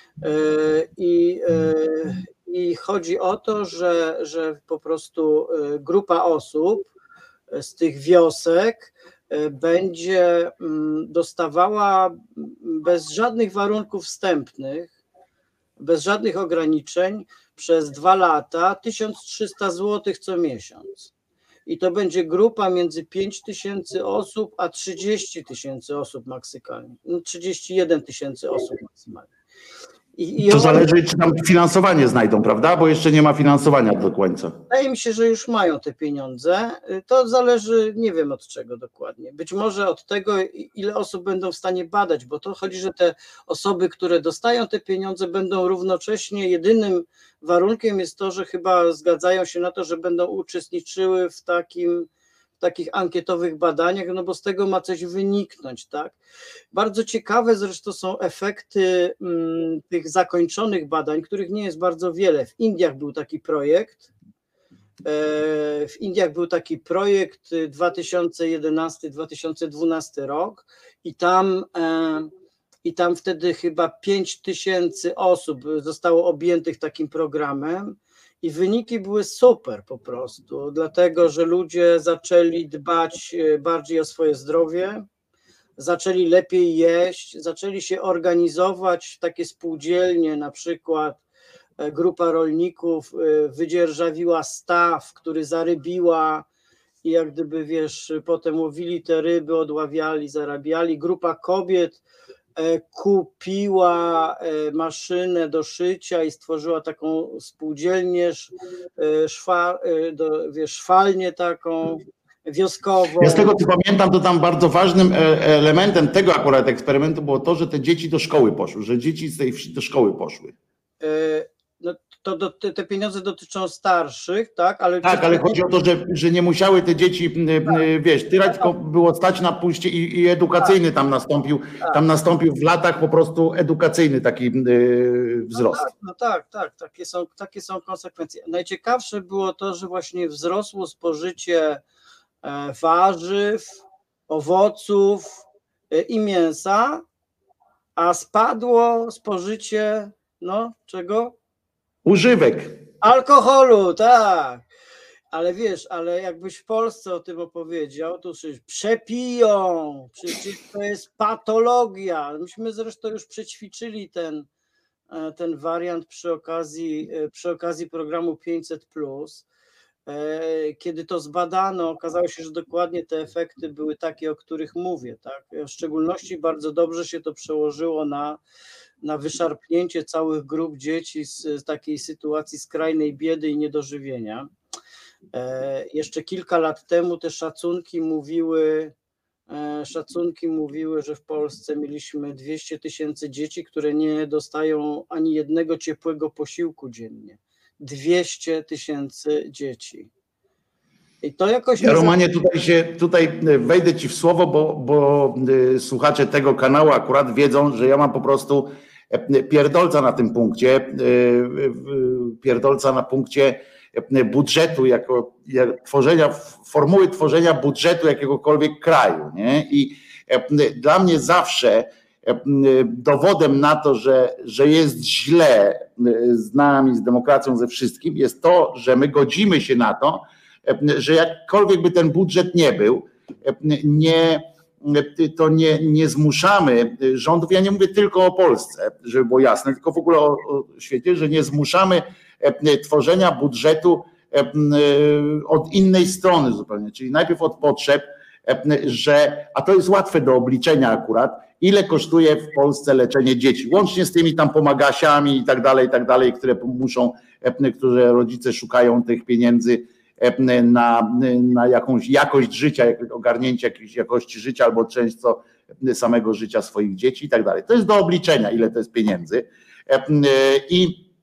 I, i chodzi o to, że, że po prostu grupa osób z tych wiosek będzie dostawała bez żadnych warunków wstępnych, bez żadnych ograniczeń przez dwa lata tysiąc trzysta złotych co miesiąc. I to będzie grupa między pięć tysięcy osób a trzydzieści tysięcy osób maksymalnie. No trzydzieści jeden tysięcy osób maksymalnie. I, i to zależy, czy tam finansowanie znajdą, prawda? Bo jeszcze nie ma finansowania do końca. Wydaje mi się, że już mają te pieniądze. To zależy, nie wiem od czego dokładnie. Być może od tego, ile osób będą w stanie badać, bo to chodzi, że te osoby, które dostają te pieniądze, będą równocześnie, jedynym warunkiem jest to, że chyba zgadzają się na to, że będą uczestniczyły w takim takich ankietowych badaniach, no bo z tego ma coś wyniknąć, tak? Bardzo ciekawe zresztą są efekty m, tych zakończonych badań, których nie jest bardzo wiele. W Indiach był taki projekt, e, w Indiach był taki projekt dwa tysiące jedenasty dwa tysiące dwunasty rok i tam e, i tam wtedy chyba pięć tysięcy osób zostało objętych takim programem. I wyniki były super po prostu, dlatego że ludzie zaczęli dbać bardziej o swoje zdrowie, zaczęli lepiej jeść, zaczęli się organizować, takie spółdzielnie, na przykład grupa rolników wydzierżawiła staw, który zarybiła i jak gdyby, wiesz, potem łowili te ryby, odławiali, zarabiali. Grupa kobiet kupiła maszynę do szycia i stworzyła taką spółdzielnię, szwa, do, wiesz, szwalnię taką wioskową. Ja z tego co pamiętam, to tam bardzo ważnym elementem tego akurat eksperymentu było to, że te dzieci do szkoły poszły, że dzieci z tej wsi do szkoły poszły. No to do, te, te pieniądze dotyczą starszych, tak? Ale tak, ale chodzi o to, że, że nie musiały te dzieci, tak, wiesz, tyle tylko było stać na pójście i, i edukacyjny tak, tam nastąpił, tak. tam nastąpił w latach po prostu edukacyjny taki yy, wzrost. No tak, no tak, tak, takie są, takie są konsekwencje. Najciekawsze było to, że właśnie wzrosło spożycie warzyw, owoców i mięsa, a spadło spożycie, no czego? Używek. Alkoholu, tak. Ale wiesz, ale jakbyś w Polsce o tym opowiedział, to przecież przepiją, przecież to jest patologia. Myśmy zresztą już przećwiczyli ten, ten wariant przy okazji, przy okazji programu pięćset plus. Kiedy to zbadano, okazało się, że dokładnie te efekty były takie, o których mówię. Tak? W szczególności bardzo dobrze się to przełożyło na, na wyszarpnięcie całych grup dzieci z, z takiej sytuacji skrajnej biedy i niedożywienia. E, jeszcze kilka lat temu te szacunki mówiły, e, szacunki mówiły, że w Polsce mieliśmy dwieście tysięcy dzieci, które nie dostają ani jednego ciepłego posiłku dziennie. dwieście tysięcy dzieci. I to jakoś... Ja, Romanie, tutaj się, tutaj wejdę ci w słowo, bo, bo słuchacze tego kanału akurat wiedzą, że ja mam po prostu pierdolca na tym punkcie, pierdolca na punkcie budżetu, jako jak tworzenia, formuły tworzenia budżetu jakiegokolwiek kraju. Nie? I dla mnie zawsze dowodem na to, że, że jest źle z nami, z demokracją, ze wszystkim, jest to, że my godzimy się na to, że jakkolwiek by ten budżet nie był, nie, to nie, nie zmuszamy rządów, ja nie mówię tylko o Polsce, żeby było jasne, tylko w ogóle o, o świecie, że nie zmuszamy tworzenia budżetu od innej strony zupełnie, czyli najpierw od potrzeb, że, a to jest łatwe do obliczenia akurat, ile kosztuje w Polsce leczenie dzieci, łącznie z tymi tam pomagasiami i tak dalej, i tak dalej, które muszą, które rodzice szukają tych pieniędzy na, na jakąś jakość życia, ogarnięcie jakiejś jakości życia albo część co samego życia swoich dzieci i tak dalej. To jest do obliczenia, ile to jest pieniędzy. I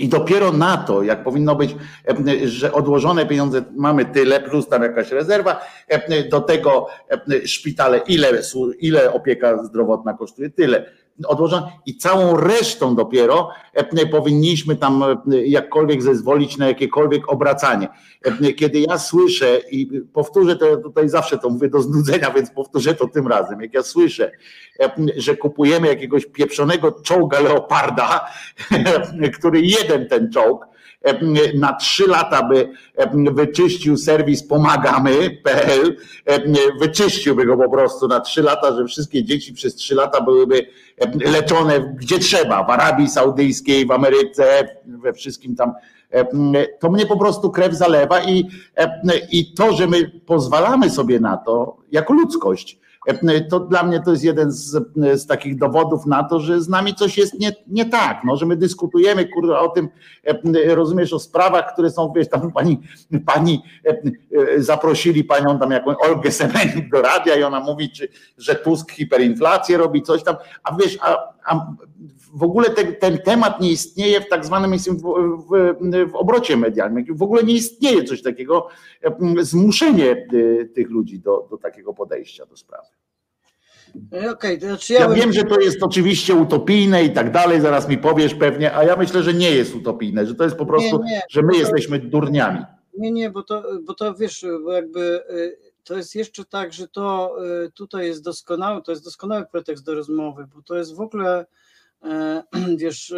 I dopiero na to, jak powinno być, że odłożone pieniądze mamy tyle, plus tam jakaś rezerwa, do tego szpitale, ile, ile opieka zdrowotna kosztuje, tyle. Odłożone i całą resztą dopiero powinniśmy tam jakkolwiek zezwolić na jakiekolwiek obracanie. Kiedy ja słyszę, i powtórzę to tutaj zawsze to mówię do znudzenia, więc powtórzę to tym razem, jak ja słyszę, że kupujemy jakiegoś pieprzonego czołga Leoparda, który jeden ten czołg na trzy lata by wyczyścił serwis pomagamy kropka pe el, wyczyściłby go po prostu na trzy lata, że wszystkie dzieci przez trzy lata byłyby leczone gdzie trzeba, w Arabii Saudyjskiej, w Ameryce, we wszystkim tam. To mnie po prostu krew zalewa i, i to, że my pozwalamy sobie na to jako ludzkość, to dla mnie to jest jeden z, z takich dowodów na to, że z nami coś jest nie, nie tak, no, że my dyskutujemy kurwa o tym, rozumiesz, o sprawach, które są, wiesz, tam pani, pani zaprosili panią tam jakąś Olgę Semenik do radia i ona mówi, czy, że Tusk hiperinflację robi, coś tam, a wiesz, a, a w ogóle ten, ten temat nie istnieje w tak zwanym w, w, w obrocie medialnym. W ogóle nie istnieje coś takiego, zmuszenie tych ludzi do, do takiego podejścia do sprawy. Okay, to znaczy ja, ja bym... wiem, że to jest oczywiście utopijne i tak dalej, zaraz mi powiesz pewnie, a ja myślę, że nie jest utopijne, że to jest po prostu, nie, nie, że my to... jesteśmy durniami. Nie, nie, bo to, bo to wiesz, bo jakby to jest jeszcze tak, że to tutaj jest doskonały, to jest doskonały pretekst do rozmowy, bo to jest w ogóle wiesz,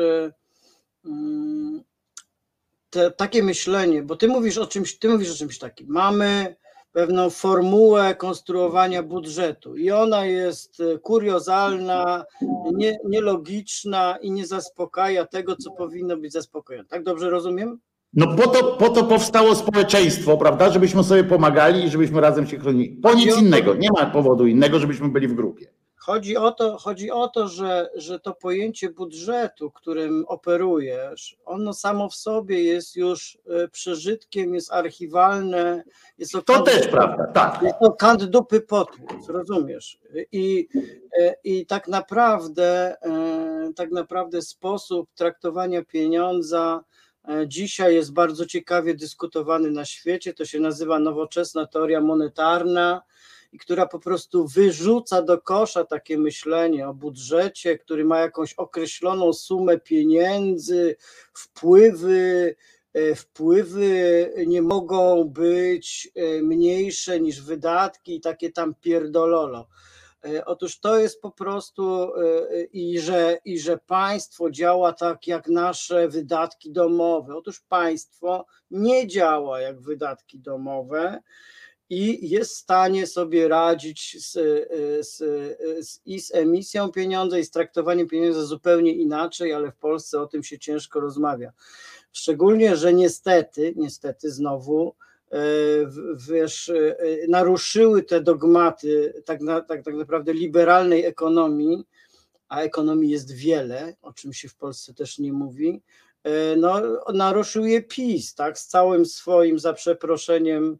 te, takie myślenie, bo ty mówisz o czymś, ty mówisz o czymś takim. Mamy pewną formułę konstruowania budżetu i ona jest kuriozalna, nie, nielogiczna i nie zaspokaja tego, co powinno być zaspokojone. Tak dobrze rozumiem? No po to, po to powstało społeczeństwo, prawda, żebyśmy sobie pomagali i żebyśmy razem się chronili. Po nic innego, nie ma powodu innego, żebyśmy byli w grupie. Chodzi o to, chodzi o to że, że to pojęcie budżetu, którym operujesz, ono samo w sobie jest już przeżytkiem, jest archiwalne. Jest to, to też prawda, tak. Jest to kant dupy potłuc, rozumiesz? I, i tak naprawdę, tak naprawdę sposób traktowania pieniądza dzisiaj jest bardzo ciekawie dyskutowany na świecie. To się nazywa nowoczesna teoria monetarna, i która po prostu wyrzuca do kosza takie myślenie o budżecie, który ma jakąś określoną sumę pieniędzy, wpływy, wpływy nie mogą być mniejsze niż wydatki i takie tam pierdololo. Otóż to jest po prostu i że, i że państwo działa tak jak nasze wydatki domowe. Otóż państwo nie działa jak wydatki domowe, i jest w stanie sobie radzić z, z, z, i z emisją pieniądza, i z traktowaniem pieniądza zupełnie inaczej, ale w Polsce o tym się ciężko rozmawia. Szczególnie, że niestety, niestety znowu, wiesz, naruszyły te dogmaty tak, na, tak, tak naprawdę liberalnej ekonomii, a ekonomii jest wiele, o czym się w Polsce też nie mówi, no, naruszył je PiS, tak, z całym swoim, za przeproszeniem,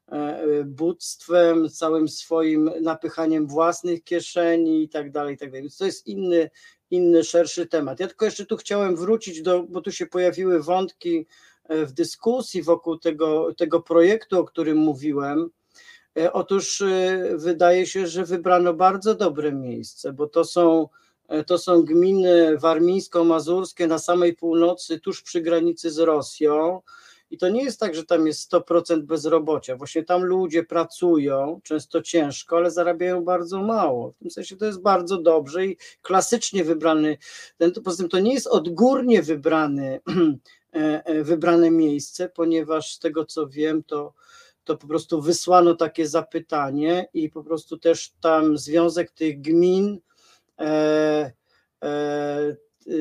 bóstwem, całym swoim napychaniem własnych kieszeni i tak dalej, i tak dalej. Więc to jest inny, inny, szerszy temat. Ja tylko jeszcze tu chciałem wrócić do, bo tu się pojawiły wątki w dyskusji wokół tego, tego projektu, o którym mówiłem. Otóż wydaje się, że wybrano bardzo dobre miejsce, bo to są, to są gminy warmińsko-mazurskie na samej północy, tuż przy granicy z Rosją. I to nie jest tak, że tam jest sto procent bezrobocia. Właśnie tam ludzie pracują, często ciężko, ale zarabiają bardzo mało. W tym sensie to jest bardzo dobrze i klasycznie wybrany, ten, poza tym to nie jest odgórnie wybrany, wybrane miejsce, ponieważ z tego co wiem, to, to po prostu wysłano takie zapytanie i po prostu też tam związek tych gmin e, e,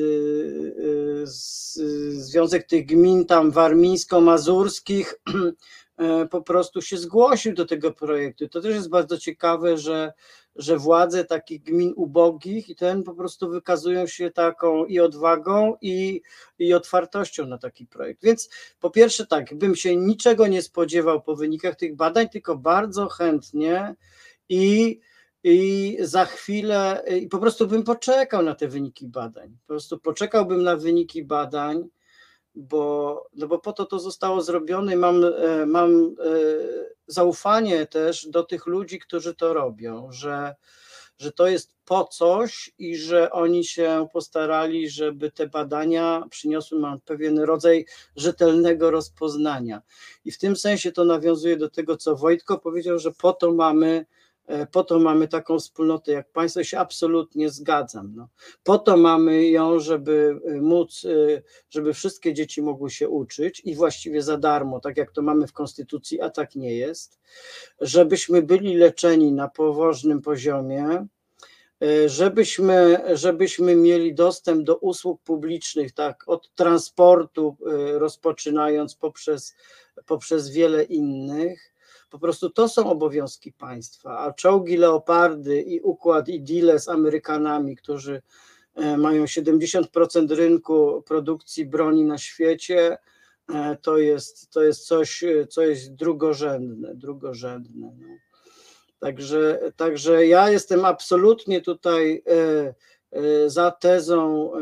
Związek tych gmin tam warmińsko-mazurskich po prostu się zgłosił do tego projektu. To też jest bardzo ciekawe, że, że władze takich gmin ubogich i ten po prostu wykazują się taką i odwagą i, i otwartością na taki projekt. Więc po pierwsze tak, bym się niczego nie spodziewał po wynikach tych badań, tylko bardzo chętnie i I za chwilę, i po prostu bym poczekał na te wyniki badań. Po prostu poczekałbym na wyniki badań, bo, no bo po to to zostało zrobione i mam, mam zaufanie też do tych ludzi, którzy to robią, że, że to jest po coś i że oni się postarali, żeby te badania przyniosły nam pewien rodzaj rzetelnego rozpoznania. I w tym sensie to nawiązuje do tego, co Wojtko powiedział, że po to mamy Po to mamy taką wspólnotę jak państwo, się absolutnie zgadzam. No. Po to mamy ją, żeby móc, żeby wszystkie dzieci mogły się uczyć i właściwie za darmo, tak jak to mamy w Konstytucji, a tak nie jest, żebyśmy byli leczeni na poważnym poziomie, żebyśmy, żebyśmy mieli dostęp do usług publicznych, tak, od transportu rozpoczynając poprzez, poprzez wiele innych. Po prostu to są obowiązki państwa, a czołgi Leopardy i układ i deale z Amerykanami, którzy mają siedemdziesiąt procent rynku produkcji broni na świecie, to jest, to jest coś, co jest drugorzędne, drugorzędne. No. Także, także ja jestem absolutnie tutaj za tezą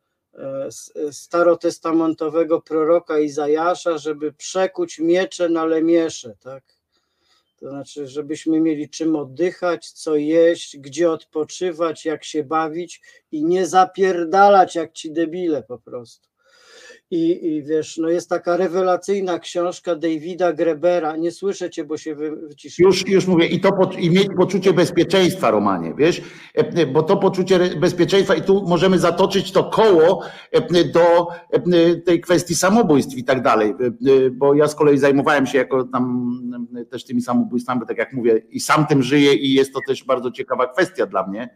starotestamentowego proroka Izajasza, żeby przekuć miecze na lemiesze, tak? To znaczy, żebyśmy mieli czym oddychać, co jeść, gdzie odpoczywać, jak się bawić i nie zapierdalać jak ci debile po prostu. I, i wiesz, no jest taka rewelacyjna książka Davida Grebera, nie słyszę cię, bo się wyciszyłem. Już, już mówię, i to po, i mieć poczucie bezpieczeństwa, Romanie, wiesz, bo to poczucie bezpieczeństwa i tu możemy zatoczyć to koło do tej kwestii samobójstw i tak dalej, bo ja z kolei zajmowałem się jako tam też tymi samobójstwami, bo tak jak mówię, i sam tym żyję i jest to też bardzo ciekawa kwestia dla mnie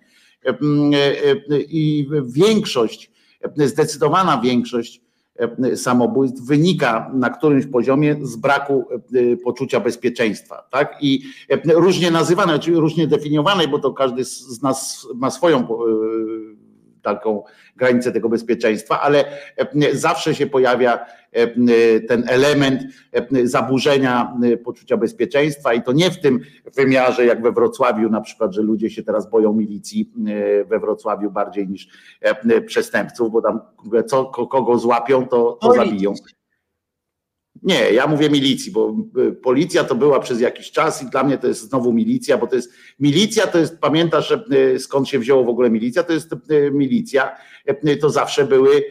i większość, zdecydowana większość samobójstw wynika na którymś poziomie z braku poczucia bezpieczeństwa, tak? I różnie nazywane, czyli różnie definiowane, bo to każdy z nas ma swoją taką granicę tego bezpieczeństwa, ale zawsze się pojawia ten element zaburzenia poczucia bezpieczeństwa i to nie w tym wymiarze jak we Wrocławiu na przykład, że ludzie się teraz boją milicji we Wrocławiu bardziej niż przestępców, bo tam co, kogo złapią, to, to zabiją. Nie, ja mówię milicji, bo policja to była przez jakiś czas i dla mnie to jest znowu milicja, bo to jest milicja, to jest, pamiętasz skąd się wzięło w ogóle milicja? To jest milicja, to zawsze były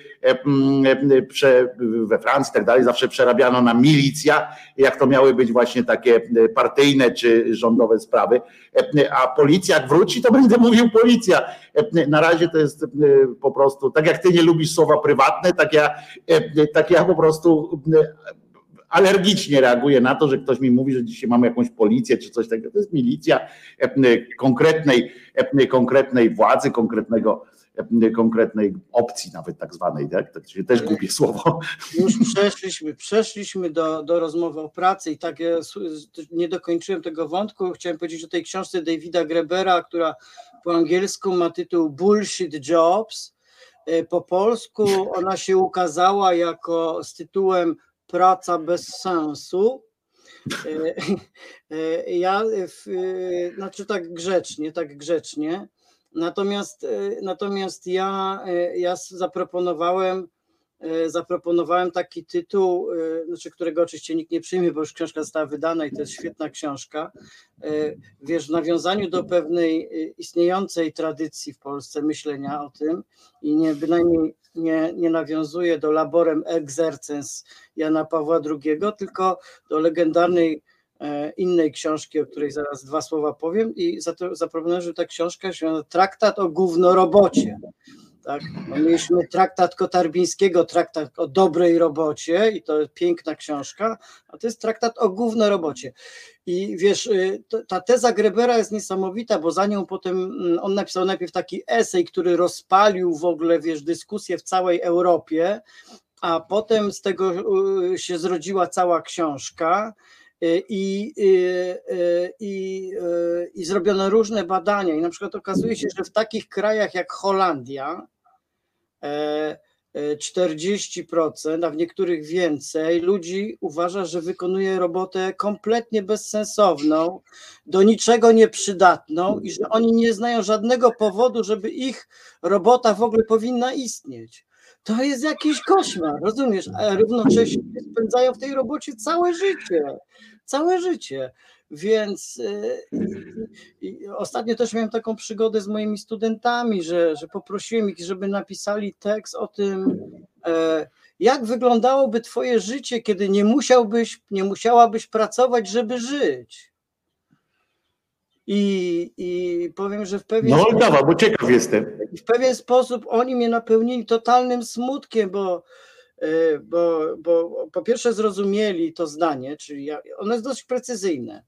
we Francji i tak dalej, zawsze przerabiano na milicja, jak to miały być właśnie takie partyjne czy rządowe sprawy, a policja jak wróci, to będę mówił policja. Na razie to jest po prostu, tak jak ty nie lubisz słowa prywatne, tak ja, tak ja po prostu alergicznie reaguję na to, że ktoś mi mówi, że dzisiaj mamy jakąś policję czy coś takiego. To jest milicja konkretnej, konkretnej władzy, konkretnego, konkretnej opcji nawet tak zwanej, tak? To też głupie słowo. Już przeszliśmy, przeszliśmy do, do rozmowy o pracy i tak ja nie dokończyłem tego wątku. Chciałem powiedzieć o tej książce Davida Grebera, która po angielsku ma tytuł Bullshit Jobs. Po polsku ona się ukazała jako z tytułem Praca bez sensu. Ja, znaczy tak grzecznie, tak grzecznie. Natomiast, natomiast ja, ja zaproponowałem, zaproponowałem taki tytuł, znaczy którego oczywiście nikt nie przyjmie, bo już książka została wydana i to jest świetna książka. Wiesz, w nawiązaniu do pewnej istniejącej tradycji w Polsce myślenia o tym i nie bynajmniej nie, nie nawiązuje do Laborem Exercens Jana Pawła drugiego, tylko do legendarnej innej książki, o której zaraz dwa słowa powiem i zaproponuję, że ta książka się nazywa Traktat o gównorobocie. Tak? No, mieliśmy traktat Kotarbińskiego, traktat o dobrej robocie i to jest piękna książka, a to jest traktat o gównorobocie. I wiesz, ta teza Grebera jest niesamowita, bo za nią potem on napisał najpierw taki esej, który rozpalił w ogóle, wiesz, dyskusję w całej Europie, a potem z tego się zrodziła cała książka. I, i, i, i zrobiono różne badania i na przykład okazuje się, że w takich krajach jak Holandia czterdzieści procent, a w niektórych więcej ludzi uważa, że wykonuje robotę kompletnie bezsensowną, do niczego nieprzydatną i że oni nie znają żadnego powodu, żeby ich robota w ogóle powinna istnieć. to jest jakiś koszmar, rozumiesz? A równocześnie spędzają w tej robocie całe życie, całe życie. Więc y, y, ostatnio też miałem taką przygodę z moimi studentami, że, że poprosiłem ich, żeby napisali tekst o tym, e, jak wyglądałoby twoje życie, kiedy nie musiałbyś, nie musiałabyś pracować, żeby żyć. I, i powiem, że w pewien No sposób, dawa, bo ciekaw jestem. w pewien sposób oni mnie napełnili totalnym smutkiem, bo Bo, bo po pierwsze zrozumieli to zdanie, czyli ja, ono jest dosyć precyzyjne.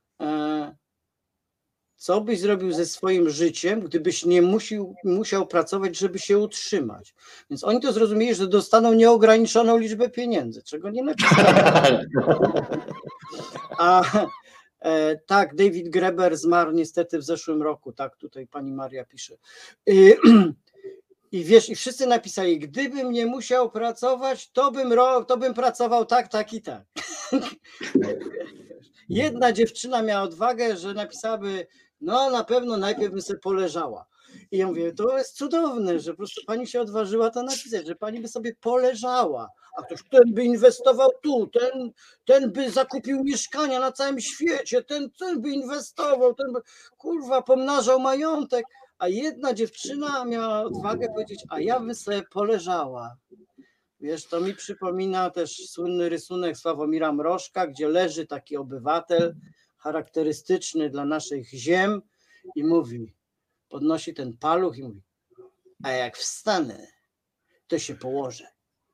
Co byś zrobił ze swoim życiem, gdybyś nie musiał, musiał pracować, żeby się utrzymać? Więc oni to zrozumieli, że dostaną nieograniczoną liczbę pieniędzy, czego nie napisali. A e, tak, David Graeber zmarł niestety w zeszłym roku, tak tutaj pani Maria pisze. I, I wiesz, i wszyscy napisali, gdybym nie musiał pracować, to bym, ro, to bym pracował tak, tak i tak. Jedna dziewczyna miała odwagę, że napisałaby, no na pewno najpierw bym sobie poleżała. I ja mówię, to jest cudowne, że po prostu pani się odważyła to napisać, że pani by sobie poleżała, a ktoś ten by inwestował tu, ten, ten by zakupił mieszkania na całym świecie, ten, ten by inwestował, ten by, kurwa, pomnażał majątek. A jedna dziewczyna miała odwagę powiedzieć, a ja bym sobie poleżała. Wiesz, to mi przypomina też słynny rysunek Sławomira Mrożka, gdzie leży taki obywatel charakterystyczny dla naszych ziem i mówi, podnosi ten paluch i mówi, a jak wstanę, to się położę.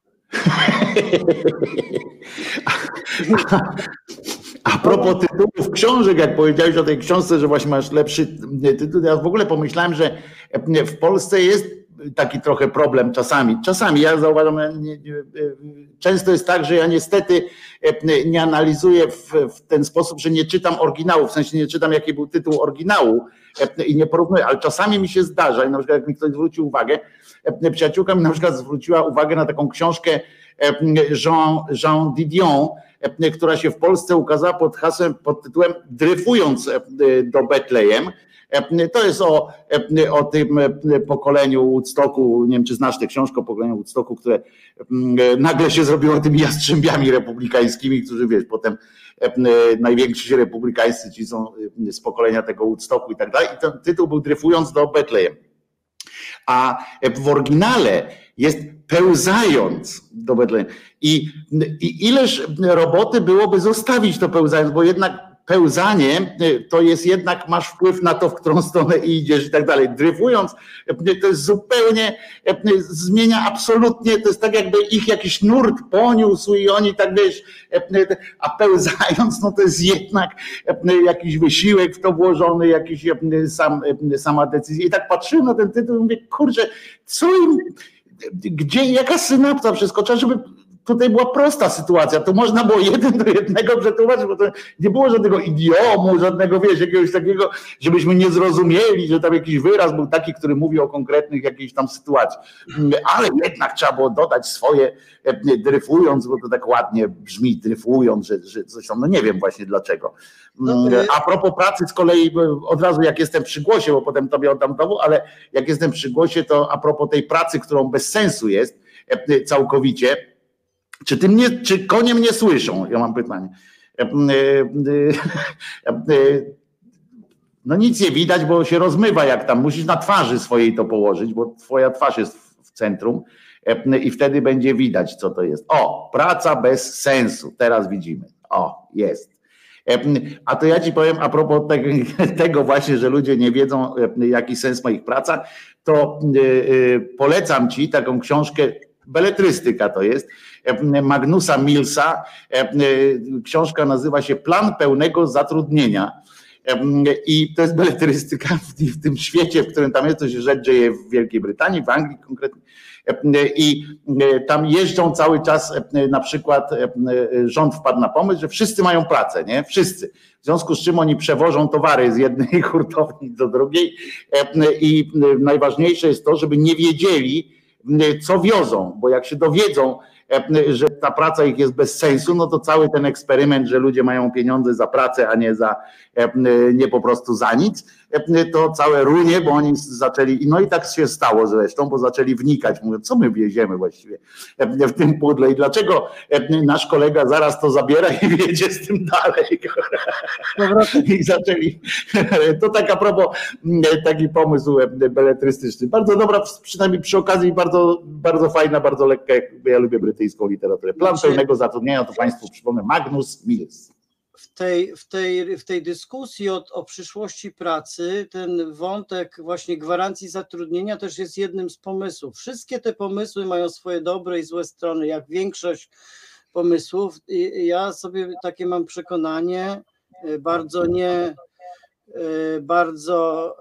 A propos tytułów książek, jak powiedziałeś o tej książce, że właśnie masz lepszy tytuł, ja w ogóle pomyślałem, że w Polsce jest taki trochę problem czasami. Czasami ja zauważam, nie, nie, często jest tak, że ja niestety nie analizuję w, w ten sposób, że nie czytam oryginału, w sensie nie czytam, jaki był tytuł oryginału i nie porównuję, ale czasami mi się zdarza i na przykład jak mi ktoś zwrócił uwagę, przyjaciółka mi na przykład zwróciła uwagę na taką książkę Jean, Jean Didion, która się w Polsce ukazała pod hasłem, pod tytułem Dryfując do Betlejem. To jest o, o tym pokoleniu Woodstocku, nie wiem czy znasz tę książkę o pokoleniu Woodstocku, które nagle się zrobiło tymi jastrzębiami republikańskimi, którzy wiesz, potem najwięksi republikańscy ci są z pokolenia tego Woodstocku i tak dalej. I ten tytuł był Dryfując do Betlejem. A w oryginale jest Pełzając do Betlejem. I, I ileż roboty byłoby zostawić to pełzając, bo jednak pełzanie to jest jednak, masz wpływ na to, w którą stronę idziesz i tak dalej. Dryfując, to jest zupełnie, zmienia absolutnie, to jest tak jakby ich jakiś nurt poniósł i oni tak wiesz, a pełzając, no to jest jednak jakiś wysiłek w to włożony, jakiś sam, sama decyzja. I tak patrzyłem na ten tytuł i mówię, kurczę, co im, gdzie, jaka synapsa przeskoczyła, żeby tutaj była prosta sytuacja, to można było jeden do jednego przetłumaczyć, bo to nie było żadnego idiomu, żadnego, wiesz, jakiegoś takiego, żebyśmy nie zrozumieli, że tam jakiś wyraz był taki, który mówi o konkretnych jakiejś tam sytuacji. Ale jednak trzeba było dodać swoje, dryfując, bo to tak ładnie brzmi, dryfując, że, że coś tam, no nie wiem właśnie dlaczego. A propos pracy z kolei, od razu jak jestem przy głosie, bo potem tobie oddam dowód, ale jak jestem przy głosie, to a propos tej pracy, którą bez sensu jest całkowicie, Czy ty mnie, czy konie mnie słyszą? Ja mam pytanie. No nic nie widać, bo się rozmywa jak tam. Musisz na twarzy swojej to położyć, bo twoja twarz jest w centrum i wtedy będzie widać, co to jest. O, praca bez sensu. Teraz widzimy. O, jest. A to ja ci powiem a propos tego właśnie, że ludzie nie wiedzą, jaki sens ma ich praca, to polecam ci taką książkę, beletrystyka to jest, Magnusa Millsa. Książka nazywa się Plan pełnego zatrudnienia. I to jest beletrystyka w, w tym świecie, w którym tam jest, to się rzecz dzieje w Wielkiej Brytanii, w Anglii konkretnie. I tam jeżdżą cały czas, na przykład rząd wpadł na pomysł, że wszyscy mają pracę, nie? Wszyscy. W związku z czym oni przewożą towary z jednej hurtowni do drugiej i najważniejsze jest to, żeby nie wiedzieli, co wiozą, bo jak się dowiedzą, że ta praca ich jest bez sensu, no to cały ten eksperyment, że ludzie mają pieniądze za pracę, a nie za nie po prostu za nic, to całe runie, bo oni zaczęli, no i tak się stało zresztą, bo zaczęli wnikać, mówią, co my wieziemy właściwie w tym pudle i dlaczego nasz kolega zaraz to zabiera i wiedzie z tym dalej. I zaczęli, to tak a propos, taki pomysł beletrystyczny, bardzo dobra, przynajmniej przy okazji bardzo, bardzo fajna, bardzo lekka, ja lubię brytyjską literaturę. Plan pełnego zatrudnienia, to Państwu przypomnę, Magnus Mills. W tej, w tej, w tej dyskusji o, o przyszłości pracy ten wątek właśnie gwarancji zatrudnienia też jest jednym z pomysłów. Wszystkie te pomysły mają swoje dobre i złe strony, jak większość pomysłów. I ja sobie takie mam przekonanie, bardzo nie, bardzo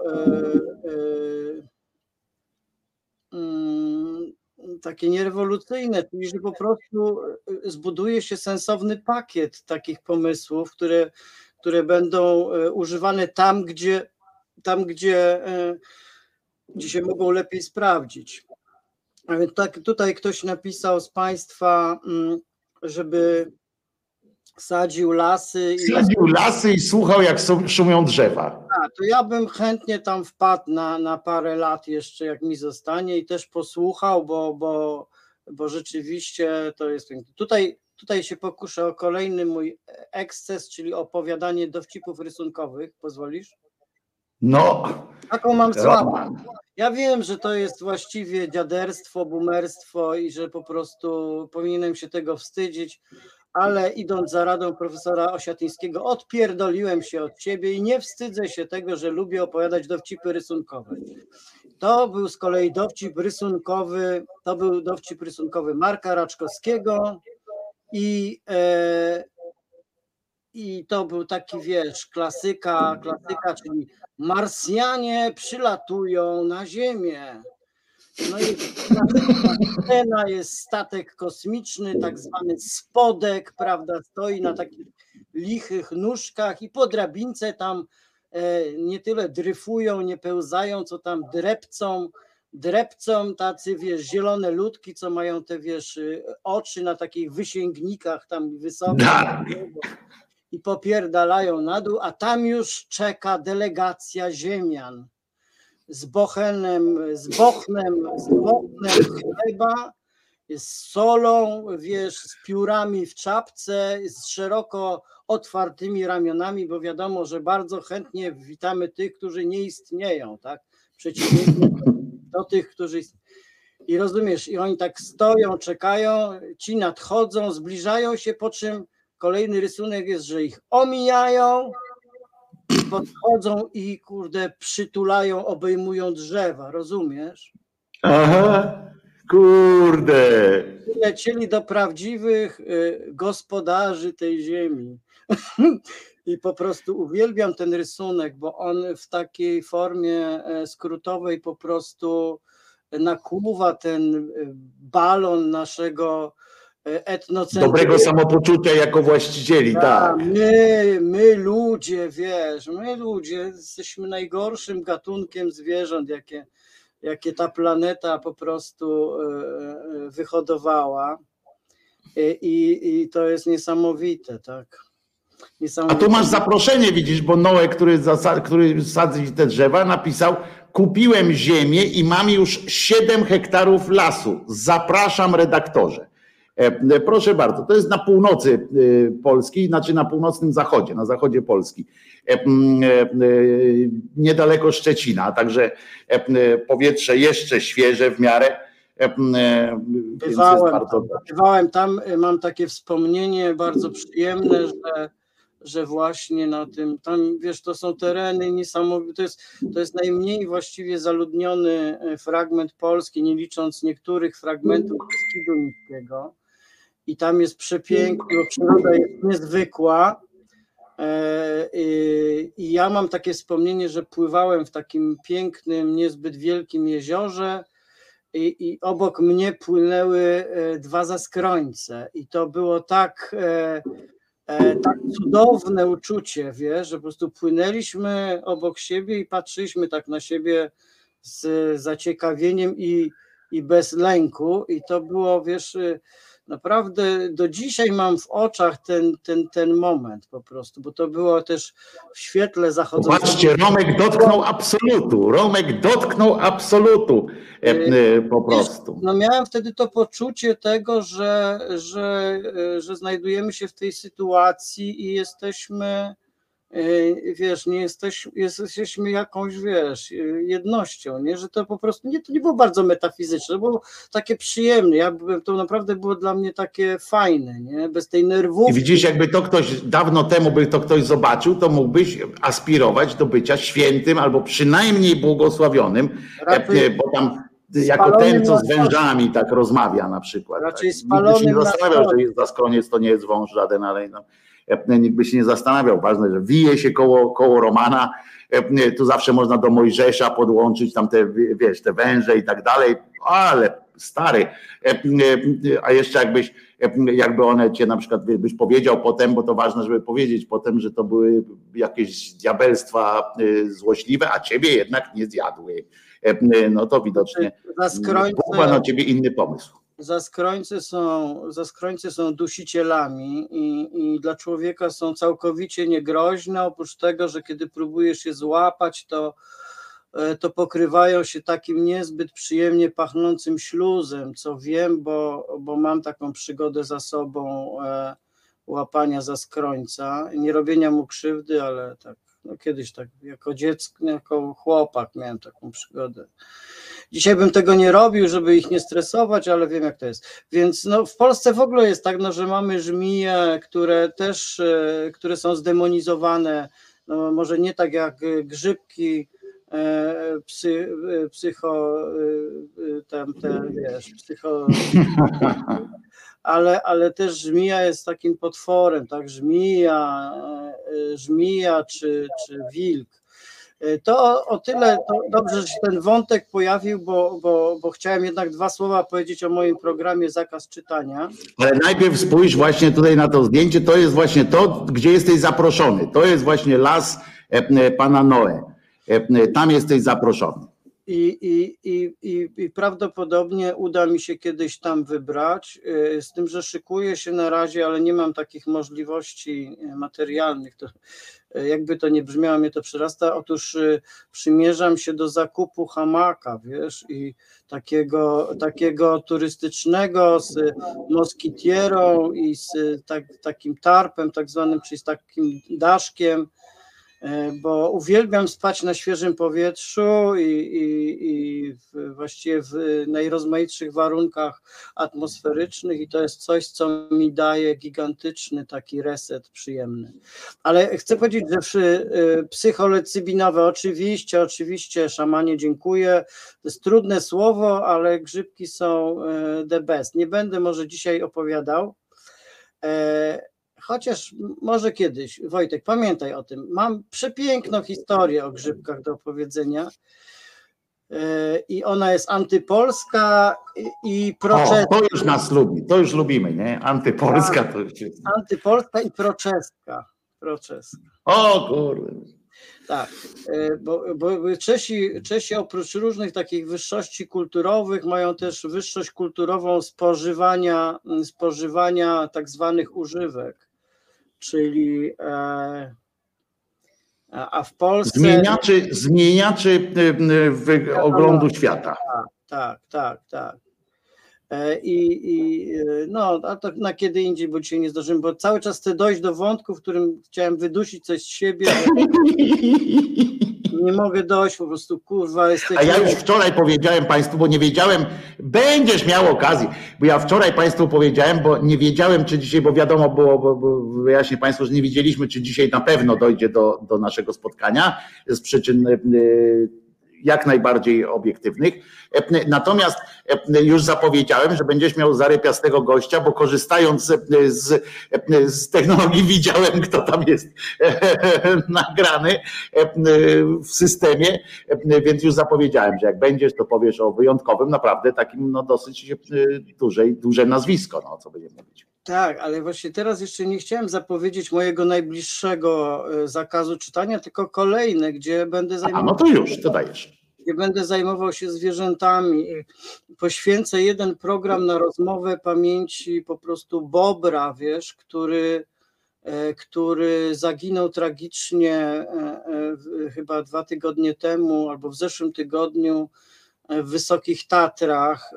takie nierewolucyjne, czyli że po prostu zbuduje się sensowny pakiet takich pomysłów, które, które będą używane tam, gdzie, tam gdzie, gdzie się mogą lepiej sprawdzić. Tak, tutaj ktoś napisał z Państwa, żeby sadził lasy. I sadził lasy i słuchał, jak szumią drzewa. A, to ja bym chętnie tam wpadł na, na parę lat jeszcze, jak mi zostanie, i też posłuchał, bo, bo, bo rzeczywiście to jest piękne. Tutaj, tutaj się pokuszę o kolejny mój eksces, czyli opowiadanie dowcipów rysunkowych. Pozwolisz? No. Taką mam słabą. Ja wiem, że to jest właściwie dziaderstwo, boomerstwo i że po prostu powinienem się tego wstydzić, ale idąc za radą profesora Osiatyńskiego, odpierdoliłem się od ciebie i nie wstydzę się tego, że lubię opowiadać dowcipy rysunkowe. To był z kolei dowcip rysunkowy, to był dowcip rysunkowy Marka Raczkowskiego i, e, i to był taki, wiesz, klasyka, klasyka, czyli Marsjanie przylatują na Ziemię. No i scena jest statek kosmiczny, tak zwany spodek, prawda, stoi na takich lichych nóżkach i po drabince tam nie tyle dryfują, nie pełzają, co tam drepcą, drepcą tacy, wiesz, zielone ludki, co mają te, wiesz, oczy na takich wysięgnikach tam wysoko i popierdalają na dół, a tam już czeka delegacja ziemian z bochenem, z bochnem, z bochnem chleba, z solą, wiesz, z piórami w czapce, z szeroko otwartymi ramionami, bo wiadomo, że bardzo chętnie witamy tych, którzy nie istnieją, tak? Przeciwnie do tych, którzy istnieją. I rozumiesz, i oni tak stoją, czekają, ci nadchodzą, zbliżają się, po czym kolejny rysunek jest, że ich omijają, podchodzą i kurde przytulają, obejmują drzewa, rozumiesz? Aha, kurde. Lecieli do prawdziwych y, gospodarzy tej ziemi. I po prostu uwielbiam ten rysunek, bo on w takiej formie skrótowej po prostu nakłuwa ten balon naszego etnocentryzmu. Dobrego samopoczucia jako właścicieli, ja, tak. My, my ludzie, wiesz, my ludzie jesteśmy najgorszym gatunkiem zwierząt, jakie, jakie ta planeta po prostu wyhodowała. I, i to jest niesamowite, tak. Niesamowite. A tu masz zaproszenie, widzisz, bo Noe, który, który sadzi te drzewa, napisał: kupiłem ziemię i mam już siedem hektarów lasu. Zapraszam, redaktorze. Proszę bardzo, to jest na północy Polski, znaczy na północnym zachodzie, na zachodzie Polski, niedaleko Szczecina, także powietrze jeszcze świeże w miarę. Bywałem, bardzo... bywałem tam, mam takie wspomnienie bardzo przyjemne, że, że właśnie na tym, tam wiesz, to są tereny niesamowite, to jest, to jest najmniej właściwie zaludniony fragment Polski, nie licząc niektórych fragmentów Beskidu Niskiego. I tam jest przepięknie, bo przyroda jest niezwykła. I ja mam takie wspomnienie, że pływałem w takim pięknym, niezbyt wielkim jeziorze i, i obok mnie płynęły dwa zaskrońce. I to było tak, tak cudowne uczucie, wiesz, że po prostu płynęliśmy obok siebie i patrzyliśmy tak na siebie z zaciekawieniem i, i bez lęku. I to było, wiesz, naprawdę do dzisiaj mam w oczach ten, ten, ten moment po prostu, bo to było też w świetle zachodzącego. Patrzcie, Romek dotknął absolutu, Romek dotknął absolutu e, po prostu. No miałem wtedy to poczucie tego, że, że, że znajdujemy się w tej sytuacji i jesteśmy, wiesz, nie jesteśmy, jesteśmy jakąś, wiesz, jednością, nie? Że to po prostu, nie, to nie było bardzo metafizyczne, to było takie przyjemne, ja byłem, to naprawdę było dla mnie takie fajne, nie? Bez tej nerwówki. I widzisz, jakby to ktoś, dawno temu by to ktoś zobaczył, to mógłbyś aspirować do bycia świętym albo przynajmniej błogosławionym, raczej bo tam jako ten, co z wężami tak rozmawia na przykład. Raczej tak. spalonym. Nikt by się nie zastanawiał, że jest zaskroniec, to nie jest wąż żaden, ale no, nikt by się nie zastanawiał. Ważne, że wije się koło, koło Romana, tu zawsze można do Mojżesza podłączyć tam te, wiesz, te węże i tak dalej, ale stary, a jeszcze jakbyś, jakby one cię na przykład byś powiedział potem, bo to ważne, żeby powiedzieć potem, że to były jakieś diabelstwa złośliwe, a ciebie jednak nie zjadły. No to widocznie Bóg ma na ciebie inny pomysł. Zaskrońcy są, zaskrońcy są dusicielami i, i dla człowieka są całkowicie niegroźne, oprócz tego, że kiedy próbujesz je złapać, to, to pokrywają się takim niezbyt przyjemnie pachnącym śluzem, co wiem, bo, bo mam taką przygodę za sobą e, łapania zaskrońca, nie robienia mu krzywdy, ale tak, no kiedyś tak jako dziecko, jako chłopak miałem taką przygodę. Dzisiaj bym tego nie robił, żeby ich nie stresować, ale wiem, jak to jest. Więc no, w Polsce w ogóle jest tak, no, że mamy żmije, które też, które są zdemonizowane, no, może nie tak jak grzybki, psy, psycho, tam te, wiesz, psycho, ale, ale też żmija jest takim potworem, tak, żmija, żmija czy, czy wilk. To o tyle to dobrze, że się ten wątek pojawił, bo, bo, bo chciałem jednak dwa słowa powiedzieć o moim programie Zakaz Czytania. Ale najpierw spójrz właśnie tutaj na to zdjęcie, to jest właśnie to, gdzie jesteś zaproszony. To jest właśnie las pana Noe. Tam jesteś zaproszony. I, i, i, i, i prawdopodobnie uda mi się kiedyś tam wybrać, z tym, że szykuję się na razie, ale nie mam takich możliwości materialnych. To, jakby to nie brzmiało, mnie to przyrasta. Otóż przymierzam się do zakupu hamaka, wiesz, i takiego, takiego turystycznego z moskitierą i z tak, takim tarpem tak zwanym, czyli z takim daszkiem, bo uwielbiam spać na świeżym powietrzu i, i, i w, właściwie w najrozmaitszych warunkach atmosferycznych i to jest coś, co mi daje gigantyczny taki reset przyjemny. Ale chcę powiedzieć, że psycholecybinowe, oczywiście, oczywiście, szamanie, dziękuję. To jest trudne słowo, ale grzybki są the best. Nie będę może dzisiaj opowiadał, chociaż może kiedyś, Wojtek, pamiętaj o tym. Mam przepiękną historię o grzybkach do opowiedzenia i ona jest antypolska i proczeska. O, to już nas lubi, to już lubimy, nie? Antypolska to już jest. Antypolska i proczeska. proczeska. O kurde. Tak, bo, bo Czesi, Czesi oprócz różnych takich wyższości kulturowych mają też wyższość kulturową spożywania, spożywania tak zwanych używek. Czyli e, a w Polsce... Zmieniaczy, zmieniaczy oglądu świata. Tak, tak, tak, tak. I, i no, a to na kiedy indziej, bo dzisiaj nie zdążyłem, bo cały czas chcę dojść do wątku, w którym chciałem wydusić coś z siebie. Nie mogę dojść, po prostu kurwa jesteś. A ja już wczoraj powiedziałem Państwu, bo nie wiedziałem, będziesz miał okazję, bo ja wczoraj Państwu powiedziałem, bo nie wiedziałem, czy dzisiaj, bo wiadomo było, bo, bo wyjaśnię Państwu, że nie wiedzieliśmy, czy dzisiaj na pewno dojdzie do, do naszego spotkania z przyczyn yy, jak najbardziej obiektywnych. Natomiast już zapowiedziałem, że będziesz miał zarypiastego gościa, bo korzystając z, z technologii widziałem, kto tam jest nagrany w systemie, więc już zapowiedziałem, że jak będziesz, to powiesz o wyjątkowym, naprawdę takim no dosyć dużej, duże nazwisko, no co będziemy mówić. Tak, ale właśnie teraz jeszcze nie chciałem zapowiedzieć mojego najbliższego zakazu czytania, tylko kolejne, gdzie będę zajmował. A no to już, to dajesz. nie będę zajmował się zwierzętami. Poświęcę jeden program na rozmowę pamięci po prostu bobra, wiesz, który, który zaginął tragicznie chyba dwa tygodnie temu albo w zeszłym tygodniu w Wysokich Tatrach.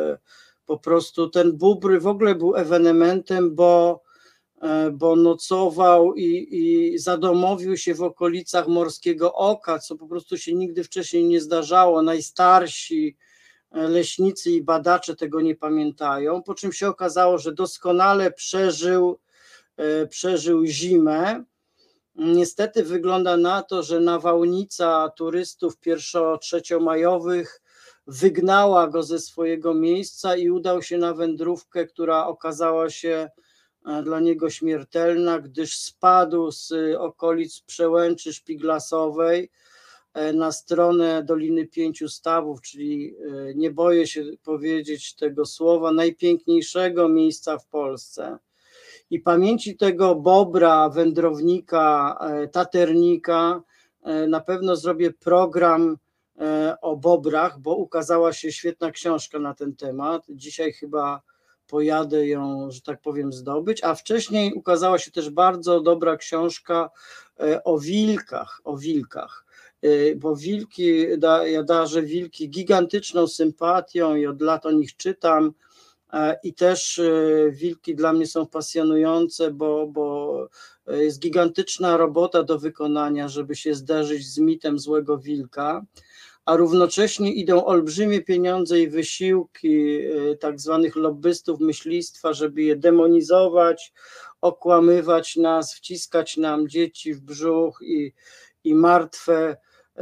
Po prostu ten bóbr w ogóle był ewenementem, bo, bo nocował i, i zadomowił się w okolicach Morskiego Oka, co po prostu się nigdy wcześniej nie zdarzało. Najstarsi leśnicy i badacze tego nie pamiętają, po czym się okazało, że doskonale przeżył, przeżył zimę. Niestety wygląda na to, że nawałnica turystów pierwszo-trzeciomajowych wygnała go ze swojego miejsca i udał się na wędrówkę, która okazała się dla niego śmiertelna, gdyż spadł z okolic Przełęczy Szpiglasowej na stronę Doliny Pięciu Stawów, czyli nie boję się powiedzieć tego słowa, najpiękniejszego miejsca w Polsce. I pamięci tego bobra, wędrownika, taternika na pewno zrobię program o bobrach, bo ukazała się świetna książka na ten temat. Dzisiaj chyba pojadę ją, że tak powiem, zdobyć, a wcześniej ukazała się też bardzo dobra książka o wilkach, o wilkach, bo wilki, ja darzę wilki gigantyczną sympatią i od lat o nich czytam i też wilki dla mnie są pasjonujące, bo, bo jest gigantyczna robota do wykonania, żeby się zderzyć z mitem złego wilka, a równocześnie idą olbrzymie pieniądze i wysiłki tak zwanych lobbystów myślistwa, żeby je demonizować, okłamywać nas, wciskać nam dzieci w brzuch i, i martwe,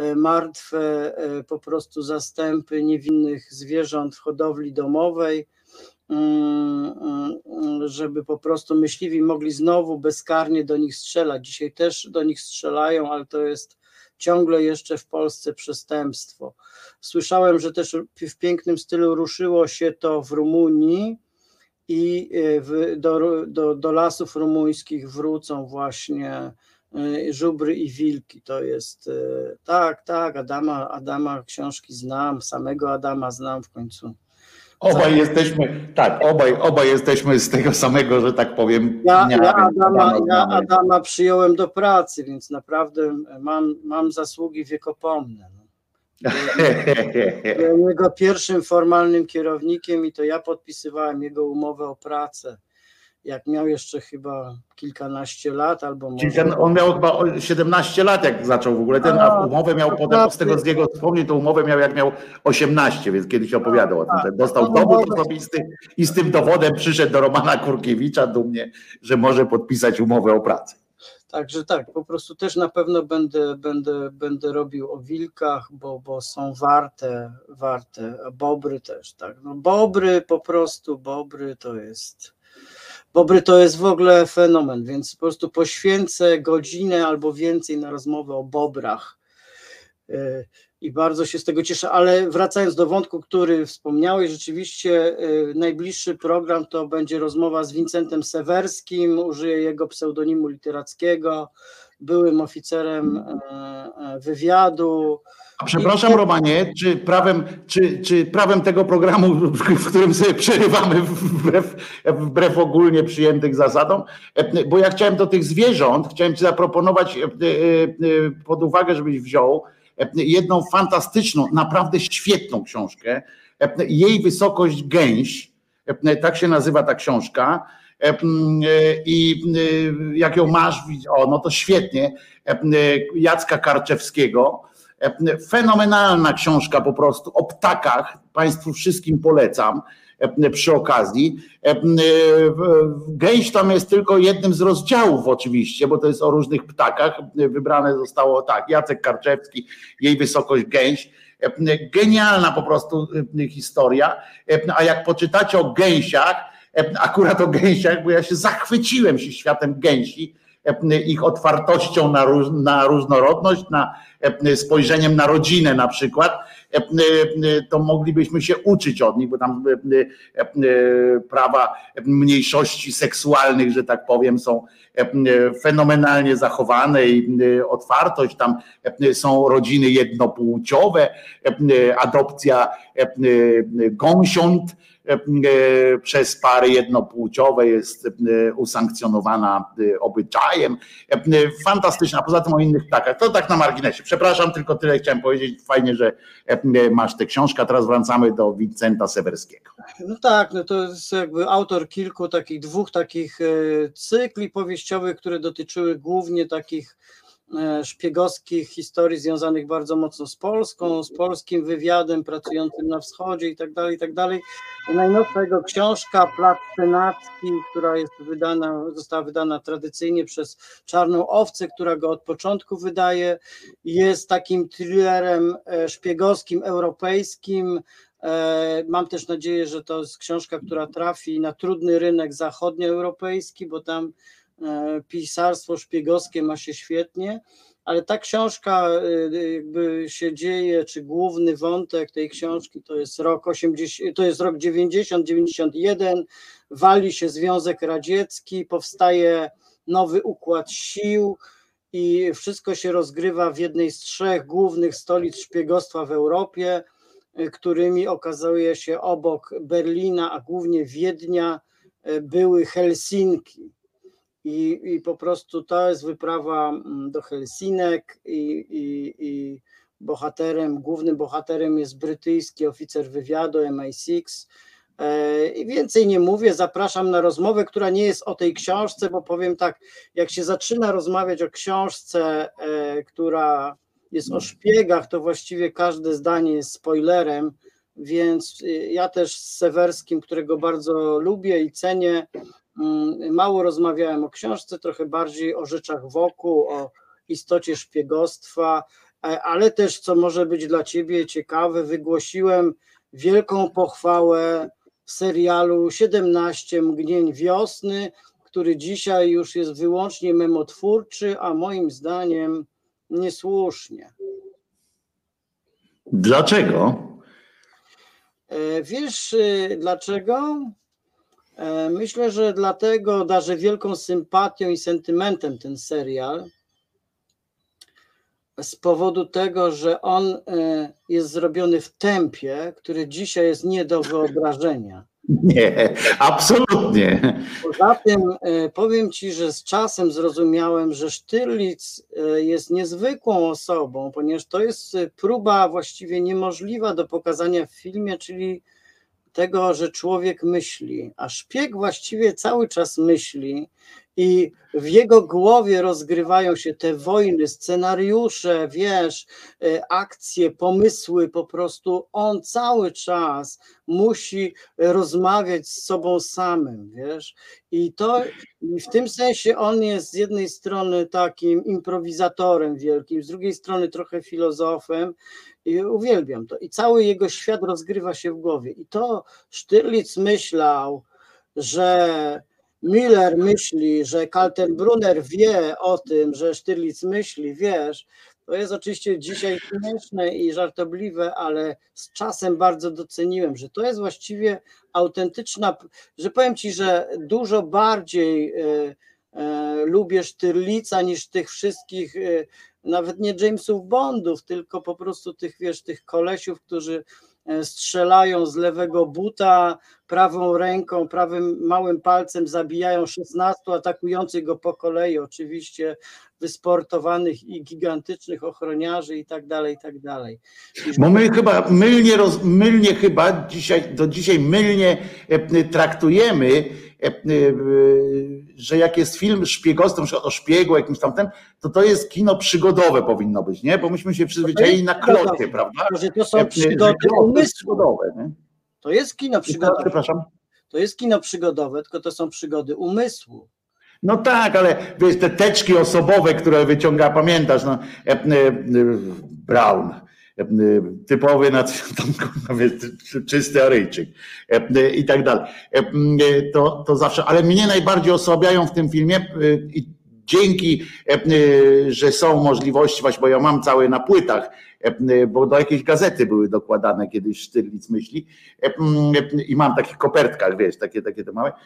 martwe po prostu zastępy niewinnych zwierząt w hodowli domowej, żeby po prostu myśliwi mogli znowu bezkarnie do nich strzelać. Dzisiaj też do nich strzelają, ale to jest ciągle jeszcze w Polsce przestępstwo. Słyszałem, że też w pięknym stylu ruszyło się to w Rumunii i w, do, do, do lasów rumuńskich wrócą właśnie żubry i wilki. To jest tak, tak, Adama, Adama książki znam, samego Adama znam w końcu. Obaj jesteśmy, tak, obaj, obaj jesteśmy z tego samego, że tak powiem. Ja, dnia, ja, Adama, Adama, ja Adama przyjąłem do pracy, więc naprawdę mam, mam zasługi wiekopomne. Byłem jego pierwszym formalnym kierownikiem i to ja podpisywałem jego umowę o pracę, jak miał jeszcze chyba kilkanaście lat albo może... Czyli ten, on miał chyba siedemnaście lat, jak zaczął w ogóle ten, a umowę miał potem, z tego z jego wspomnień, to umowę miał jak miał osiemnaście, więc kiedyś opowiadał o tym, że dostał dowód osobisty i z tym dowodem przyszedł do Romana Kurkiewicza dumnie, że może podpisać umowę o pracę. Także tak, po prostu też na pewno będę, będę, będę robił o wilkach, bo, bo są warte, warte, a bobry też, tak. No bobry po prostu, bobry to jest... Bobry to jest w ogóle fenomen, więc po prostu poświęcę godzinę albo więcej na rozmowę o bobrach i bardzo się z tego cieszę, ale wracając do wątku, który wspomniałeś, rzeczywiście najbliższy program to będzie rozmowa z Wincentem Sewerskim, użyję jego pseudonimu literackiego, byłym oficerem wywiadu. A przepraszam, I... Romanie, czy prawem, czy, czy prawem tego programu, w którym sobie przerywamy wbrew, wbrew ogólnie przyjętych zasadom, bo ja chciałem do tych zwierząt, chciałem ci zaproponować pod uwagę, żebyś wziął jedną fantastyczną, naprawdę świetną książkę, Jej wysokość gęś, tak się nazywa ta książka. I jak ją masz, o, no to świetnie, Jacka Karczewskiego. Fenomenalna książka po prostu o ptakach, Państwu wszystkim polecam przy okazji. Gęś tam jest tylko jednym z rozdziałów oczywiście, bo to jest o różnych ptakach, wybrane zostało tak, Jacek Karczewski, Jej wysokość gęś. Genialna po prostu historia, a jak poczytacie o gęsiach, akurat o gęsiach, bo ja się zachwyciłem się światem gęsi, ich otwartością na, róż, na różnorodność, na spojrzeniem na rodzinę na przykład, to moglibyśmy się uczyć od nich, bo tam prawa mniejszości seksualnych, że tak powiem, są fenomenalnie zachowane i otwartość, tam są rodziny jednopłciowe, adopcja gąsiąt przez pary jednopłciowe jest usankcjonowana obyczajem. Fantastyczna, poza tym o innych ptakach. To tak na marginesie. Przepraszam, tylko tyle chciałem powiedzieć. Fajnie, że masz tę książkę, a teraz wracamy do Wincenta Sewerskiego. No tak, no to jest jakby autor kilku takich, dwóch takich cykli powieściowych, które dotyczyły głównie takich szpiegowskich historii związanych bardzo mocno z Polską, z polskim wywiadem pracującym na wschodzie i tak dalej, i tak dalej. Najnowsza jego książka Plac Senacki, która jest wydana, została wydana tradycyjnie przez Czarną Owcę, która go od początku wydaje, jest takim thrillerem szpiegowskim, europejskim. Mam też nadzieję, że to jest książka, która trafi na trudny rynek zachodnioeuropejski, bo tam pisarstwo szpiegowskie ma się świetnie, ale ta książka jakby się dzieje, czy główny wątek tej książki to jest rok osiemdziesiąty, to jest rok dziewięćdziesiąty, dziewięćdziesiąty pierwszy, wali się Związek Radziecki, powstaje nowy układ sił i wszystko się rozgrywa w jednej z trzech głównych stolic szpiegostwa w Europie, którymi okazuje się obok Berlina, a głównie Wiednia, były Helsinki. I, I po prostu to jest wyprawa do Helsinek i, i, i bohaterem, głównym bohaterem jest brytyjski oficer wywiadu M I sześć. I więcej nie mówię, zapraszam na rozmowę, która nie jest o tej książce, bo powiem tak, jak się zaczyna rozmawiać o książce, która jest o szpiegach, to właściwie każde zdanie jest spoilerem, więc ja też z Sewerskim, którego bardzo lubię i cenię, mało rozmawiałem o książce, trochę bardziej o rzeczach wokół, o istocie szpiegostwa, ale też, co może być dla ciebie ciekawe, wygłosiłem wielką pochwałę serialu siedemnaście mgnień wiosny, który dzisiaj już jest wyłącznie memotwórczy, a moim zdaniem niesłusznie. Dlaczego? Wiesz dlaczego? Myślę, że dlatego darzę wielką sympatią i sentymentem ten serial z powodu tego, że on jest zrobiony w tempie, który dzisiaj jest nie do wyobrażenia. Nie, absolutnie. Poza tym powiem ci, że z czasem zrozumiałem, że Sztyrlic jest niezwykłą osobą, ponieważ to jest próba właściwie niemożliwa do pokazania w filmie, czyli tego, że człowiek myśli, a szpieg właściwie cały czas myśli i w jego głowie rozgrywają się te wojny, scenariusze, wiesz, akcje, pomysły, po prostu on cały czas musi rozmawiać z sobą samym, wiesz, i to i w tym sensie on jest z jednej strony takim improwizatorem wielkim, z drugiej strony trochę filozofem i uwielbiam to i cały jego świat rozgrywa się w głowie i to Sztyrlic myślał, że Müller myśli, że Kaltenbrunner wie o tym, że Sztyrlic myśli, wiesz, to jest oczywiście dzisiaj śmieszne i żartobliwe, ale z czasem bardzo doceniłem, że to jest właściwie autentyczna, że powiem ci, że dużo bardziej e, e, lubię Sztyrlica niż tych wszystkich, e, nawet nie Jamesów Bondów, tylko po prostu tych, wiesz, tych kolesiów, którzy strzelają z lewego buta, prawą ręką, prawym małym palcem zabijają szesnastu atakujących go po kolei, oczywiście wysportowanych i gigantycznych ochroniarzy i tak dalej, i tak dalej. Bo my chyba mylnie, roz, mylnie chyba dzisiaj, do dzisiaj mylnie traktujemy, że jak jest film szpiegowski, na przykład o szpiegu jakimś tamtym, to to jest kino przygodowe powinno być, nie? Bo myśmy się przyzwyczaili na kloty, prawda? Że to są przygody umysłu. To jest kino przygodowe. Przepraszam. To jest kino przygodowe, tylko to są przygody umysłu. No tak, ale wiesz, te teczki osobowe, które wyciąga, pamiętasz, no, Brown, typowy czysty Aryjczyk i tak dalej. To, to zawsze, ale mnie najbardziej osłabiają w tym filmie i dzięki, że są możliwości, właśnie, bo ja mam całe na płytach, bo do jakiejś gazety były dokładane kiedyś Sztyrlic myśli i mam w takich kopertkach, wiesz, takie, takie to małe.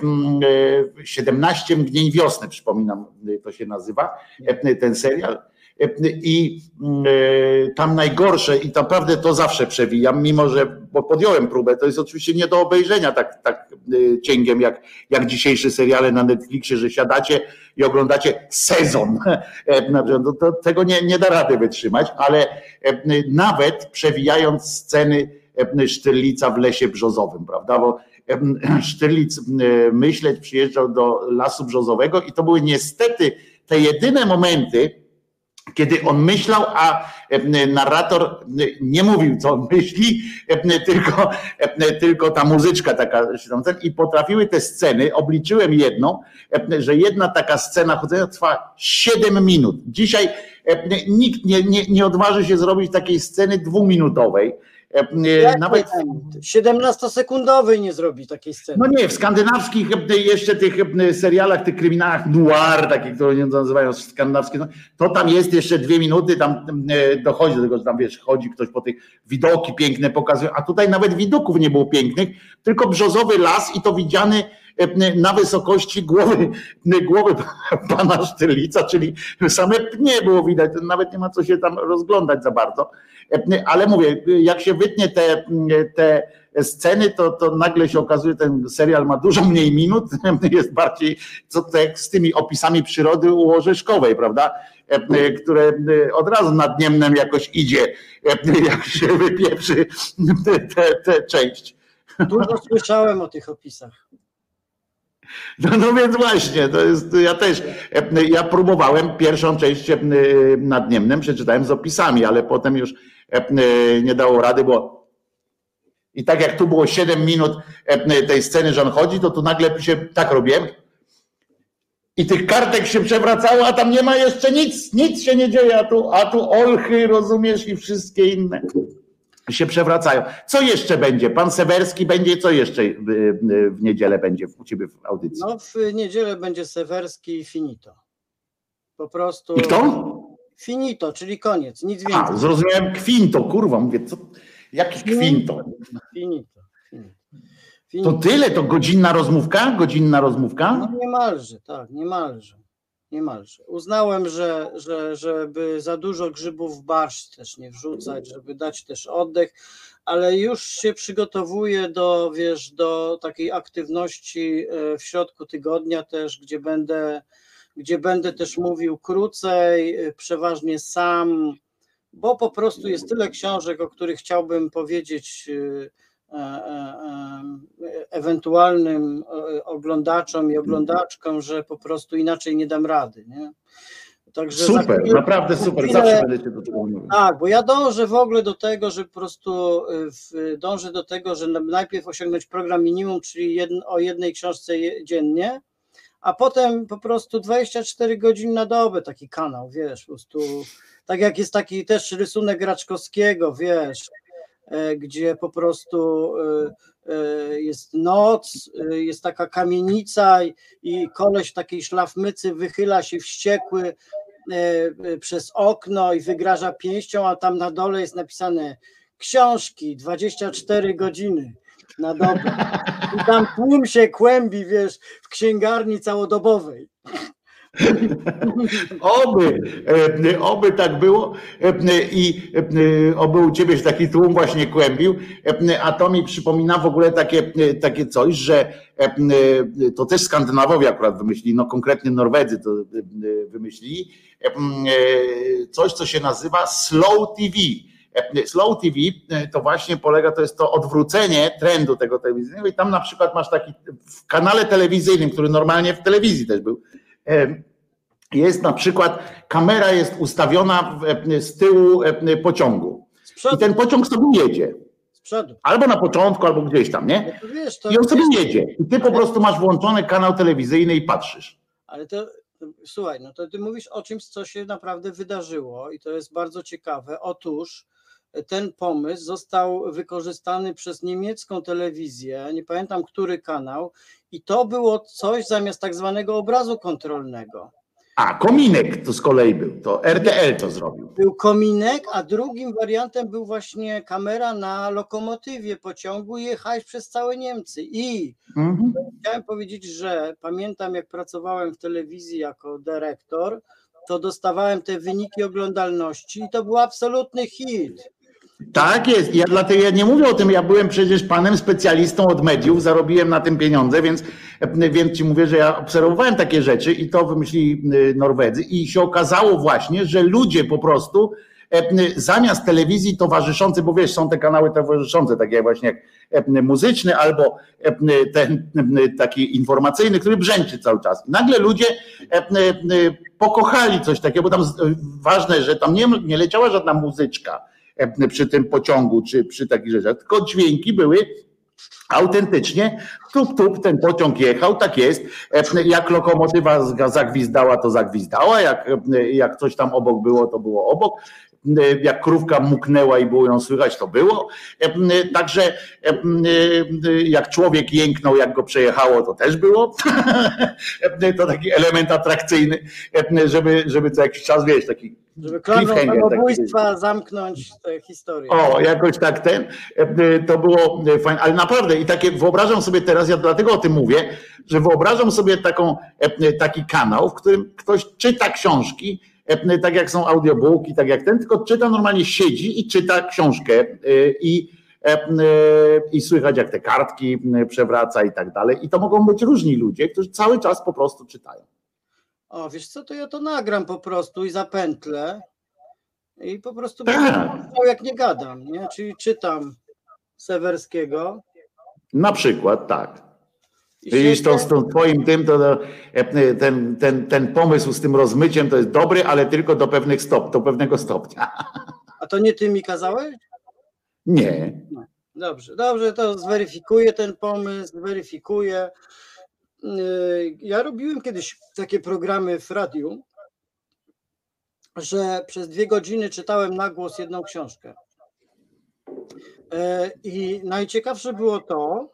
siedemnaście mgnień wiosny, przypominam, to się nazywa, ten serial. I tam najgorsze, i naprawdę to zawsze przewijam, mimo że bo podjąłem próbę, to jest oczywiście nie do obejrzenia tak, tak cięgiem jak, jak dzisiejsze seriale na Netflixie, że siadacie i oglądacie sezon. No to tego nie, nie da rady wytrzymać, ale nawet przewijając sceny Sztyrlica w Lesie Brzozowym, prawda? Bo Sztyrlic myśleć przyjeżdżał do Lasu Brzozowego i to były niestety te jedyne momenty, kiedy on myślał, a narrator nie mówił, co on myśli, tylko, tylko ta muzyczka taka się tam ten i potrafiły te sceny, obliczyłem jedną, że jedna taka scena chodzenia trwa siedem minut. Dzisiaj nikt nie, nie, nie odważy się zrobić takiej sceny dwuminutowej. Jak nawet siedemnastosekundowej nie zrobi takiej sceny. No nie, w skandynawskich jeszcze tych serialach, tych kryminałach noir, takie, które nie nazywają skandynawskie, no, to tam jest jeszcze dwie minuty, tam dochodzi do tego, że tam wiesz, chodzi ktoś po tych widoki piękne pokazuje, a tutaj nawet widoków nie było pięknych, tylko brzozowy las i to widziany na wysokości głowy, głowy pana Sztyrlica, czyli same pnie było widać, nawet nie ma co się tam rozglądać za bardzo. Ale mówię, jak się wytnie te, te sceny, to, to nagle się okazuje, że ten serial ma dużo mniej minut, jest bardziej co tak z tymi opisami przyrody u Orzeszkowej, prawda? Które od razu nad Niemnem jakoś idzie, jak się wypieprzy tę część. Dużo słyszałem o tych opisach. No, no więc właśnie, to jest, ja też, ja próbowałem pierwszą część nad Niemnem, przeczytałem z opisami, ale potem już nie dało rady, bo i tak jak tu było siedem minut tej sceny, że on chodzi, to tu nagle się tak robiłem i tych kartek się przewracało, a tam nie ma jeszcze nic, nic się nie dzieje, a tu, a tu olchy, rozumiesz, i wszystkie inne się przewracają. Co jeszcze będzie? Pan Sewerski będzie, co jeszcze w niedzielę będzie u ciebie w audycji? No w niedzielę będzie Sewerski i finito. Po prostu. I kto? Finito, czyli koniec, nic więcej. A, zrozumiałem kwinto, kurwa, mówię, co? Jaki kwinto? Finito. Finito. To tyle, to godzinna rozmówka? Godzinna rozmówka? No niemalże, tak, niemalże. Niemalże. Uznałem, że, że żeby za dużo grzybów w barszcz też nie wrzucać, żeby dać też oddech, ale już się przygotowuję do, wiesz, do takiej aktywności w środku tygodnia też, gdzie będę, gdzie będę też mówił krócej, przeważnie sam, bo po prostu jest tyle książek, o których chciałbym powiedzieć ewentualnym oglądaczom i oglądaczkom, że po prostu inaczej nie dam rady, nie? Także super, chwilę, naprawdę super, chwilę, zawsze będę cię do tego mówił. Tak, bo ja dążę w ogóle do tego, że po prostu w, dążę do tego, że najpierw osiągnąć program minimum, czyli jedn, o jednej książce dziennie, a potem po prostu dwadzieścia cztery godziny na dobę taki kanał, wiesz, po prostu tak jak jest taki też rysunek Raczkowskiego, wiesz, gdzie po prostu jest noc, jest taka kamienica i koleś w takiej szlafmycy wychyla się wściekły przez okno i wygraża pięścią, a tam na dole jest napisane książki, dwadzieścia cztery godziny na dobę. I tam tłum się kłębi, wiesz, w księgarni całodobowej. Oby, oby tak było i oby u ciebie się taki tłum właśnie kłębił, a to mi przypomina w ogóle takie, takie coś, że to też Skandynawowie akurat wymyślili, no konkretnie Norwedzy to wymyślili, coś co się nazywa Slow T V. Slow T V to właśnie polega, to jest to odwrócenie trendu tego telewizyjnego i tam na przykład masz taki w kanale telewizyjnym, który normalnie w telewizji też był, jest na przykład, kamera jest ustawiona z tyłu pociągu i ten pociąg sobie jedzie. Z przodu. Albo na początku, albo gdzieś tam, nie? No wiesz, to I on sobie wiesz, jedzie. I ty po prostu masz włączony kanał telewizyjny i patrzysz. Ale to, słuchaj, no to ty mówisz o czymś, co się naprawdę wydarzyło i to jest bardzo ciekawe. Otóż ten pomysł został wykorzystany przez niemiecką telewizję, nie pamiętam, który kanał, i to było coś zamiast tak zwanego obrazu kontrolnego. A, kominek to z kolei był, to R T L to zrobił. Był kominek, a drugim wariantem był właśnie kamera na lokomotywie pociągu i jechałeś przez całe Niemcy. I mhm. chciałem powiedzieć, że pamiętam, jak pracowałem w telewizji jako dyrektor, to dostawałem te wyniki oglądalności i to był absolutny hit. Tak jest. Ja dlatego ja nie mówię o tym, ja byłem przecież panem specjalistą od mediów, zarobiłem na tym pieniądze, więc, więc ci mówię, że ja obserwowałem takie rzeczy i to wymyślili Norwedzy i się okazało właśnie, że ludzie po prostu zamiast telewizji towarzyszącej, bo wiesz, są te kanały towarzyszące, takie właśnie jak muzyczny albo ten taki informacyjny, który brzęczy cały czas. I nagle ludzie pokochali coś takiego, bo tam ważne, że tam nie, nie leciała żadna muzyczka przy tym pociągu, czy przy takich rzeczach, tylko dźwięki były autentycznie, tup, tup, ten pociąg jechał, tak jest, jak lokomotywa zagwizdała, to zagwizdała, jak, jak coś tam obok było, to było obok, jak krówka muknęła i było ją słychać, to było, także jak człowiek jęknął, jak go przejechało, to też było, to taki element atrakcyjny, żeby, żeby co jakiś czas, wiesz, taki żeby klamrą samobójstwa zamknąć tę historię. O, jakoś tak ten, to było fajne, ale naprawdę i takie wyobrażam sobie teraz, ja dlatego o tym mówię, że wyobrażam sobie taką, taki kanał, w którym ktoś czyta książki, tak jak są audiobooki, tak jak ten, tylko czyta normalnie, siedzi i czyta książkę i, i słychać jak te kartki przewraca i tak dalej. I to mogą być różni ludzie, którzy cały czas po prostu czytają. O, wiesz co, to ja to nagram po prostu i zapętlę i po prostu tak. będę jak nie gadam, nie? Czyli czytam Sewerskiego. Na przykład, tak. Widzisz, to z tym twoim tym, to ten, ten, ten pomysł z tym rozmyciem to jest dobry, ale tylko do pewnych stop, do pewnego stopnia. A to nie ty mi kazałeś? Nie. No, dobrze, dobrze, to zweryfikuję ten pomysł, zweryfikuję. Ja robiłem kiedyś takie programy w radiu, że przez dwie godziny czytałem na głos jedną książkę. I najciekawsze było to,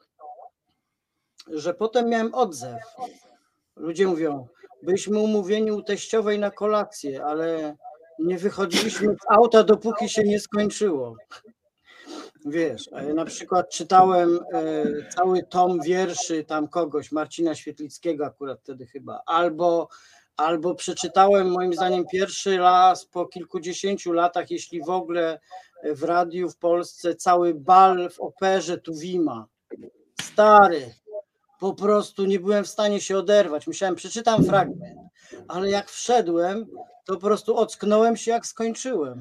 że potem miałem odzew. Ludzie mówią, byliśmy umówieni u teściowej na kolację, ale nie wychodziliśmy z auta, dopóki się nie skończyło. Wiesz, na przykład czytałem cały tom wierszy tam kogoś, Marcina Świetlickiego akurat wtedy chyba, albo, albo przeczytałem moim zdaniem pierwszy raz po kilkudziesięciu latach, jeśli w ogóle w radiu w Polsce, cały bal w operze Tuwima. Stary, po prostu nie byłem w stanie się oderwać. Myślałem, przeczytam fragment, ale jak wszedłem, to po prostu ocknąłem się, jak skończyłem.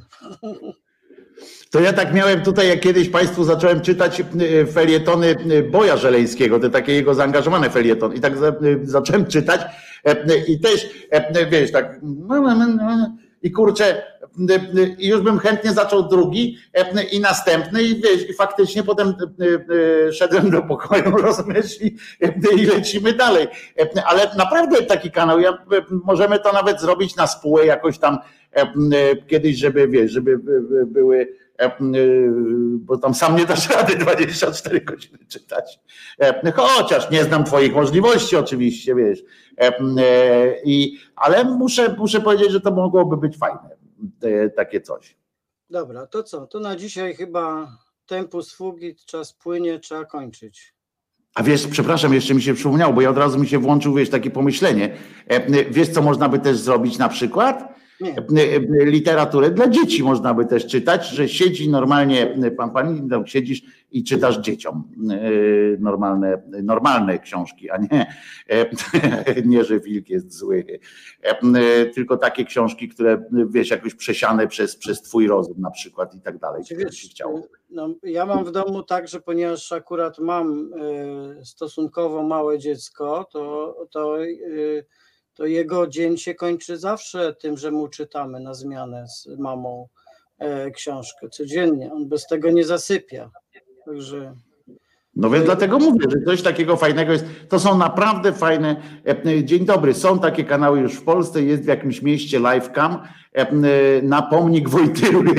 To ja tak miałem tutaj, jak kiedyś Państwu zacząłem czytać felietony Boja Żeleńskiego, te takie jego zaangażowane felietony. I tak zacząłem czytać i też, wiesz, tak i kurczę, i już bym chętnie zaczął drugi i następny i wiesz, i faktycznie potem szedłem do pokoju, rozumiesz, i, i lecimy dalej. Ale naprawdę taki kanał, ja, możemy to nawet zrobić na spółę jakoś tam kiedyś, żeby wiesz, żeby były, bo tam sam nie dasz rady dwadzieścia cztery godziny czytać. Chociaż nie znam twoich możliwości oczywiście, wiesz. I, ale muszę, muszę powiedzieć, że to mogłoby być fajne, takie coś. Dobra, to co? To na dzisiaj chyba tempus fugit, czas płynie, trzeba kończyć. A wiesz, przepraszam, jeszcze mi się przypomniało, bo ja od razu mi się włączył, wiesz, takie pomyślenie. Wiesz, co można by też zrobić na przykład? Nie. Literaturę dla dzieci można by też czytać, że siedzi normalnie, pan pani, no, siedzisz i czytasz dzieciom normalne, normalne książki, a nie, nie, że wilk jest zły, tylko takie książki, które wiesz, jakoś przesiane przez, przez twój rozum na przykład i tak dalej. Wiesz, no, ja mam w domu tak, że ponieważ akurat mam stosunkowo małe dziecko, to, to to jego dzień się kończy zawsze tym, że mu czytamy na zmianę z mamą e, książkę codziennie. On bez tego nie zasypia. Także... No więc dlatego mówię, że coś takiego fajnego jest. To są naprawdę fajne. Dzień dobry, są takie kanały już w Polsce, jest w jakimś mieście Livecam na pomnik Wojtyły.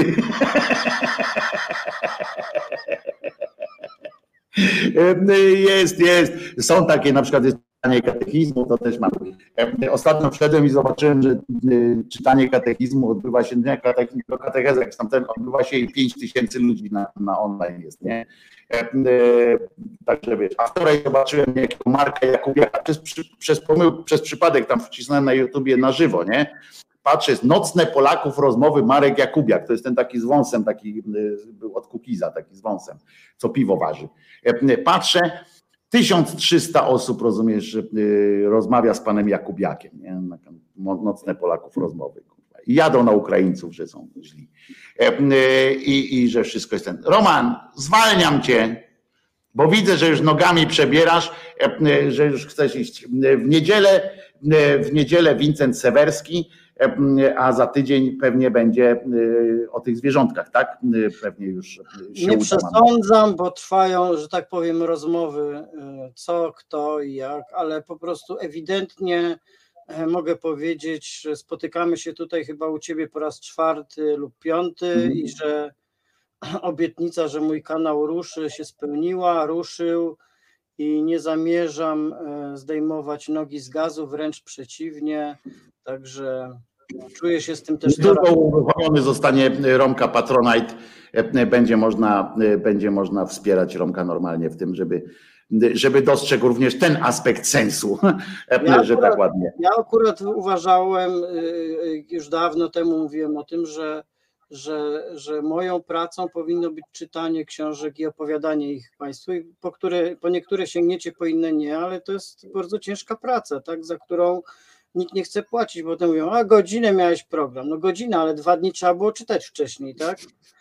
Jest, jest. Są takie, na przykład jest czytanie katechizmu, to też mam. Ostatnio wszedłem i zobaczyłem, że czytanie katechizmu odbywa się, nie do katechezę, jak tamten odbywa się i pięć tysięcy ludzi na, na online jest, nie? Także wiesz, a wczoraj zobaczyłem jakiego Marka Jakubiaka, przez, przez, pomył, przez przypadek tam wcisnąłem na YouTubie na żywo, nie? Patrzę, jest Nocne Polaków rozmowy Marek Jakubiak, to jest ten taki z wąsem, taki był od Kukiza, taki z wąsem, co piwo waży. Patrzę, tysiąc trzysta osób, rozumiesz, rozmawia z panem Jakubiakiem, nie? Nocne Polaków rozmowy. I jadą na Ukraińców, że są źli. I, i że wszystko jest ten. Roman, zwalniam cię, bo widzę, że już nogami przebierasz, że już chcesz iść. W niedzielę, w niedzielę Wincent Sewerski, a za tydzień pewnie będzie o tych zwierzątkach, tak? Pewnie już się nie uda. przesądzam, bo trwają, że tak powiem, rozmowy co, kto i jak, ale po prostu ewidentnie mogę powiedzieć, że spotykamy się tutaj chyba u ciebie po raz czwarty lub piąty mm. i że obietnica, że mój kanał ruszy, się spełniła, ruszył i nie zamierzam zdejmować nogi z gazu, wręcz przeciwnie, także czuję się z tym też... Tylko uruchomiony zostanie Romka Patronite, będzie można, będzie można wspierać Romka normalnie w tym, żeby żeby dostrzegł również ten aspekt sensu, ja że akurat, tak ładnie. Ja akurat uważałem, już dawno temu mówiłem o tym, że, że, że moją pracą powinno być czytanie książek i opowiadanie ich Państwu, po, które, po niektóre sięgniecie, po inne nie, ale to jest bardzo ciężka praca, tak, za którą nikt nie chce płacić, bo potem mówią, a godzinę miałeś program, no godzina, ale dwa dni trzeba było czytać wcześniej, tak?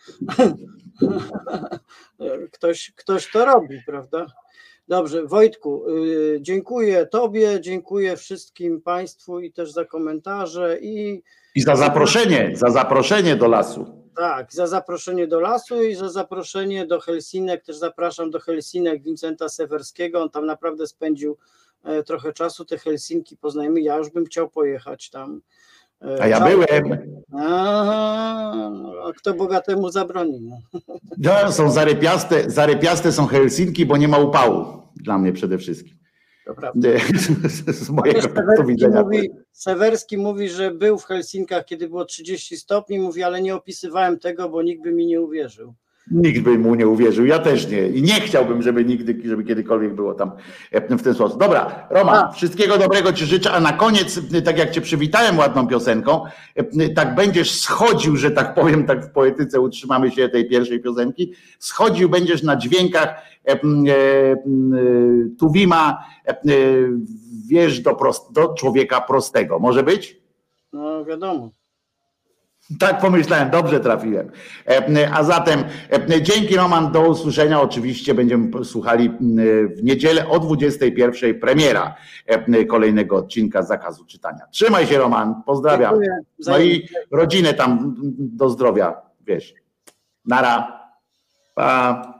ktoś, ktoś to robi, prawda? Dobrze, Wojtku, yy, dziękuję Tobie, dziękuję wszystkim Państwu i też za komentarze i... I za zaproszenie, za zaproszenie do lasu. Tak, za zaproszenie do lasu i za zaproszenie do Helsinek, też zapraszam do Helsinek Wincenta Sewerskiego, on tam naprawdę spędził e, trochę czasu, te Helsinki poznajmy, ja już bym chciał pojechać tam. E, A ja Czas... byłem. Aha, a kto bogatemu zabroni? No. No, są zarypiaste, zarypiaste są Helsinki, bo nie ma upału, dla mnie przede wszystkim. To prawda. Z mojego punktu widzenia. Mówi, Sewerski mówi, że był w Helsinkach, kiedy było trzydzieści stopni, mówi, ale nie opisywałem tego, bo nikt by mi nie uwierzył. Nikt by mu nie uwierzył, ja też nie. I nie chciałbym, żeby nigdy, żeby kiedykolwiek było tam w ten sposób. Dobra, Roman, a. wszystkiego dobrego Ci życzę, a na koniec, tak jak Cię przywitałem ładną piosenką, tak będziesz schodził, że tak powiem, tak w poetyce utrzymamy się tej pierwszej piosenki, schodził będziesz na dźwiękach e, e, e, Tuwima, e, wiesz, do, prost, do człowieka prostego. Może być? No wiadomo. Tak pomyślałem, dobrze trafiłem. A zatem dzięki Roman, do usłyszenia. Oczywiście będziemy słuchali w niedzielę o dwudziestej pierwszej premiera kolejnego odcinka Zakazu Czytania. Trzymaj się Roman, pozdrawiam. No i rodzinę tam do zdrowia, wiesz. Nara. Pa.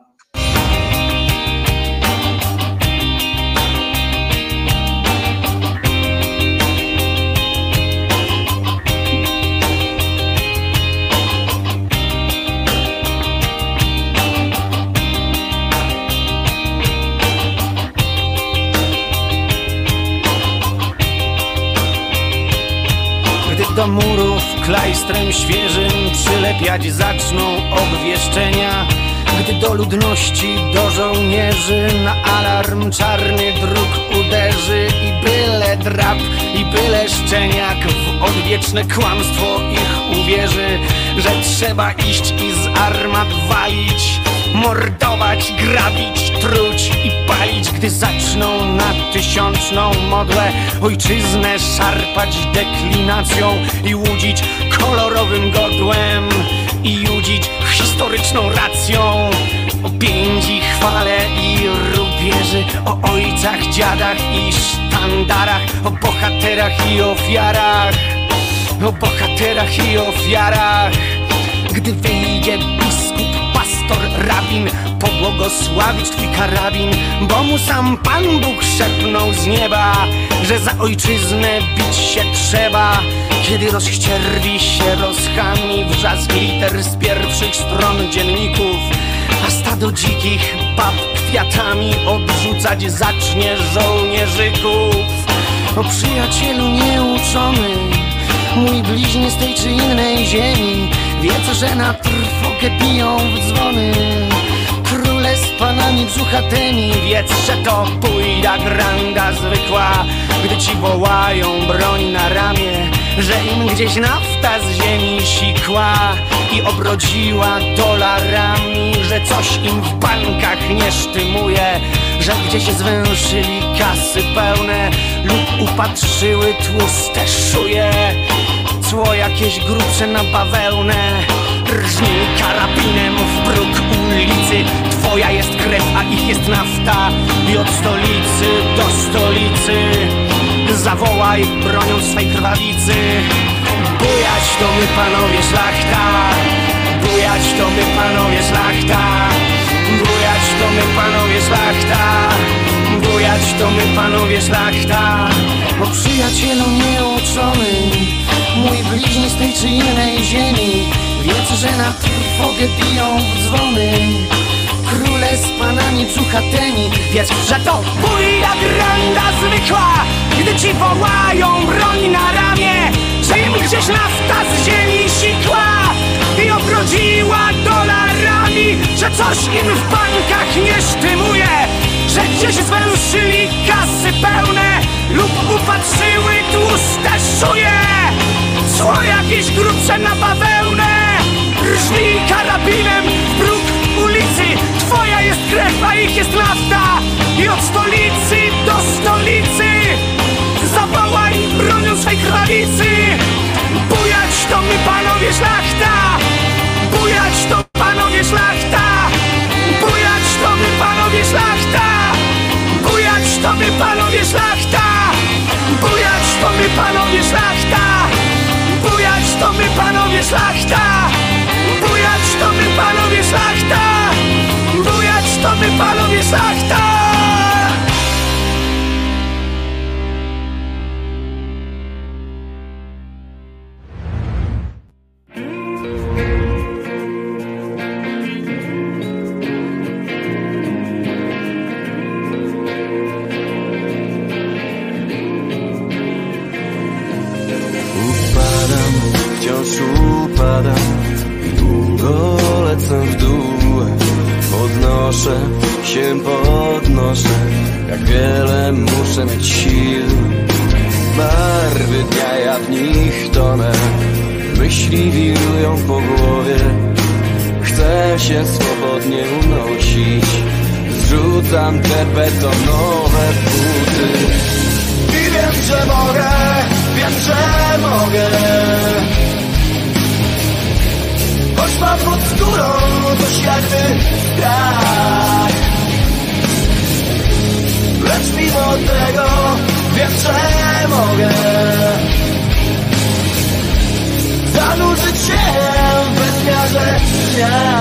Do murów klajstrem świeżym przylepiać zaczną obwieszczenia, gdy do ludności, do żołnierzy na alarm czarny druk uderzy i byle drap, i byle szczeniak w odwieczne kłamstwo ich uwierzy, że trzeba iść i z armat walić, mordować, grabić, truć i palić, gdy zaczną na tysiączną modłę ojczyznę szarpać deklinacją i łudzić kolorowym godłem i judzić historyczną racją o piędzi, chwale i rubieży, o ojcach, dziadach i sztandarach, o bohaterach i ofiarach, o bohaterach i ofiarach. Gdy wyjdzie biskup, pastor, rabin, pobłogosławić twój karabin, bo mu sam Pan Bóg szepnął z nieba, że za ojczyznę bić się trzeba. Kiedy rozścierwi się rozchami wrzask liter z pierwszych stron dzienników, a stado dzikich bab kwiatami obrzucać zacznie żołnierzyków. O przyjacielu nieuczony, mój bliźni z tej czy innej ziemi, wiedz, że na trwogę biją w dzwony króle z panami brzuchatymi. Wiedz, że to pójda granda zwykła, gdy ci wołają broń na ramię, że im gdzieś nafta z ziemi sikła i obrodziła dolarami, że coś im w bankach nie sztymuje, że gdzieś zwęszyli kasy pełne lub upatrzyły tłuste szuje. Cło jakieś grubsze na bawełnę, rżnij karabinem w próg ulicy. Twoja jest krew, a ich jest nafta i od stolicy do stolicy zawołaj bronią swej krwawicy. Bujać to my panowie szlachta, bujać to my panowie szlachta, bujać to my panowie szlachta, bujać to my panowie szlachta. O przyjacielu nieuczony, mój bliźni z tej czy innej ziemi, wiedz, że na trwogę biją w dzwony króle z panami brzuchatymi. Wiedz, że to bujda granda zwykła, gdy ci wołają broń na ramię, że im gdzieś nafta z ziemi sikła i obrodziła dolarami, że coś im w bankach nie sztymuje, że gdzieś zwęszyli kasy pełne lub upatrzyły tłuste szuje. Cło jakieś grubsze na bawełnę, rżnij karabinem w próg ulicy. Twoja jest krew, a ich jest nafta i od stolicy do stolicy zawołaj bronią swej krwawicy. Bujać to my panowie szlachta, bujać to panowie szlachta, bujać to my panowie szlachta, bujać to my panowie szlachta, bujać to my panowie szlachta, bujać to my panowie szlachta, bujać to my panowie szlachta, bujać to my panowie szlachta. Podnoszę się, podnoszę, jak wiele muszę mieć sił. Barwy dnia, ja w nich tonę, myśli wirują po głowie. Chcę się swobodnie unosić, zrzucam te betonowe buty. I wiem, że mogę, wiem, że mogę. Choć mam pod skórą coś jakby strach, lecz mimo tego wiem, że mogę zanurzyć się w bezmiarze dnia.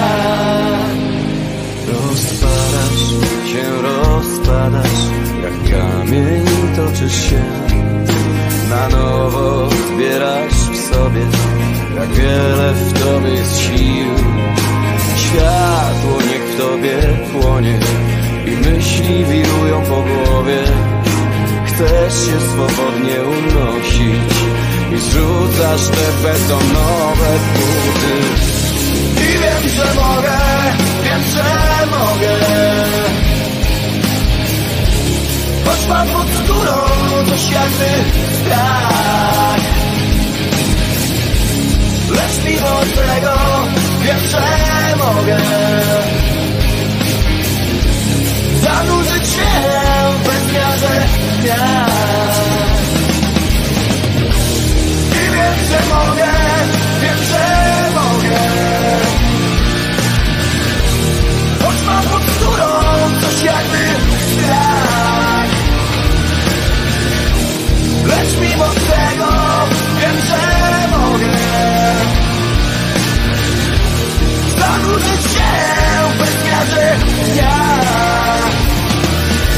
Rozpadasz się, rozpadasz, jak kamień toczysz się. Na nowo zbierasz w sobie, jak wiele w tobie jest sił. Światło niech w tobie płonie i myśli wirują po głowie. Chcesz się swobodnie unosić i zrzucasz te betonowe buty. I wiem, że mogę, wiem, że mogę. Choć mam pod skórą coś jakby strach, lecz mimo tego wiem, że mogę zanurzyć się w bezmiarze dnia. I wiem, że mogę, wiem, że mogę. Choć mam pod skórą coś jakby strach, lecz mimo tego wiem, że mogę zanurzyć się w bezmiarze dnia.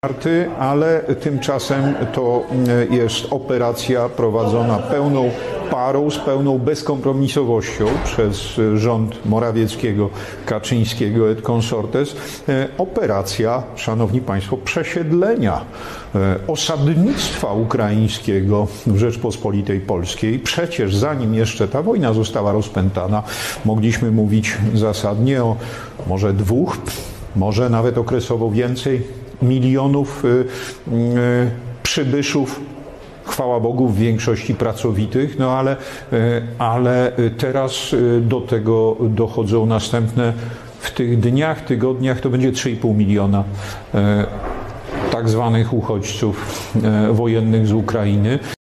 Ale tymczasem to jest operacja prowadzona pełną parą, z pełną bezkompromisowością przez rząd Morawieckiego, Kaczyńskiego et consortes. Operacja, szanowni państwo, przesiedlenia, osadnictwa ukraińskiego w Rzeczpospolitej Polskiej. Przecież zanim jeszcze ta wojna została rozpętana, mogliśmy mówić zasadnie o może dwóch, może nawet okresowo więcej milionów y, y, przybyszów, chwała Bogu, w większości pracowitych, no ale, y, ale teraz do tego dochodzą następne, w tych dniach, tygodniach to będzie trzy i pół miliona y, tak zwanych uchodźców y, wojennych z Ukrainy.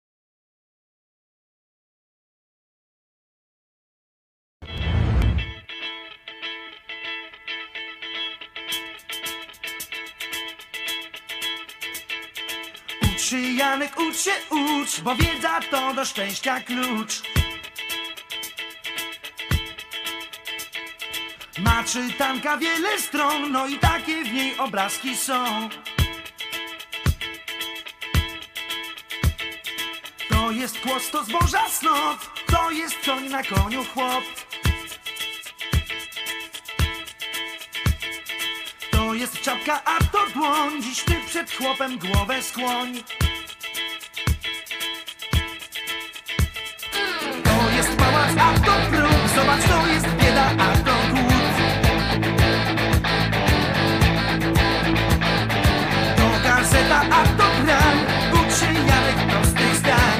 Ucz się, Janek, ucz się, ucz, bo wiedza to do szczęścia klucz. Ma czytanka wiele stron, no i takie w niej obrazki są. To jest kłos, to zboża snot, to jest koń na koniu chłop. To jest czapka, a to dłoń, dziś ty przed chłopem głowę skłoń. To jest pałac, a to próg, zobacz, to jest bieda, a to głód. To gazeta, a to gram, ucz się, Janek, prostych zdań.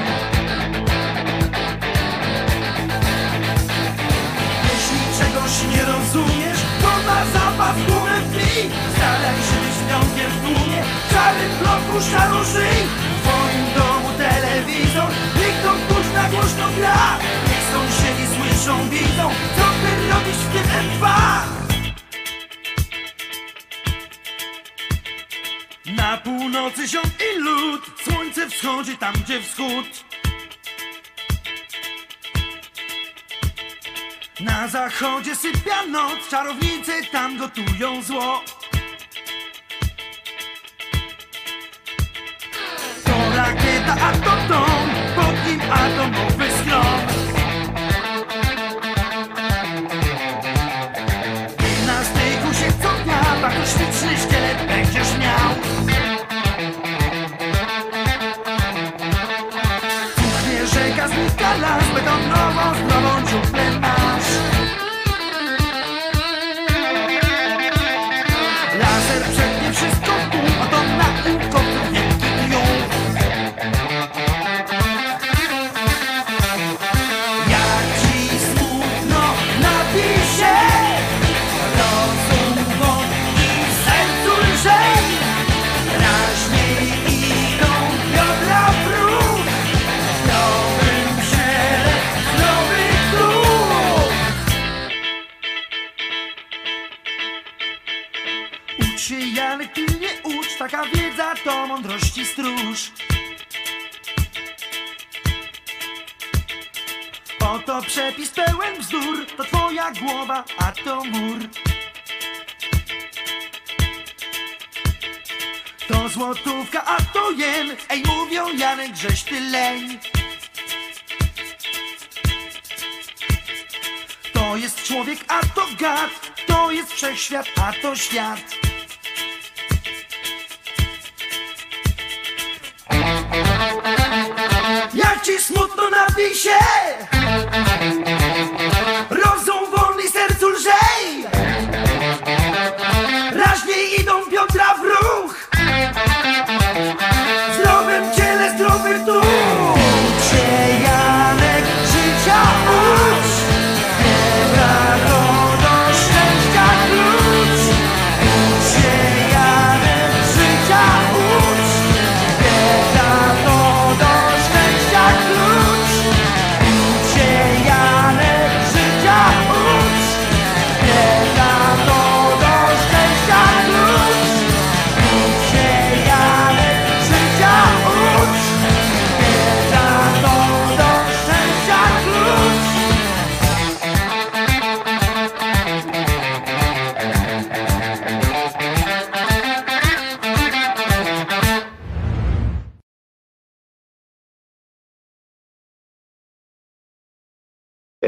Jeśli czegoś nie rozumiesz, to na zapas głowę wbij. Staraj się być pionkiem w tłumie, czarny bloku, szaro żyj. W twoim domu telewizor, niech to kurz na głośno gra. Niech sąsiedzi słyszą, widzą, co ty robisz w tym M dwa. Na północy ziom i lód, słońce wschodzi tam, gdzie wschód. Na zachodzie sypia noc, czarownice tam gotują zło. To rakieta, a to dom, pod nim atomowy schron. I na styku się co dnia, bardzo śliczny szkielet będziesz miał. Cuchnie rzeka, znika las, betonową, zdrową dziuplę masz. Laser przetnie wszystko w pół, oto naukowców wielki triumf. Jak ci smutno, napij się, rozum wodny w sercu lżej. Raźniej idą biodra w ruch, w nowym ciele, nowy duch. Ucz się, Janek, ty nie ucz, taka wiedza to mądrości stróż. Oto przepis pełen bzdur, to twoja głowa, a to mur. To złotówka, a to jen, ej mówią, Janek, żeś ty leń. To jest człowiek, a to gad, to jest wszechświat, a to świat. Jak ci smutno, napij się, rozum wolny, sercu lżej. Raźniej idą biodra w ruch, w zdrowym ciele, zdrowy duch. Ucz się, Janek, życia ucz, bieda to do szczęścia klucz. Ucz się, Janek, życia ucz, bieda to do szczęścia klucz. Ucz się, Janek, życia ucz, bieda to do szczęścia klucz.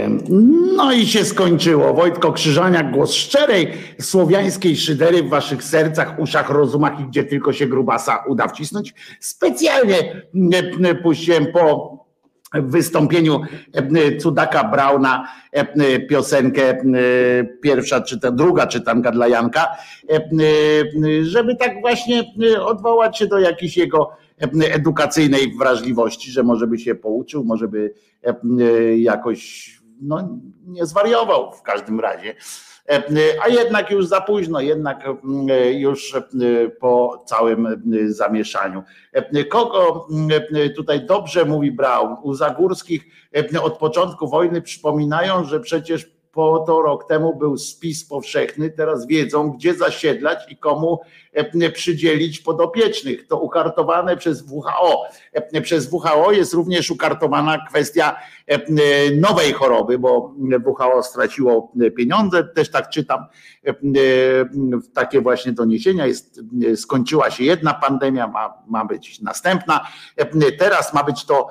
No i się skończyło. Wojtko Krzyżaniak, głos szczerej, słowiańskiej szydery w waszych sercach, uszach, rozumach i gdzie tylko się grubasa uda wcisnąć. Specjalnie puściłem po wystąpieniu Cudaka Brauna piosenkę pierwsza, czy ta druga czytanka dla Janka, żeby tak właśnie odwołać się do jakiejś jego edukacyjnej wrażliwości, że może by się pouczył, może by jakoś no, nie zwariował w każdym razie. A jednak już za późno, jednak już po całym zamieszaniu. Kogo tutaj dobrze mówi Braun? U Zagórskich od początku wojny przypominają, że przecież po to rok temu był spis powszechny, teraz wiedzą, gdzie zasiedlać i komu przydzielić podopiecznych. To ukartowane przez W H O. Przez W H O jest również ukartowana kwestia nowej choroby, bo W H O straciło pieniądze, też tak czytam, takie właśnie doniesienia. Jest, skończyła się jedna pandemia, ma, ma być następna. Teraz ma być to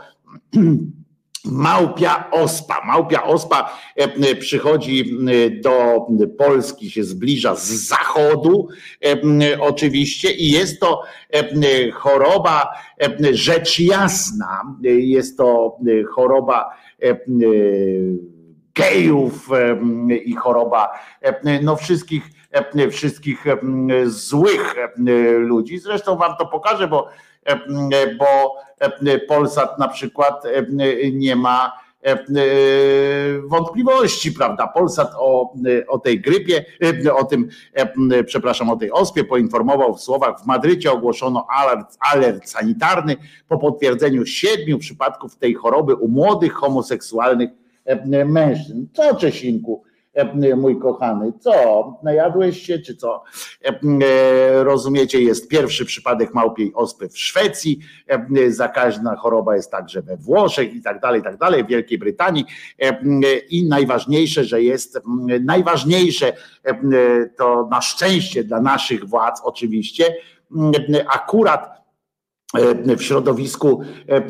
małpia ospa. Małpia ospa przychodzi do Polski, się zbliża z zachodu oczywiście i jest to choroba, rzecz jasna, jest to choroba gejów i choroba no wszystkich, wszystkich złych ludzi. Zresztą wam to pokażę, bo bo Polsat na przykład nie ma wątpliwości, prawda? Polsat o, o tej grypie, o tym, przepraszam, o tej ospie poinformował w słowach: w Madrycie ogłoszono alert, alert sanitarny po potwierdzeniu siedmiu przypadków tej choroby u młodych homoseksualnych mężczyzn. Co, Czesinku, mój kochany, co? Najadłeś się, czy co? Rozumiecie, jest pierwszy przypadek małpiej ospy w Szwecji, zakaźna choroba jest także we Włoszech i tak dalej, i tak dalej, w Wielkiej Brytanii i najważniejsze, że jest, najważniejsze to na szczęście dla naszych władz oczywiście, akurat w środowisku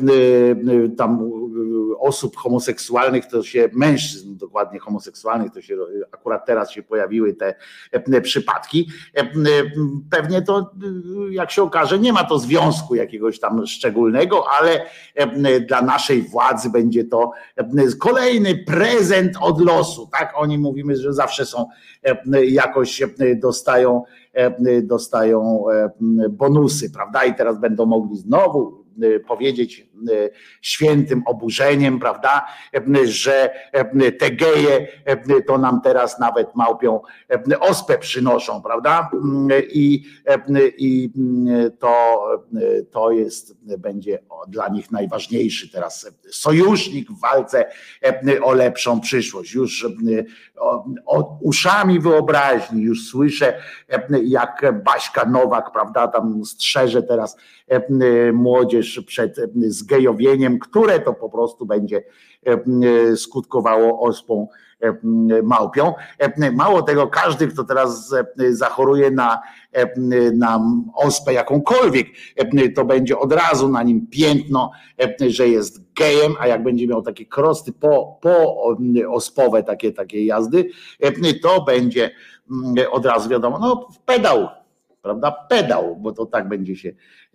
tam osób homoseksualnych, to się mężczyzn dokładnie homoseksualnych, to się akurat teraz się pojawiły te przypadki. Pewnie to, jak się okaże, nie ma to związku jakiegoś tam szczególnego, ale dla naszej władzy będzie to kolejny prezent od losu. Tak, oni mówimy, że zawsze są jakoś dostają dostają bonusy, prawda? I teraz będą mogli znowu powiedzieć świętym oburzeniem, prawda, że te geje to nam teraz nawet małpią ospę przynoszą, prawda? I, i to, to jest, będzie dla nich najważniejszy teraz sojusznik w walce o lepszą przyszłość. Już o, o, uszami wyobraźni już słyszę, jak Baśka Nowak, prawda, tam strzeże teraz młodzież przed zgejowieniem, które to po prostu będzie skutkowało ospą małpią. Mało tego, każdy, kto teraz zachoruje na, na ospę jakąkolwiek, to będzie od razu na nim piętno, że jest gejem, a jak będzie miał takie krosty po, po ospowe takie, takie jazdy, to będzie od razu wiadomo, no pedał, prawda, pedał, bo to tak będzie się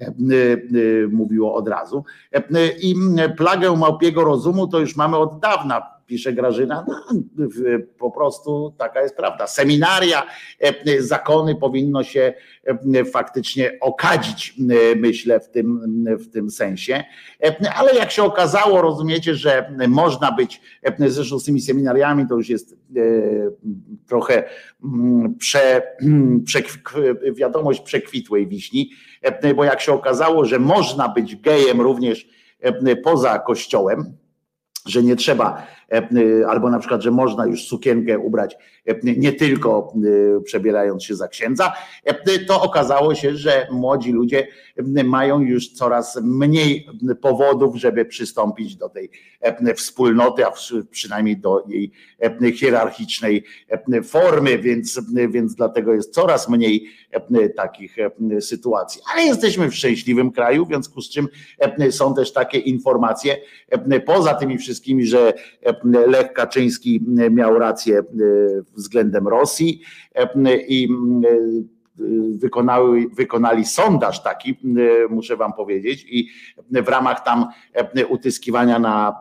mówiło od razu. I plagę małpiego rozumu to już mamy od dawna, pisze Grażyna, no, po prostu taka jest prawda. Seminaria, zakony powinno się faktycznie okadzić, myślę, w tym, w tym sensie. Ale jak się okazało, rozumiecie, że można być, zresztą z tymi seminariami to już jest trochę prze, prze, wiadomość przekwitłej wiśni, bo jak się okazało, że można być gejem również poza kościołem, że nie trzeba, albo na przykład, że można już sukienkę ubrać nie tylko przebierając się za księdza, to okazało się, że młodzi ludzie mają już coraz mniej powodów, żeby przystąpić do tej wspólnoty, a przynajmniej do jej hierarchicznej formy, więc, więc dlatego jest coraz mniej takich sytuacji. Ale jesteśmy w szczęśliwym kraju, w związku z czym są też takie informacje, poza tymi wszystkimi wszystkimi, że Lech Kaczyński miał rację względem Rosji i wykonały, wykonali sondaż taki, muszę wam powiedzieć, i w ramach tam utyskiwania na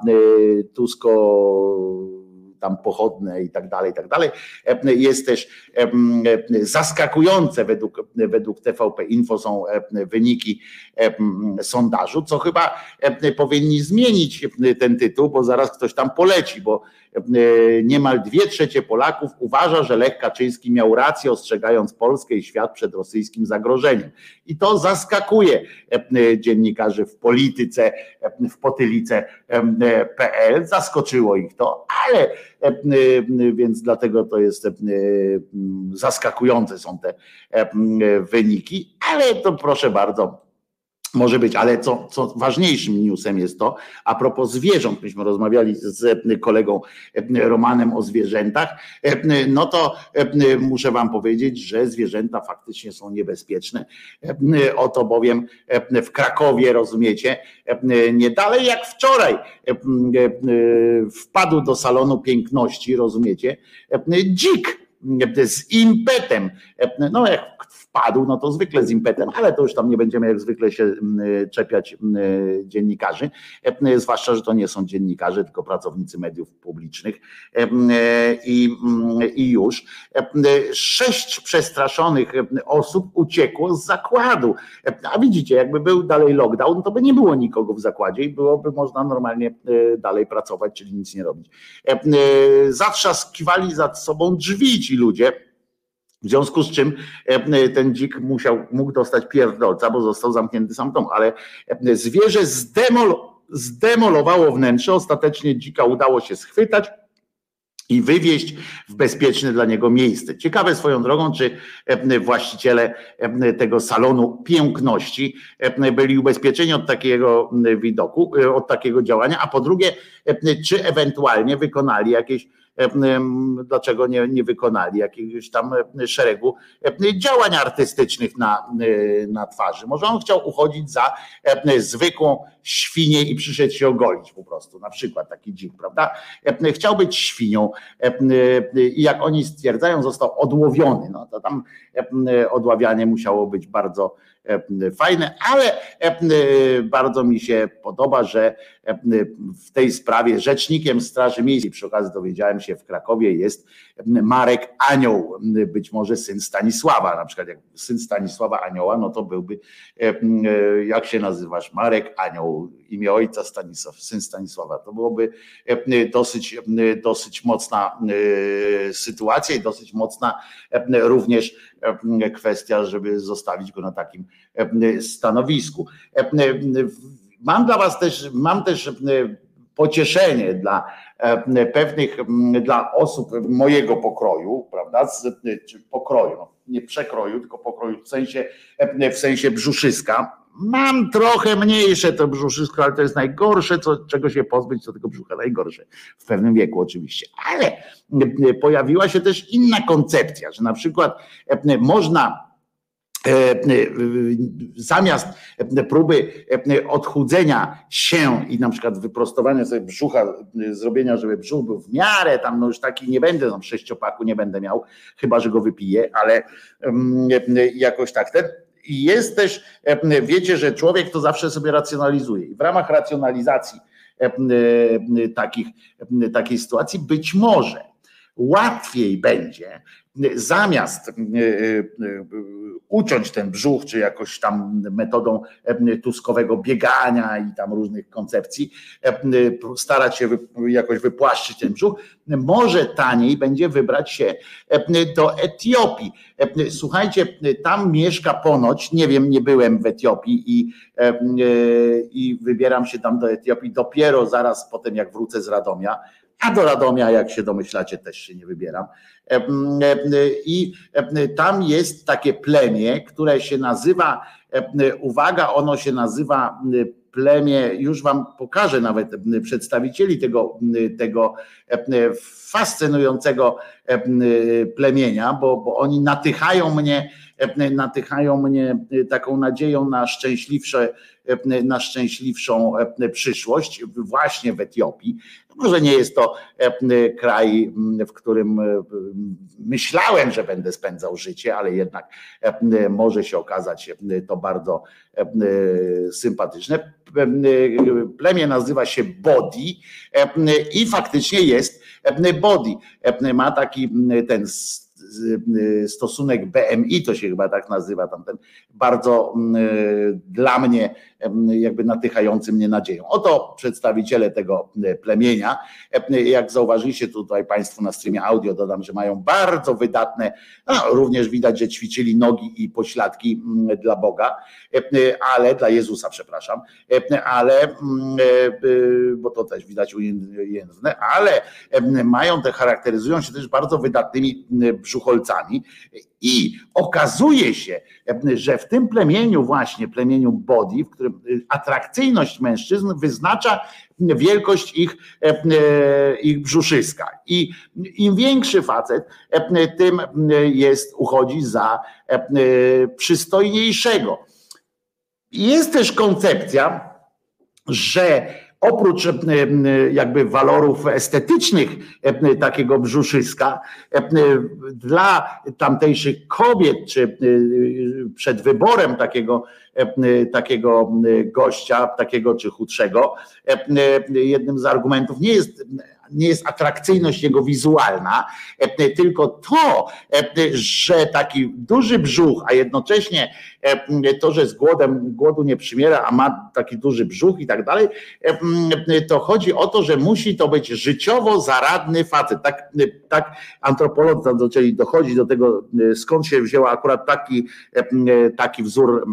Tusko tam pochodne i tak dalej, i tak dalej. Jest też zaskakujące według, według T V P Info są wyniki sondażu, co chyba powinni zmienić ten tytuł, bo zaraz ktoś tam poleci, bo niemal dwie trzecie Polaków uważa, że Lech Kaczyński miał rację, ostrzegając Polskę i świat przed rosyjskim zagrożeniem. I to zaskakuje dziennikarzy w polityce, w potylice kropka p l. Zaskoczyło ich to, ale więc dlatego to jest zaskakujące są te wyniki, ale to proszę bardzo. Może być, ale co, co ważniejszym newsem jest to, a propos zwierząt, myśmy rozmawiali z kolegą Romanem o zwierzętach, no to muszę wam powiedzieć, że zwierzęta faktycznie są niebezpieczne. Oto bowiem w Krakowie, rozumiecie, nie dalej jak wczoraj wpadł do salonu piękności, rozumiecie, dzik z impetem, no jak wpadł, no to zwykle z impetem, ale to już tam nie będziemy jak zwykle się czepiać dziennikarzy, zwłaszcza, że to nie są dziennikarze, tylko pracownicy mediów publicznych i, i już. Sześć przestraszonych osób uciekło z zakładu, a widzicie, jakby był dalej lockdown, to by nie było nikogo w zakładzie i byłoby można normalnie dalej pracować, czyli nic nie robić. Zatrzaskiwali za sobą drzwi ci ludzie, w związku z czym ten dzik musiał, mógł dostać pierdolca, bo został zamknięty sam w domu, ale zwierzę zdemol, zdemolowało wnętrze, ostatecznie dzika udało się schwytać i wywieźć w bezpieczne dla niego miejsce. Ciekawe swoją drogą, czy właściciele tego salonu piękności byli ubezpieczeni od takiego widoku, od takiego działania, a po drugie, czy ewentualnie wykonali jakieś, dlaczego nie, nie wykonali jakiegoś tam szeregu działań artystycznych na, na twarzy. Może on chciał uchodzić za zwykłą świnię i przyszedł się ogolić po prostu, na przykład taki dzik, prawda? Chciał być świnią i jak oni stwierdzają, został odłowiony. No to tam odławianie musiało być bardzo fajne, ale bardzo mi się podoba, że w tej sprawie rzecznikiem Straży Miejskiej, przy okazji dowiedziałem się, w Krakowie jest Marek Anioł, być może syn Stanisława, na przykład jak syn Stanisława Anioła, no to byłby, jak się nazywasz, Marek Anioł, imię ojca Stanisław, syn Stanisława, to byłoby dosyć, dosyć mocna sytuacja i dosyć mocna również kwestia, żeby zostawić go na takim stanowisku. Mam dla was też, mam też pocieszenie dla pewnych, dla osób mojego pokroju, prawda, czy pokroju, no, nie przekroju, tylko pokroju w sensie, w sensie brzuszyska. Mam trochę mniejsze to brzuszysko, ale to jest najgorsze, co, czego się pozbyć, to tego brzucha najgorsze, w pewnym wieku oczywiście. Ale pojawiła się też inna koncepcja, że na przykład można zamiast próby odchudzenia się i na przykład wyprostowania sobie brzucha, zrobienia, żeby brzuch był w miarę tam, no już taki nie będę, no sześciopaku nie będę miał, chyba że go wypiję, ale jakoś tak ten. I jest też, wiecie, że człowiek to zawsze sobie racjonalizuje i w ramach racjonalizacji takich, takiej sytuacji być może łatwiej będzie zamiast uciąć ten brzuch, czy jakoś tam metodą tuskowego biegania i tam różnych koncepcji, starać się jakoś wypłaszczyć ten brzuch, może taniej będzie wybrać się do Etiopii. Słuchajcie, tam mieszka ponoć, nie wiem, nie byłem w Etiopii i, i wybieram się tam do Etiopii dopiero zaraz potem, jak wrócę z Radomia, a do Radomia, jak się domyślacie, też się nie wybieram. I tam jest takie plemię, które się nazywa, uwaga, ono się nazywa plemię, już wam pokażę nawet przedstawicieli tego, tego fascynującego plemienia, bo, bo oni natychają mnie natychają mnie taką nadzieją na szczęśliwsze, na szczęśliwszą przyszłość właśnie w Etiopii. Może nie jest to kraj, w którym myślałem, że będę spędzał życie, ale jednak może się okazać to bardzo sympatyczne. Plemię nazywa się Bodi i faktycznie jest Bodi. Ma taki ten stosunek B M I, to się chyba tak nazywa, tamten bardzo dla mnie jakby natychający mnie nadzieją. Oto przedstawiciele tego plemienia. Jak zauważyliście tutaj Państwo na streamie audio, dodam, że mają bardzo wydatne, no, również widać, że ćwiczyli nogi i pośladki dla Boga, ale dla Jezusa, przepraszam, ale, bo to też widać ujętne, ale mają te, charakteryzują się też bardzo wydatnymi brzucholcami i okazuje się, że w tym plemieniu właśnie, plemieniu Bodi, w którym atrakcyjność mężczyzn wyznacza wielkość ich, ich brzuszyska. I im większy facet, tym jest, uchodzi za przystojniejszego. Jest też koncepcja, że oprócz jakby walorów estetycznych takiego brzuszyska, dla tamtejszych kobiet, czy przed wyborem takiego, takiego gościa, takiego czy chudszego, jednym z argumentów nie jest nie jest atrakcyjność jego wizualna, tylko to, że taki duży brzuch, a jednocześnie to, że z głodem, głodu nie przymiera, a ma taki duży brzuch i tak dalej, to chodzi o to, że musi to być życiowo zaradny facet. Tak, tak antropolodzy tam zaczęli dochodzić do tego, skąd się wzięła akurat taki, taki wzór,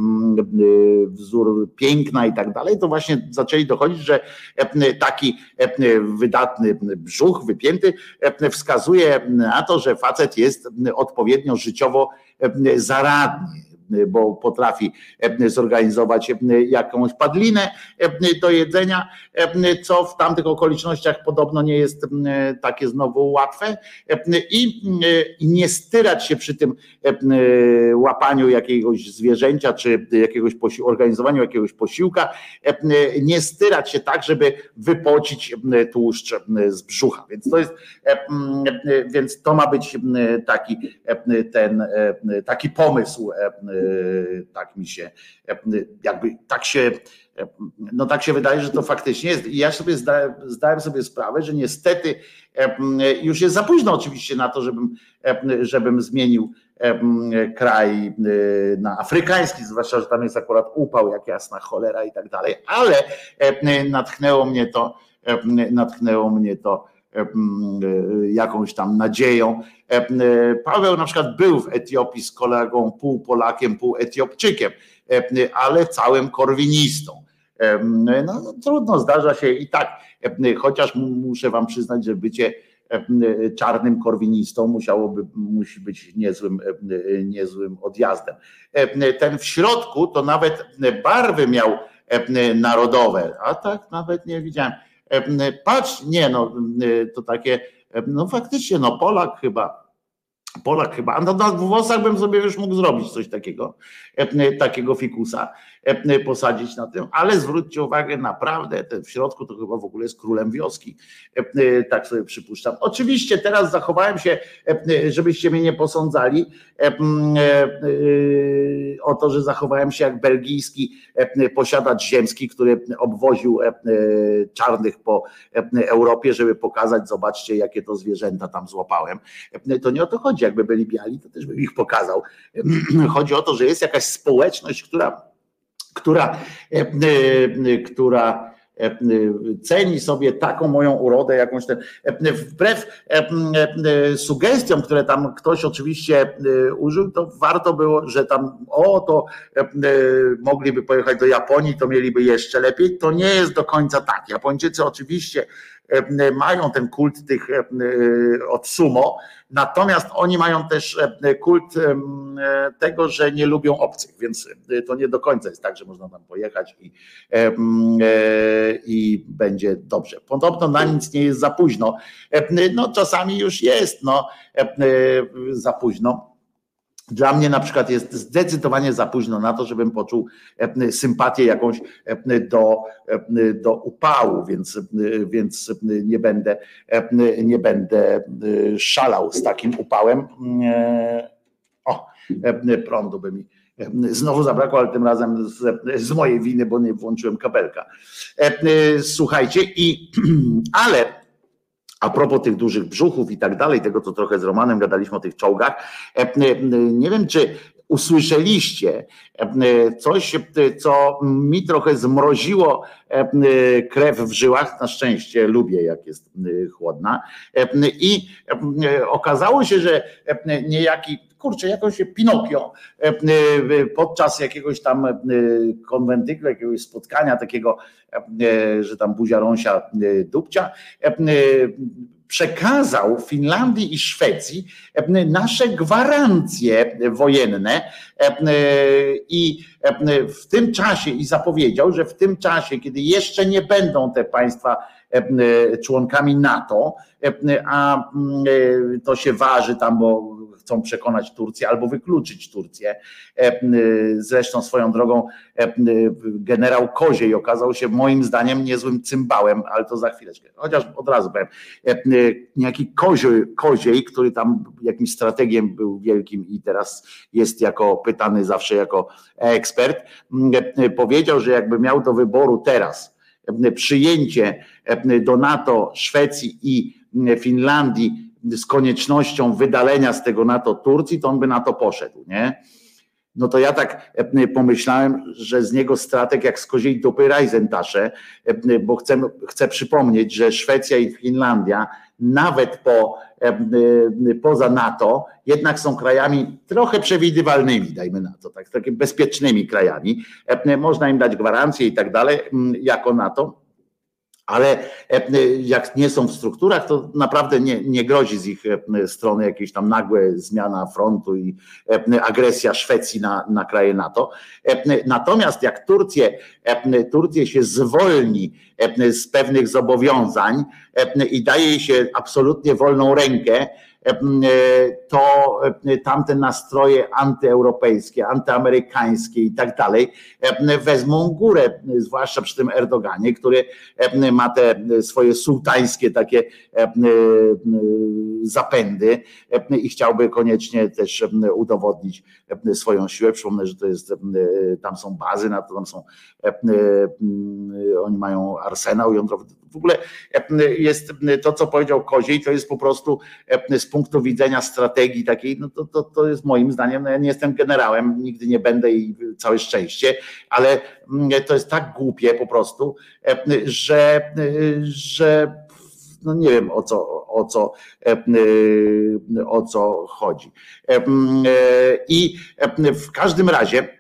wzór piękna i tak dalej, to właśnie zaczęli dochodzić, że taki wydatny brzuch wypięty wskazuje na to, że facet jest odpowiednio życiowo zaradny, bo potrafi zorganizować jakąś padlinę do jedzenia, co w tamtych okolicznościach podobno nie jest takie znowu łatwe, i nie styrać się przy tym łapaniu jakiegoś zwierzęcia, czy jakiegoś posił- organizowaniu jakiegoś posiłka, nie styrać się tak, żeby wypocić tłuszcz z brzucha. Więc to jest, więc to ma być taki, ten, taki pomysł. Tak mi się, jakby tak się, no tak się wydaje, że to faktycznie jest. I ja sobie zdałem, zdałem sobie sprawę, że niestety już jest za późno oczywiście na to, żebym, żebym zmienił kraj na afrykański, zwłaszcza, że tam jest akurat upał jak jasna cholera i tak dalej, ale natchnęło mnie to, natchnęło mnie to jakąś tam nadzieją. Paweł na przykład był w Etiopii z kolegą pół Polakiem, pół Etiopczykiem, ale całym korwinistą. No, trudno, zdarza się i tak, chociaż muszę wam przyznać, że bycie czarnym korwinistą musiałoby, musi być niezłym, niezłym odjazdem. Ten w środku to nawet barwy miał narodowe, a tak nawet nie widziałem. Patrz, nie no, to takie, no faktycznie, no Polak chyba, Polak chyba, no na włosach bym sobie już mógł zrobić coś takiego, takiego fikusa, posadzić na tym, ale zwróćcie uwagę, naprawdę ten w środku to chyba w ogóle jest królem wioski, tak sobie przypuszczam. Oczywiście teraz zachowałem się, żebyście mnie nie posądzali o to, że zachowałem się jak belgijski posiadacz ziemski, który obwoził czarnych po Europie, żeby pokazać, zobaczcie, jakie to zwierzęta tam złapałem. To nie o to chodzi, jakby byli biali, to też bym ich pokazał. Chodzi o to, że jest jakaś społeczność, która która, która ceni sobie taką moją urodę, jakąś ten, wbrew sugestiom, które tam ktoś oczywiście użył, to warto było, że tam o, to mogliby pojechać do Japonii, to mieliby jeszcze lepiej. To nie jest do końca tak. Japończycy oczywiście mają ten kult tych od sumo, natomiast oni mają też kult tego, że nie lubią obcych, więc to nie do końca jest tak, że można tam pojechać i, i będzie dobrze. Podobno na nic nie jest za późno. No czasami już jest no, za późno. Dla mnie na przykład jest zdecydowanie za późno na to, żebym poczuł sympatię jakąś do, do upału, więc, więc nie będę, nie będę szalał z takim upałem. O, prądu by mi znowu zabrakło, ale tym razem z, z mojej winy, bo nie włączyłem kabelka. Słuchajcie, i ale a propos tych dużych brzuchów i tak dalej, tego co trochę z Romanem gadaliśmy o tych czołgach, nie wiem czy usłyszeliście coś, co mi trochę zmroziło krew w żyłach, na szczęście lubię jak jest chłodna, i okazało się, że niejaki kurczę, jakąś się Pinokio podczas jakiegoś tam konwentyklu, jakiegoś spotkania takiego, że tam buzia rąsia dupcia, przekazał Finlandii i Szwecji nasze gwarancje wojenne i w tym czasie i zapowiedział, że w tym czasie, kiedy jeszcze nie będą te państwa członkami NATO, a to się waży tam, bo chcą przekonać Turcję albo wykluczyć Turcję. Zresztą swoją drogą generał Koziej okazał się moim zdaniem niezłym cymbałem, ale to za chwileczkę. Chociaż od razu powiem, niejaki Koziej, Koziej, który tam jakimś strategiem był wielkim i teraz jest jako pytany zawsze jako ekspert, powiedział, że jakby miał do wyboru teraz przyjęcie do NATO Szwecji i Finlandii z koniecznością wydalenia z tego NATO Turcji, to on by na to poszedł, nie? No to ja tak pomyślałem, że z niego strateg jak z koziej dupy Reisentasze, bo chcę, chcę przypomnieć, że Szwecja i Finlandia nawet po, poza NATO jednak są krajami trochę przewidywalnymi, dajmy na to, tak, takimi bezpiecznymi krajami. Można im dać gwarancje i tak dalej jako NATO. Ale jak nie są w strukturach, to naprawdę nie, nie grozi z ich strony jakieś tam nagłe zmiana frontu i agresja Szwecji na, na kraje NATO. Natomiast jak Turcję, Turcję się zwolni z pewnych zobowiązań i daje jej się absolutnie wolną rękę, to tamte nastroje antyeuropejskie, antyamerykańskie i tak dalej wezmą górę, zwłaszcza przy tym Erdoganie, który ma te swoje sułtańskie takie zapędy i chciałby koniecznie też udowodnić swoją siłę. Przypomnę, że to jest, tam są bazy na to, tam są, oni mają arsenał jądrowy. W ogóle jest to, co powiedział Koziej, to jest po prostu z punktu widzenia strategii takiej, no to, to, to jest moim zdaniem, no ja nie jestem generałem, nigdy nie będę i całe szczęście, ale to jest tak głupie po prostu, że, że no nie wiem o co, o co, o co chodzi. I w każdym razie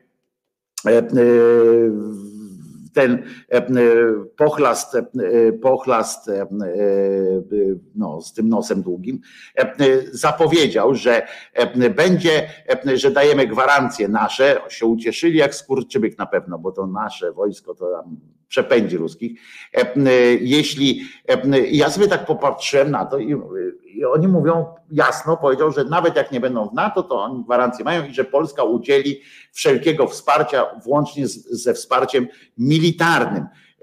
ten pochlast, pochlast no, z tym nosem długim zapowiedział, że będzie, że dajemy gwarancje nasze, się ucieszyli jak skurczybyk na pewno, bo to nasze wojsko to tam przepędzi ruskich. Jeśli, ja sobie tak popatrzyłem na to i, i oni mówią jasno, powiedział, że nawet jak nie będą w NATO, to oni gwarancje mają i że Polska udzieli wszelkiego wsparcia, włącznie z, ze wsparciem militarnym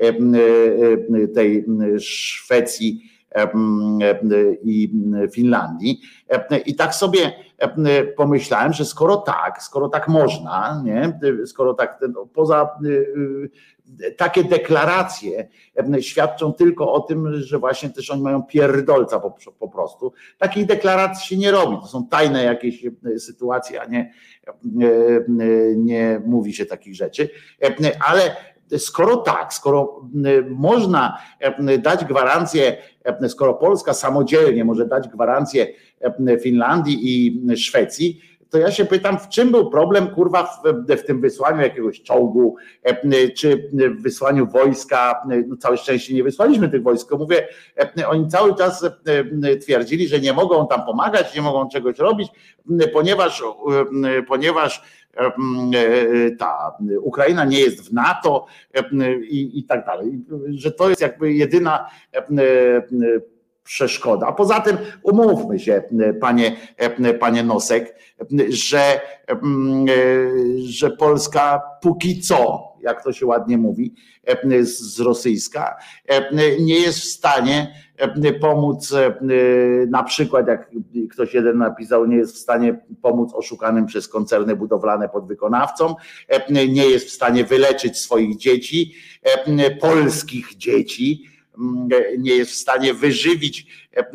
tej Szwecji i Finlandii. I tak sobie pomyślałem, że skoro tak, skoro tak można, nie, skoro tak, no, poza takie deklaracje świadczą tylko o tym, że właśnie też oni mają pierdolca po, po prostu. Takich deklaracji się nie robi. To są tajne jakieś sytuacje, a nie, nie, nie mówi się takich rzeczy. Ale skoro tak, skoro można dać gwarancję, skoro Polska samodzielnie może dać gwarancję Finlandii i Szwecji, to ja się pytam, w czym był problem, kurwa, w, w tym wysłaniu jakiegoś czołgu, czy w wysłaniu wojska. No, całe szczęście nie wysłaliśmy tych wojsk. Mówię, oni cały czas twierdzili, że nie mogą tam pomagać, nie mogą czegoś robić, ponieważ, ponieważ ta Ukraina nie jest w NATO i, i tak dalej. Że to jest jakby jedyna przeszkoda. A poza tym umówmy się, panie, panie Nosek, że, że Polska póki co, jak to się ładnie mówi, z rosyjska, nie jest w stanie pomóc, na przykład jak ktoś jeden napisał, nie jest w stanie pomóc oszukanym przez koncerny budowlane podwykonawcom, nie jest w stanie wyleczyć swoich dzieci, polskich dzieci, nie jest w stanie wyżywić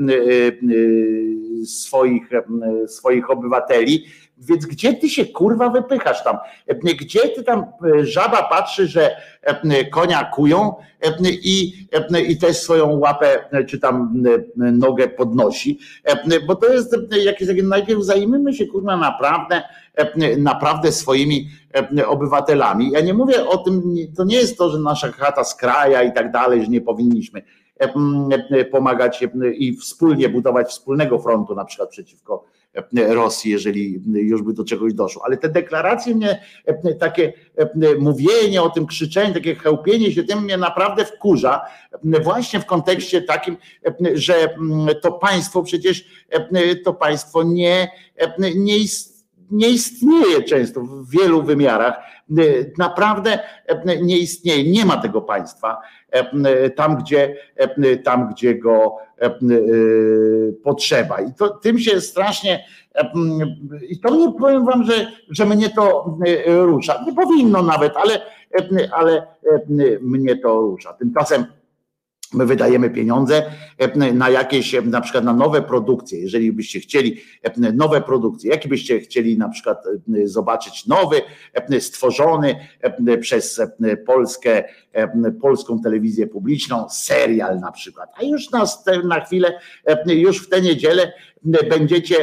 swoich, swoich obywateli. Więc gdzie ty się kurwa wypychasz tam? Gdzie ty tam, żaba patrzy, że konia kują i, i też swoją łapę czy tam nogę podnosi, bo to jest jakieś takie, najpierw zajmijmy się kurwa naprawdę, naprawdę swoimi obywatelami. Ja nie mówię o tym, to nie jest to, że nasza chata z kraja i tak dalej, że nie powinniśmy pomagać i wspólnie budować wspólnego frontu na przykład przeciwko Rosji, jeżeli już by do czegoś doszło. Ale te deklaracje mnie, takie mówienie o tym, krzyczenie, takie chełpienie się tym mnie naprawdę wkurza, właśnie w kontekście takim, że to państwo przecież to państwo nie, nie istnieje. Nie istnieje często w wielu wymiarach, naprawdę nie istnieje, nie ma tego państwa tam, gdzie, tam, gdzie go potrzeba. I to tym się strasznie, i to nie powiem wam, że, że mnie to rusza. Nie powinno nawet, ale, ale mnie to rusza. Tymczasem my wydajemy pieniądze na jakieś, na przykład na nowe produkcje. Jeżeli byście chcieli nowe produkcje, jakie byście chcieli na przykład zobaczyć nowy, stworzony przez Polskę, polską telewizję publiczną, serial na przykład, a już na, na chwilę, już w tę niedzielę będziecie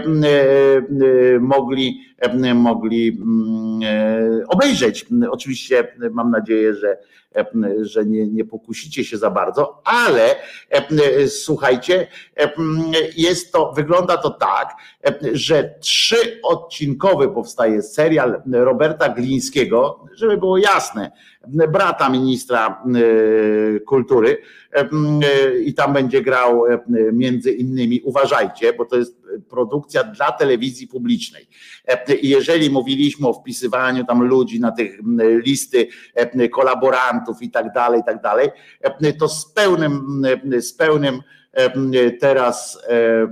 mogli, mogli obejrzeć. Oczywiście mam nadzieję, że, że nie, nie pokusicie się za bardzo, ale słuchajcie, jest to, wygląda to tak, że trzyodcinkowy powstaje serial Roberta Glińskiego, żeby było jasne, brata ministra kultury, i tam będzie grał między innymi, uważajcie, bo to jest produkcja dla telewizji publicznej. I jeżeli mówiliśmy o wpisywaniu tam ludzi na tych listy kolaborantów i tak dalej, i tak dalej, to z pełnym, z pełnym teraz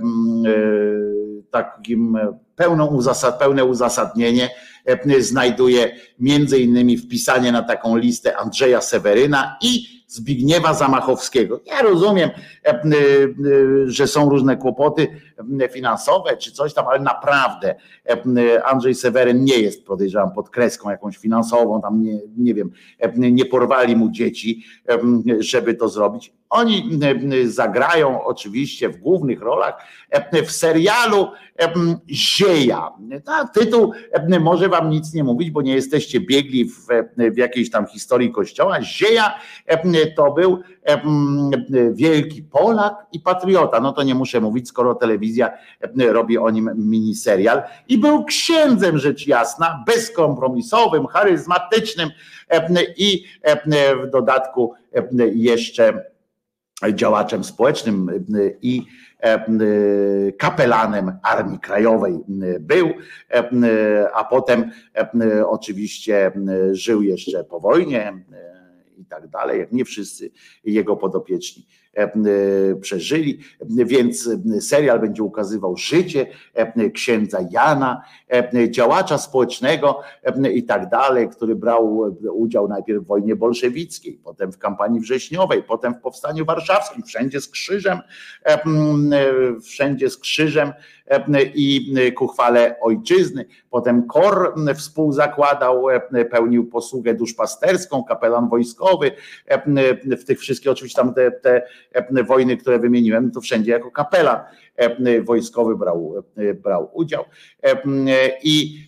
takim pełną uzasad, pełne uzasadnienie znajduje między innymi wpisanie na taką listę Andrzeja Seweryna i Zbigniewa Zamachowskiego. Ja rozumiem, że są różne kłopoty finansowe czy coś tam, ale naprawdę Andrzej Seweryn nie jest, podejrzewam, pod kreską jakąś finansową, tam nie, nie wiem, nie porwali mu dzieci, żeby to zrobić. Oni zagrają oczywiście w głównych rolach w serialu Zieja. Tytuł może wam nic nie mówić, bo nie jesteście biegli w, w jakiejś tam historii Kościoła. Zieja to był wielki Polak i patriota. No to nie muszę mówić, skoro telewizja robi o nim miniserial. I był księdzem, rzecz jasna, bezkompromisowym, charyzmatycznym i w dodatku jeszcze działaczem społecznym i kapelanem Armii Krajowej był, a potem oczywiście żył jeszcze po wojnie i tak dalej, jak nie wszyscy jego podopieczni przeżyli, więc serial będzie ukazywał życie księdza Jana, działacza społecznego i tak dalej, który brał udział najpierw w wojnie bolszewickiej, potem w kampanii wrześniowej, potem w powstaniu warszawskim, wszędzie z krzyżem, wszędzie z krzyżem i ku chwale ojczyzny. Potem K O R współzakładał, pełnił posługę duszpasterską, kapelan wojskowy, w tych wszystkich oczywiście tam te, te wojny, które wymieniłem, to wszędzie jako kapelan wojskowy brał, brał udział. I,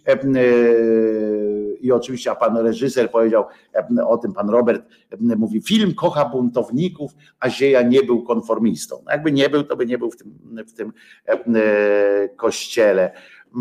i oczywiście, a pan reżyser powiedział o tym, pan Robert mówi, film kocha buntowników, a Zieja nie był konformistą. No jakby nie był, to by nie był w tym, w tym kościele.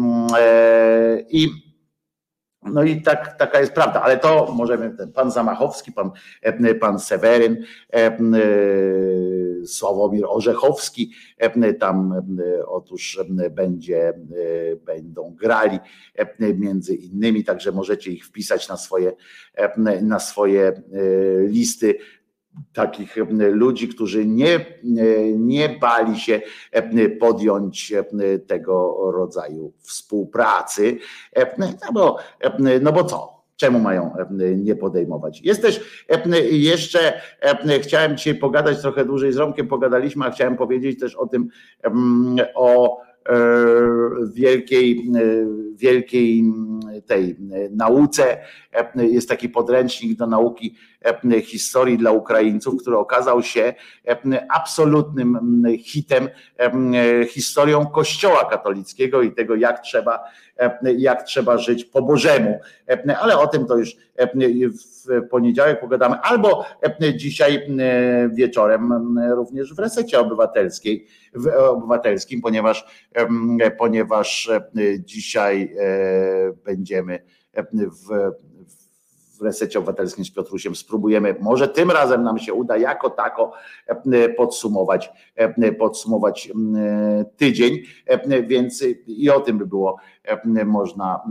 I no i tak, taka jest prawda, ale to możemy, pan Zamachowski, pan, pan Seweryn, Sławomir Orzechowski tam otóż będzie, będą grali między innymi, także możecie ich wpisać na swoje, na swoje listy takich ludzi, którzy nie, nie bali się podjąć tego rodzaju współpracy, no bo, no bo co? Czemu mają nie podejmować? Jest też jeszcze, chciałem dzisiaj pogadać trochę dłużej z Romkiem, pogadaliśmy, a chciałem powiedzieć też o tym, o wielkiej, wielkiej tej nauce. Jest taki podręcznik do nauki historii dla Ukraińców, który okazał się absolutnym hitem, historią Kościoła katolickiego i tego, jak trzeba, jak trzeba żyć po Bożemu. Ale o tym to już w poniedziałek pogadamy, albo dzisiaj wieczorem również w Resecie Obywatelskiej, w obywatelskim, ponieważ, ponieważ dzisiaj będziemy w w Resecie Obywatelskim z Piotrusiem spróbujemy, może tym razem nam się uda jako tako podsumować, podsumować tydzień, więc i o tym by było można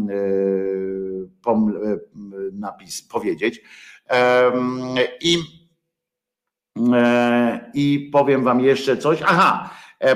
napis powiedzieć. I, i powiem wam jeszcze coś, aha,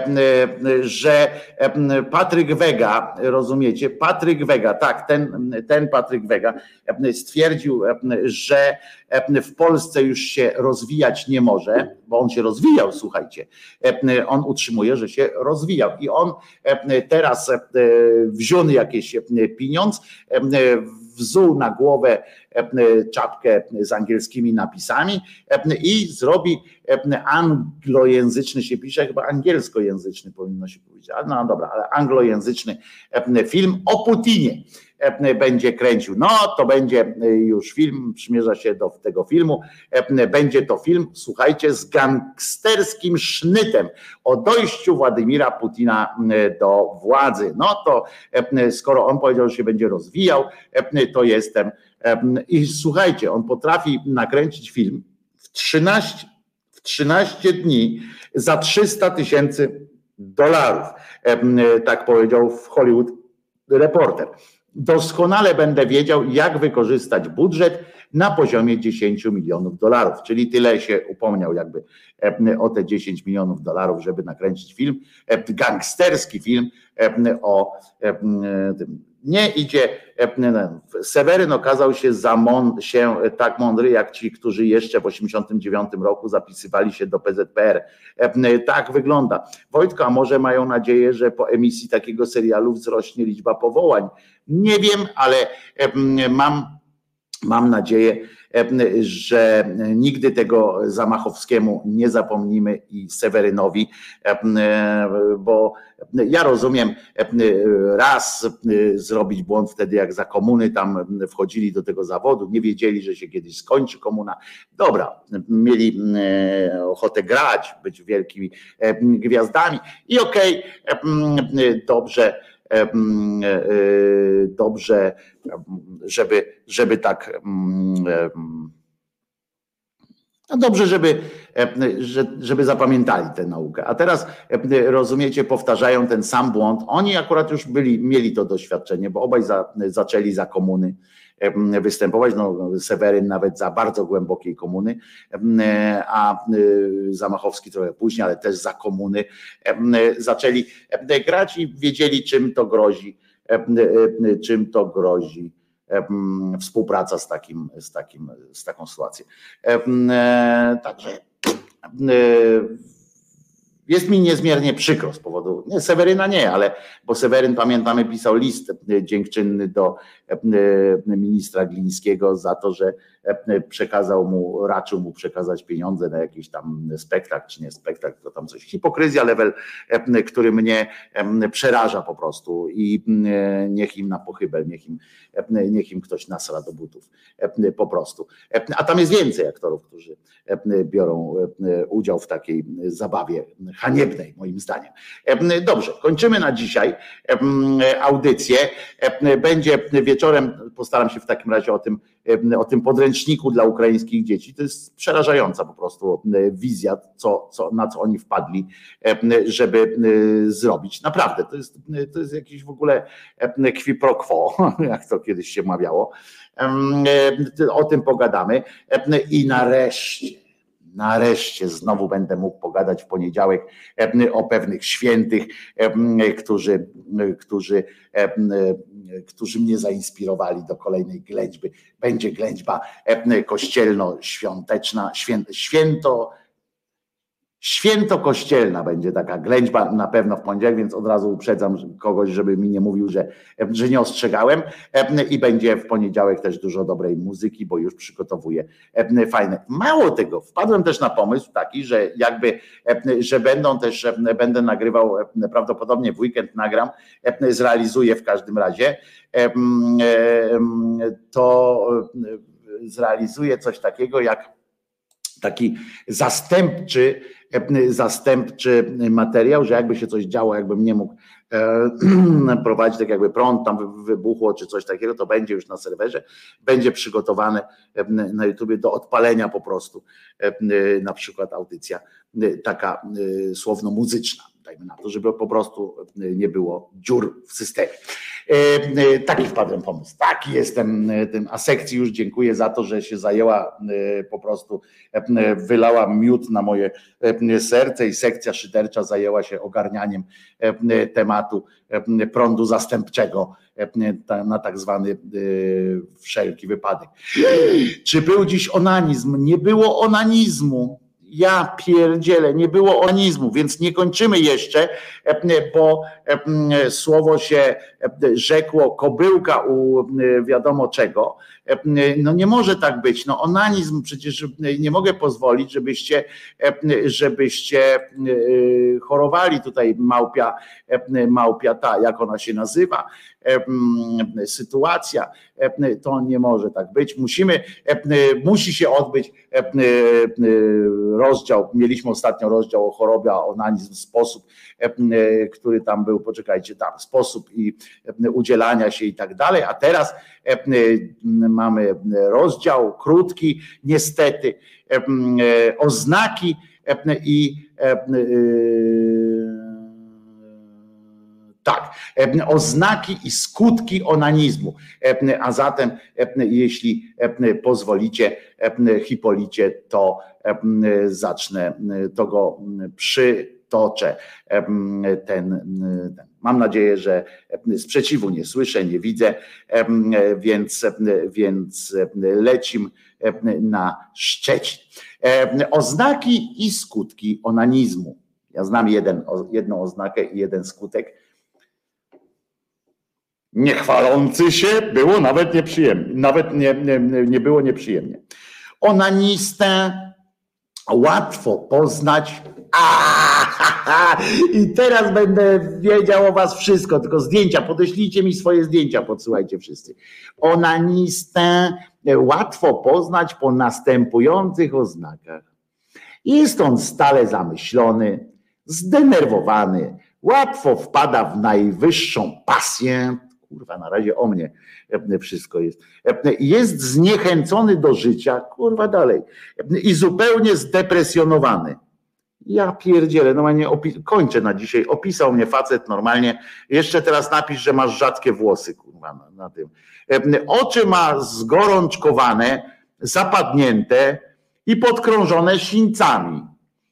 że Patryk Wega, rozumiecie, Patryk Wega, tak, ten, ten Patryk Wega stwierdził, że w Polsce już się rozwijać nie może, bo on się rozwijał, słuchajcie, on utrzymuje, że się rozwijał i on teraz wziął jakiś pieniądz, wzuł na głowę czapkę z angielskimi napisami i zrobi anglojęzyczny, się pisze, chyba angielskojęzyczny powinno się powiedzieć, no dobra, ale anglojęzyczny film o Putinie będzie kręcił. No to będzie już film, przymierza się do tego filmu, będzie to film, słuchajcie, z gangsterskim sznytem o dojściu Władimira Putina do władzy. No to skoro on powiedział, że się będzie rozwijał, to jestem. I słuchajcie, on potrafi nakręcić film w trzynaście, w trzynaście dni za trzysta tysięcy dolarów. Tak powiedział w Hollywood Reporter. Doskonale będę wiedział, jak wykorzystać budżet na poziomie dziesięć milionów dolarów, czyli tyle się upomniał jakby o te dziesięć milionów dolarów, żeby nakręcić film, gangsterski film o tym. Nie idzie, Seweryn okazał się, za mąd- się tak mądry jak ci, którzy jeszcze w osiemdziesiątym dziewiątym roku zapisywali się do P Z P R. Tak wygląda. Wojtko, a może mają nadzieję, że po emisji takiego serialu wzrośnie liczba powołań? Nie wiem, ale mam, mam nadzieję, że nigdy tego Zamachowskiemu nie zapomnimy i Sewerynowi, bo ja rozumiem, raz zrobić błąd wtedy, jak za komuny tam wchodzili do tego zawodu, nie wiedzieli, że się kiedyś skończy komuna. Dobra, mieli ochotę grać, być wielkimi gwiazdami i okej, okay, dobrze, dobrze, żeby, żeby tak, no dobrze, żeby, żeby zapamiętali tę naukę. A teraz, rozumiecie, powtarzają ten sam błąd. Oni akurat już byli, mieli to doświadczenie, bo obaj za, zaczęli za komuny występować, no Seweryn nawet za bardzo głębokiej komuny, a Zamachowski trochę później, ale też za komuny zaczęli grać i wiedzieli, czym to grozi, czym to grozi współpraca z takim, z takim, z taką sytuacją. Także jest mi niezmiernie przykro z powodu, nie, Seweryna nie, ale bo Seweryn, pamiętamy, pisał list dziękczynny do ministra Glińskiego za to, że przekazał mu, raczył mu przekazać pieniądze na jakiś tam spektakl, czy nie spektakl, to tam coś, hipokryzja level, który mnie przeraża po prostu i niech im na pochybel, niech im, niech im ktoś nasra do butów po prostu. A tam jest więcej aktorów, którzy biorą udział w takiej zabawie haniebnej, moim zdaniem. Dobrze, kończymy na dzisiaj audycję. Będzie wieczorem wieczorem postaram się w takim razie o tym, o tym podręczniku dla ukraińskich dzieci. To jest przerażająca po prostu wizja, co, co, na co oni wpadli, żeby zrobić. Naprawdę, to jest, to jest jakiś w ogóle qui pro quo, jak to kiedyś się mawiało. O tym pogadamy. I nareszcie, nareszcie znowu będę mógł pogadać w poniedziałek o pewnych świętych, którzy, którzy, którzy mnie zainspirowali do kolejnej ględźby. Będzie ględźba kościelno-świąteczna, święto, święto Święto kościelna będzie taka ględźba na pewno w poniedziałek, więc od razu uprzedzam kogoś, żeby mi nie mówił, że, że nie ostrzegałem, i będzie w poniedziałek też dużo dobrej muzyki, bo już przygotowuję fajne. Mało tego, wpadłem też na pomysł taki, że jakby, że będą też, będę nagrywał, prawdopodobnie w weekend nagram, zrealizuję w każdym razie, to zrealizuję coś takiego jak taki zastępczy, zastępczy materiał, że jakby się coś działo, jakbym nie mógł e, prowadzić, tak jakby prąd tam wybuchło, czy coś takiego, to będzie już na serwerze, będzie przygotowane na YouTubie do odpalenia po prostu, e, na przykład audycja taka e, słowno-muzyczna, dajmy na to, żeby po prostu nie było dziur w systemie. Taki wpadłem pomysł, taki jestem tym, a sekcji już dziękuję za to, że się zajęła, po prostu wylała miód na moje serce i sekcja szydercza zajęła się ogarnianiem tematu prądu zastępczego na tak zwany wszelki wypadek. Czy był dziś onanizm? Nie było onanizmu. Ja pierdzielę, nie było onanizmu, więc nie kończymy jeszcze, bo słowo się rzekło kobyłka u wiadomo czego. No nie może tak być. No onanizm przecież nie mogę pozwolić, żebyście, żebyście chorowali tutaj małpia, małpia ta, jak ona się nazywa, sytuacja. To nie może tak być. Musimy, musi się odbyć rozdział, mieliśmy ostatnio rozdział o chorobie, o onanizm, sposób, który tam był, poczekajcie, tam sposób i udzielania się i tak dalej, a teraz mamy rozdział krótki, niestety, oznaki i tak, oznaki i skutki onanizmu. A zatem, jeśli pozwolicie, Hipolicie, to zacznę, to go przytoczę. Ten, ten. Mam nadzieję, że sprzeciwu nie słyszę, nie widzę, więc, więc lecim na Szczecin. Oznaki i skutki onanizmu. Ja znam jeden, jedną oznakę i jeden skutek. Nie chwalący się, było nawet nieprzyjemnie, nawet nie, nie, nie było nieprzyjemnie. Onanistę łatwo poznać. A, i teraz będę wiedział o was wszystko, tylko zdjęcia, podeślijcie mi swoje zdjęcia, podsyłajcie wszyscy. Onanistę łatwo poznać po następujących oznakach. Jest on stale zamyślony, zdenerwowany, łatwo wpada w najwyższą pasję. Kurwa, na razie o mnie wszystko jest. Jest zniechęcony do życia, kurwa dalej. I zupełnie zdepresjonowany. Ja pierdzielę, normalnie opi- kończę na dzisiaj. Opisał mnie facet normalnie. Jeszcze teraz napisz, że masz rzadkie włosy, kurwa, na, na tym. Oczy ma zgorączkowane, zapadnięte i podkrążone sińcami.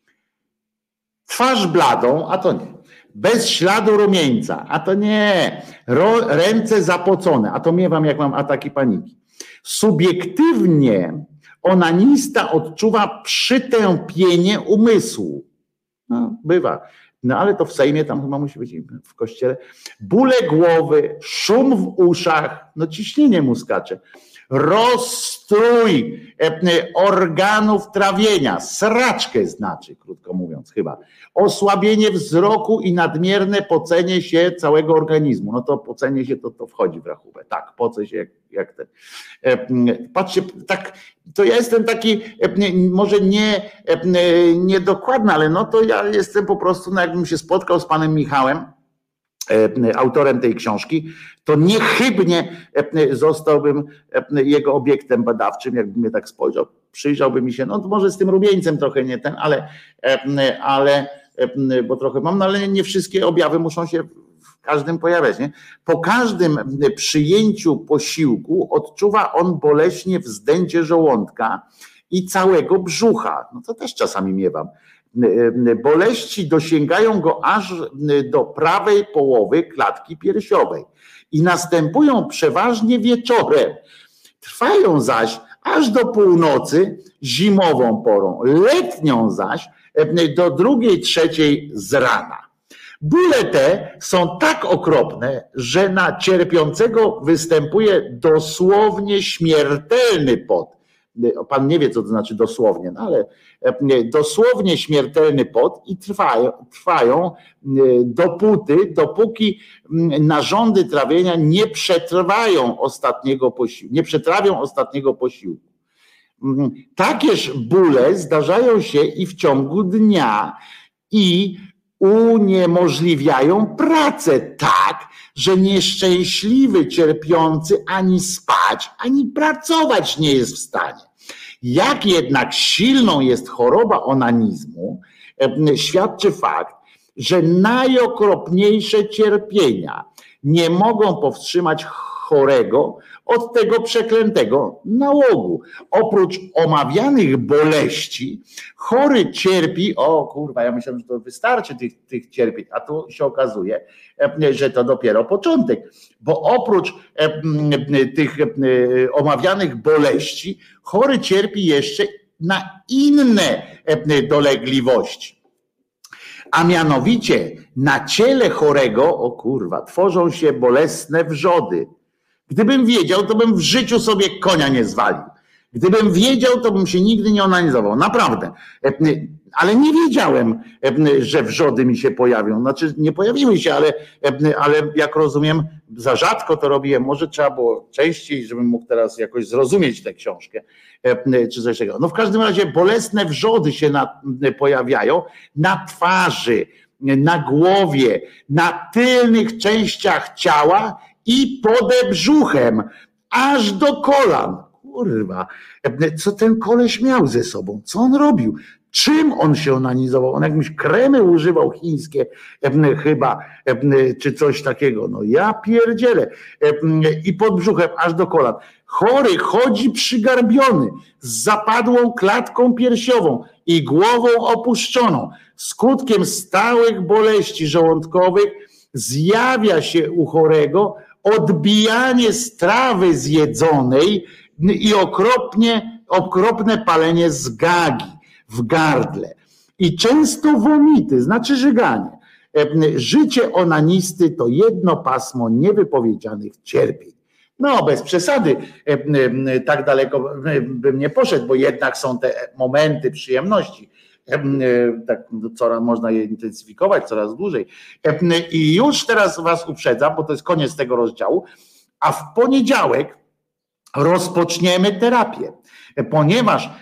Twarz bladą, a to nie. Bez śladu rumieńca, a to nie. Ro, ręce zapocone, a to miewam, jak mam ataki paniki. Subiektywnie onanista odczuwa przytępienie umysłu. No, bywa. No ale to w Sejmie, tam chyba musi być w kościele. Bóle głowy, szum w uszach, no ciśnienie mu skacze. Rozstrój organów trawienia, sraczkę znaczy, krótko mówiąc chyba. Osłabienie wzroku i nadmierne pocenie się całego organizmu. No to pocenie się to, to wchodzi w rachubę. Tak, poce się jak, jak ten. Patrzcie, tak, to ja jestem taki, może nie niedokładny, ale no to ja jestem po prostu, no jakbym się spotkał z panem Michałem, autorem tej książki, to niechybnie zostałbym jego obiektem badawczym, jakby mnie tak spojrzał, przyjrzałby mi się, no to może z tym rumieńcem trochę nie ten, ale, ale bo trochę mam, no ale nie wszystkie objawy muszą się w każdym pojawiać. Nie? Po każdym przyjęciu posiłku odczuwa on boleśnie wzdęcie żołądka i całego brzucha. No to też czasami miewam. Boleści dosięgają go aż do prawej połowy klatki piersiowej i następują przeważnie wieczorem. Trwają zaś aż do północy zimową porą, letnią zaś do drugiej, trzeciej z rana. Bóle te są tak okropne, że na cierpiącego występuje dosłownie śmiertelny pot. Pan nie wie, co to znaczy dosłownie, no ale dosłownie śmiertelny pot i trwają, trwają dopóty, dopóki narządy trawienia nie przetrwają ostatniego posiłku, nie przetrawią ostatniego posiłku. Takież bóle zdarzają się i w ciągu dnia i uniemożliwiają pracę tak, że nieszczęśliwy, cierpiący ani spać, ani pracować nie jest w stanie. Jak jednak silną jest choroba onanizmu, świadczy fakt, że najokropniejsze cierpienia nie mogą powstrzymać chorego od tego przeklętego nałogu. Oprócz omawianych boleści, chory cierpi, o kurwa, ja myślałem, że to wystarczy tych, tych cierpień, a tu się okazuje, że to dopiero początek, bo oprócz tych omawianych boleści, chory cierpi jeszcze na inne dolegliwości. A mianowicie na ciele chorego, o kurwa, tworzą się bolesne wrzody. Gdybym wiedział, to bym w życiu sobie konia nie zwalił. Gdybym wiedział, to bym się nigdy nie onanizował. Naprawdę. Ale nie wiedziałem, że wrzody mi się pojawią. Znaczy nie pojawiły się, ale, ale jak rozumiem, za rzadko to robiłem. Może trzeba było częściej, żebym mógł teraz jakoś zrozumieć tę książkę. Czy coś takiego. No w każdym razie bolesne wrzody się na, pojawiają na twarzy, na głowie, na tylnych częściach ciała i pode brzuchem, aż do kolan. Kurwa, co ten koleś miał ze sobą? Co on robił? Czym on się onanizował? On jakieś kremy używał chińskie chyba, czy coś takiego. No ja pierdzielę. I pod brzuchem, aż do kolan. Chory chodzi przygarbiony, z zapadłą klatką piersiową i głową opuszczoną. Skutkiem stałych boleści żołądkowych zjawia się u chorego odbijanie strawy zjedzonej i okropnie, okropne palenie zgagi w gardle. I często womity, znaczy żyganie. Życie onanisty to jedno pasmo niewypowiedzianych cierpień. No bez przesady, tak daleko bym nie poszedł, bo jednak są te momenty przyjemności. Tak, coraz można je intensyfikować coraz dłużej. I już teraz was uprzedzam, bo to jest koniec tego rozdziału, a w poniedziałek rozpoczniemy terapię, ponieważ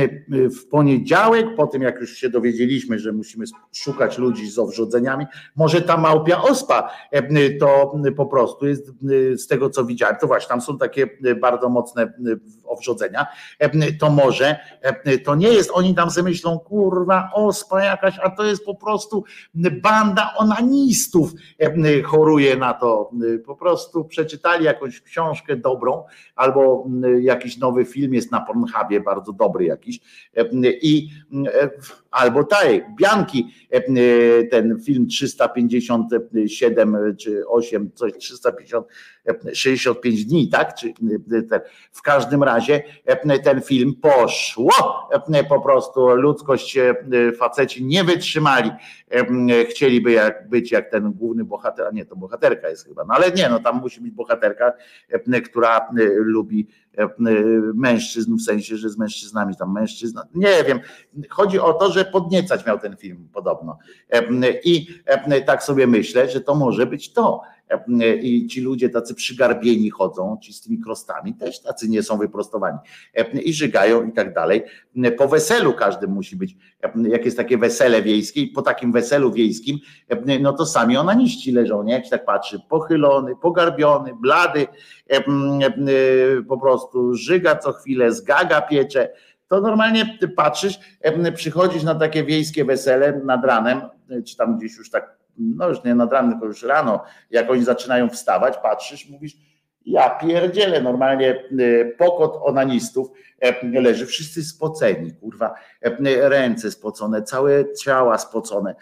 w poniedziałek, po tym jak już się dowiedzieliśmy, że musimy szukać ludzi z owrzodzeniami, może ta małpia ospa to po prostu jest, z tego co widziałem, to właśnie tam są takie bardzo mocne owrzodzenia, to może to nie jest, oni tam sobie myślą, kurwa ospa jakaś, a to jest po prostu banda onanistów choruje na to, po prostu przeczytali jakąś książkę dobrą albo jakiś nowy film jest na Pornhubie, bardzo dobry jakiś i albo taj, Bianki, ten film trzysta pięćdziesiąt siedem czy osiem, coś trzysta pięćdziesiąt, sześćdziesiąt pięć dni, tak? Czy ten, w każdym razie ten film poszło, po prostu ludzkość, faceci nie wytrzymali, chcieliby jak, być jak ten główny bohater, a nie, to bohaterka jest chyba, no ale nie, no tam musi być bohaterka, która lubi mężczyzn, w sensie, że z mężczyznami tam mężczyzn, nie wiem. Chodzi o to, że podniecać miał ten film podobno. I tak sobie myślę, że to może być to. I ci ludzie tacy przygarbieni chodzą, ci z tymi krostami też tacy nie są wyprostowani i żygają i tak dalej. Po weselu każdy musi być, jak jest takie wesele wiejskie i po takim weselu wiejskim, no to sami onaniści leżą, nie? Jak się tak patrzy, pochylony, pogarbiony, blady, po prostu żyga co chwilę, zgaga piecze. To normalnie ty patrzysz, przychodzisz na takie wiejskie wesele nad ranem, czy tam gdzieś już tak, no już nie nad ranem, tylko już rano, jak oni zaczynają wstawać, patrzysz, mówisz, ja pierdzielę, normalnie pokot onanistów leży, wszyscy spoceni, kurwa, ręce spocone, całe ciała spocone,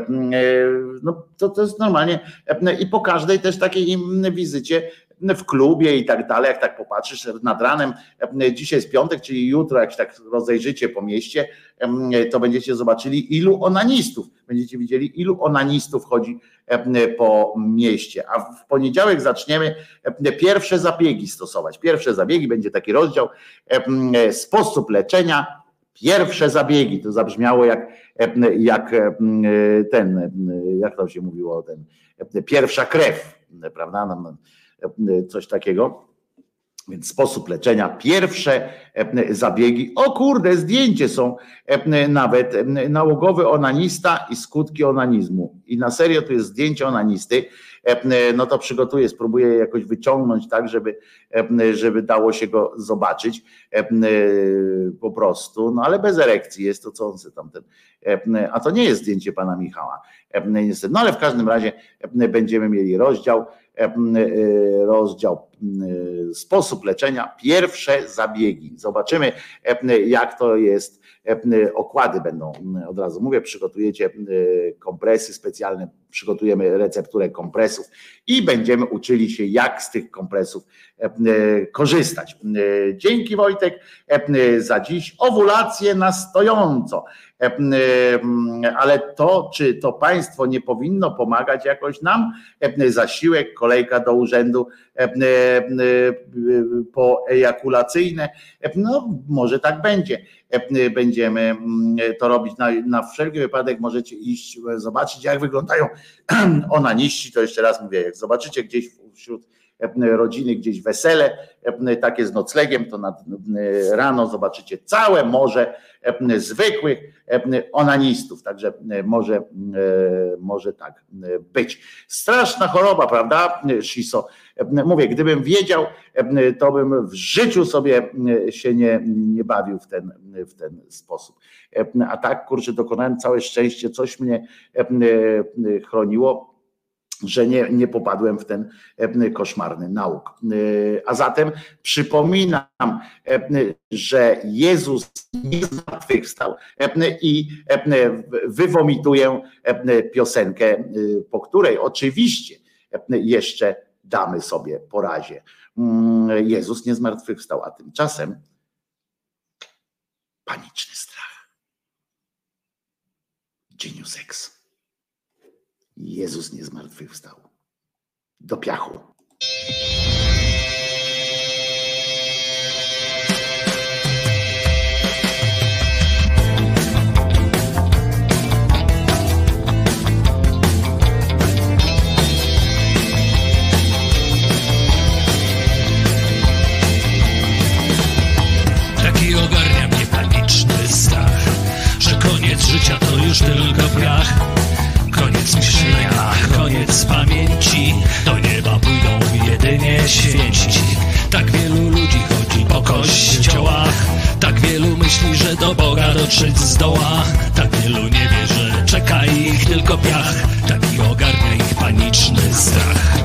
no to, to jest normalnie i po każdej też takiej wizycie w klubie i tak dalej, jak tak popatrzysz nad ranem, dzisiaj jest piątek, czyli jutro, jak się tak rozejrzycie po mieście, to będziecie zobaczyli, ilu onanistów, będziecie widzieli, ilu onanistów chodzi po mieście, a w poniedziałek zaczniemy pierwsze zabiegi stosować, pierwsze zabiegi, będzie taki rozdział, sposób leczenia, pierwsze zabiegi, to zabrzmiało jak, jak ten, jak to się mówiło, ten, pierwsza krew, prawda, coś takiego, więc sposób leczenia, pierwsze zabiegi, o kurde, zdjęcie są nawet, nałogowy onanista i skutki onanizmu i na serio to jest zdjęcie onanisty, no to przygotuję, spróbuję je jakoś wyciągnąć tak, żeby, żeby dało się go zobaczyć po prostu, no ale bez erekcji jest to, co on sobie tamten, a to nie jest zdjęcie pana Michała, no ale w każdym razie będziemy mieli rozdział, rozdział sposób leczenia, pierwsze zabiegi. Zobaczymy, jak to jest. Okłady będą, od razu mówię, przygotujecie kompresy specjalne, przygotujemy recepturę kompresów i będziemy uczyli się, jak z tych kompresów korzystać. Dzięki, Wojtek, za dziś. Owulacje na stojąco. Ale to, czy to państwo nie powinno pomagać jakoś nam? Zasiłek, kolejka do urzędu poejakulacyjne, no może tak będzie. Będziemy to robić na, na wszelki wypadek, możecie iść, zobaczyć, jak wyglądają onaniści, to jeszcze raz mówię, jak zobaczycie gdzieś wśród rodziny, gdzieś wesele, takie z noclegiem, to nad, rano zobaczycie całe morze zwykłych onanistów, także może, może tak być. Straszna choroba, prawda, Shiso? Mówię, gdybym wiedział, to bym w życiu sobie się nie, nie bawił w ten, w ten sposób. A tak, kurczę, dokonałem całe szczęście, coś mnie chroniło, że nie, nie popadłem w ten koszmarny nauk. A zatem przypominam, że Jezus nie zmartwychwstał i wywomituję piosenkę, po której oczywiście jeszcze damy sobie po razie. Jezus nie zmartwychwstał, a tymczasem paniczny strach. Genius X. Jezus nie zmartwychwstał. Do piachu. Taki ogarnia mnie paniczny strach, że koniec życia to już tylko piach. Koniec myślenia, koniec pamięci, do nieba pójdą jedynie święci. Tak wielu ludzi chodzi po kościołach, tak wielu myśli, że do Boga dotrzeć zdoła. Tak wielu nie wie, że czeka ich tylko piach, taki ogarnia ich paniczny strach.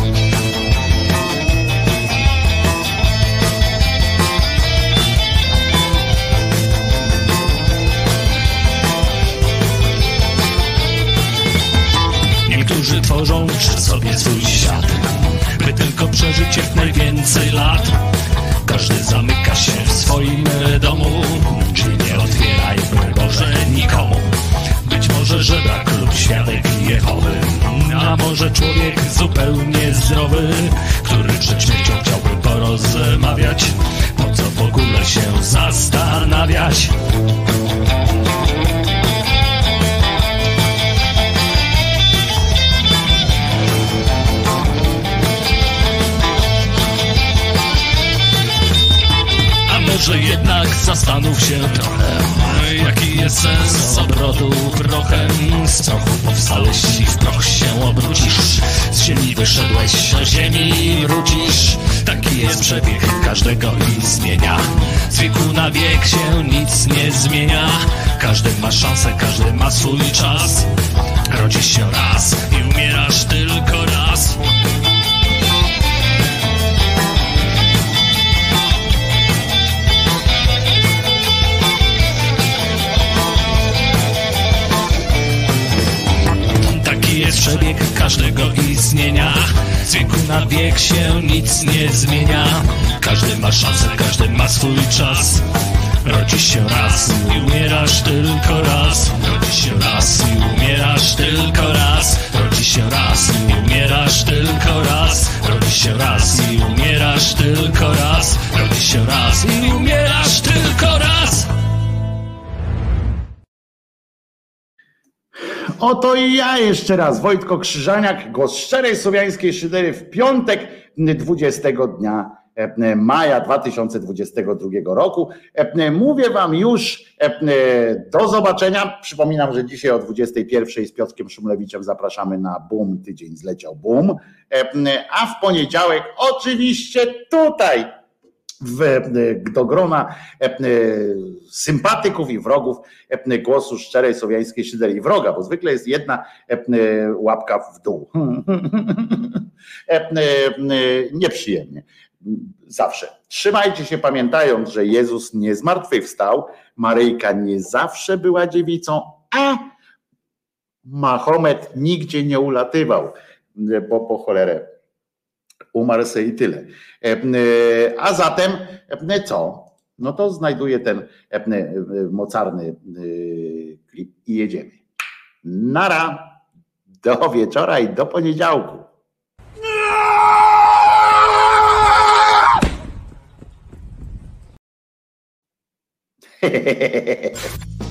Niektórzy tworzą przy sobie swój świat, by tylko przeżyć jak najwięcej lat. Każdy zamyka się w swoim domu, drzwi nie otwieraj, broń Boże, nikomu. Być może żebrak lub świadek Jehowy, a może człowiek zupełnie zdrowy, który przed śmiercią chciałby porozmawiać. zmieniać. Może jednak zastanów się trochę, jaki jest sens obrotu prochem. Z prochu powstałeś i w proch się obrócisz. Z ziemi wyszedłeś, do ziemi wrócisz. Taki jest przebieg każdego istnienia. Z wieku na wiek się nic nie zmienia. Każdy ma szansę, każdy ma swój czas. Rodzisz się raz i umierasz tylko raz. Jest przebieg każdego istnienia. Z wieku na wiek się nic nie zmienia. Każdy ma szansę, każdy ma swój czas. Rodzisz się raz i umierasz tylko raz. Rodzisz się raz i umierasz tylko raz. Rodzisz się raz i umierasz tylko raz. Rodzisz się raz i umierasz tylko raz. Rodzisz się raz i umierasz tylko raz. Oto i ja jeszcze raz, Wojtko Krzyżaniak, głos szczerej słowiańskiej szydery w piątek dwudziestego dnia maja dwa tysiące dwudziestego drugiego roku. Mówię wam już do zobaczenia. Przypominam, że dzisiaj o dwudziestej pierwszej z Piotrkiem Szumlewiczem zapraszamy na Boom, tydzień zleciał Boom. A w poniedziałek oczywiście tutaj w, do grona sympatyków i wrogów głosu szczerej słowiańskiej szydery i wroga, bo zwykle jest jedna łapka w dół. Nieprzyjemnie. Zawsze. Trzymajcie się, pamiętając, że Jezus nie zmartwychwstał, Maryjka nie zawsze była dziewicą, a Mahomet nigdzie nie ulatywał, bo po cholerę umarł se i tyle. A zatem co? No to znajduję ten mocarny klip i jedziemy. Nara, do wieczora i do poniedziałku. Hehehehe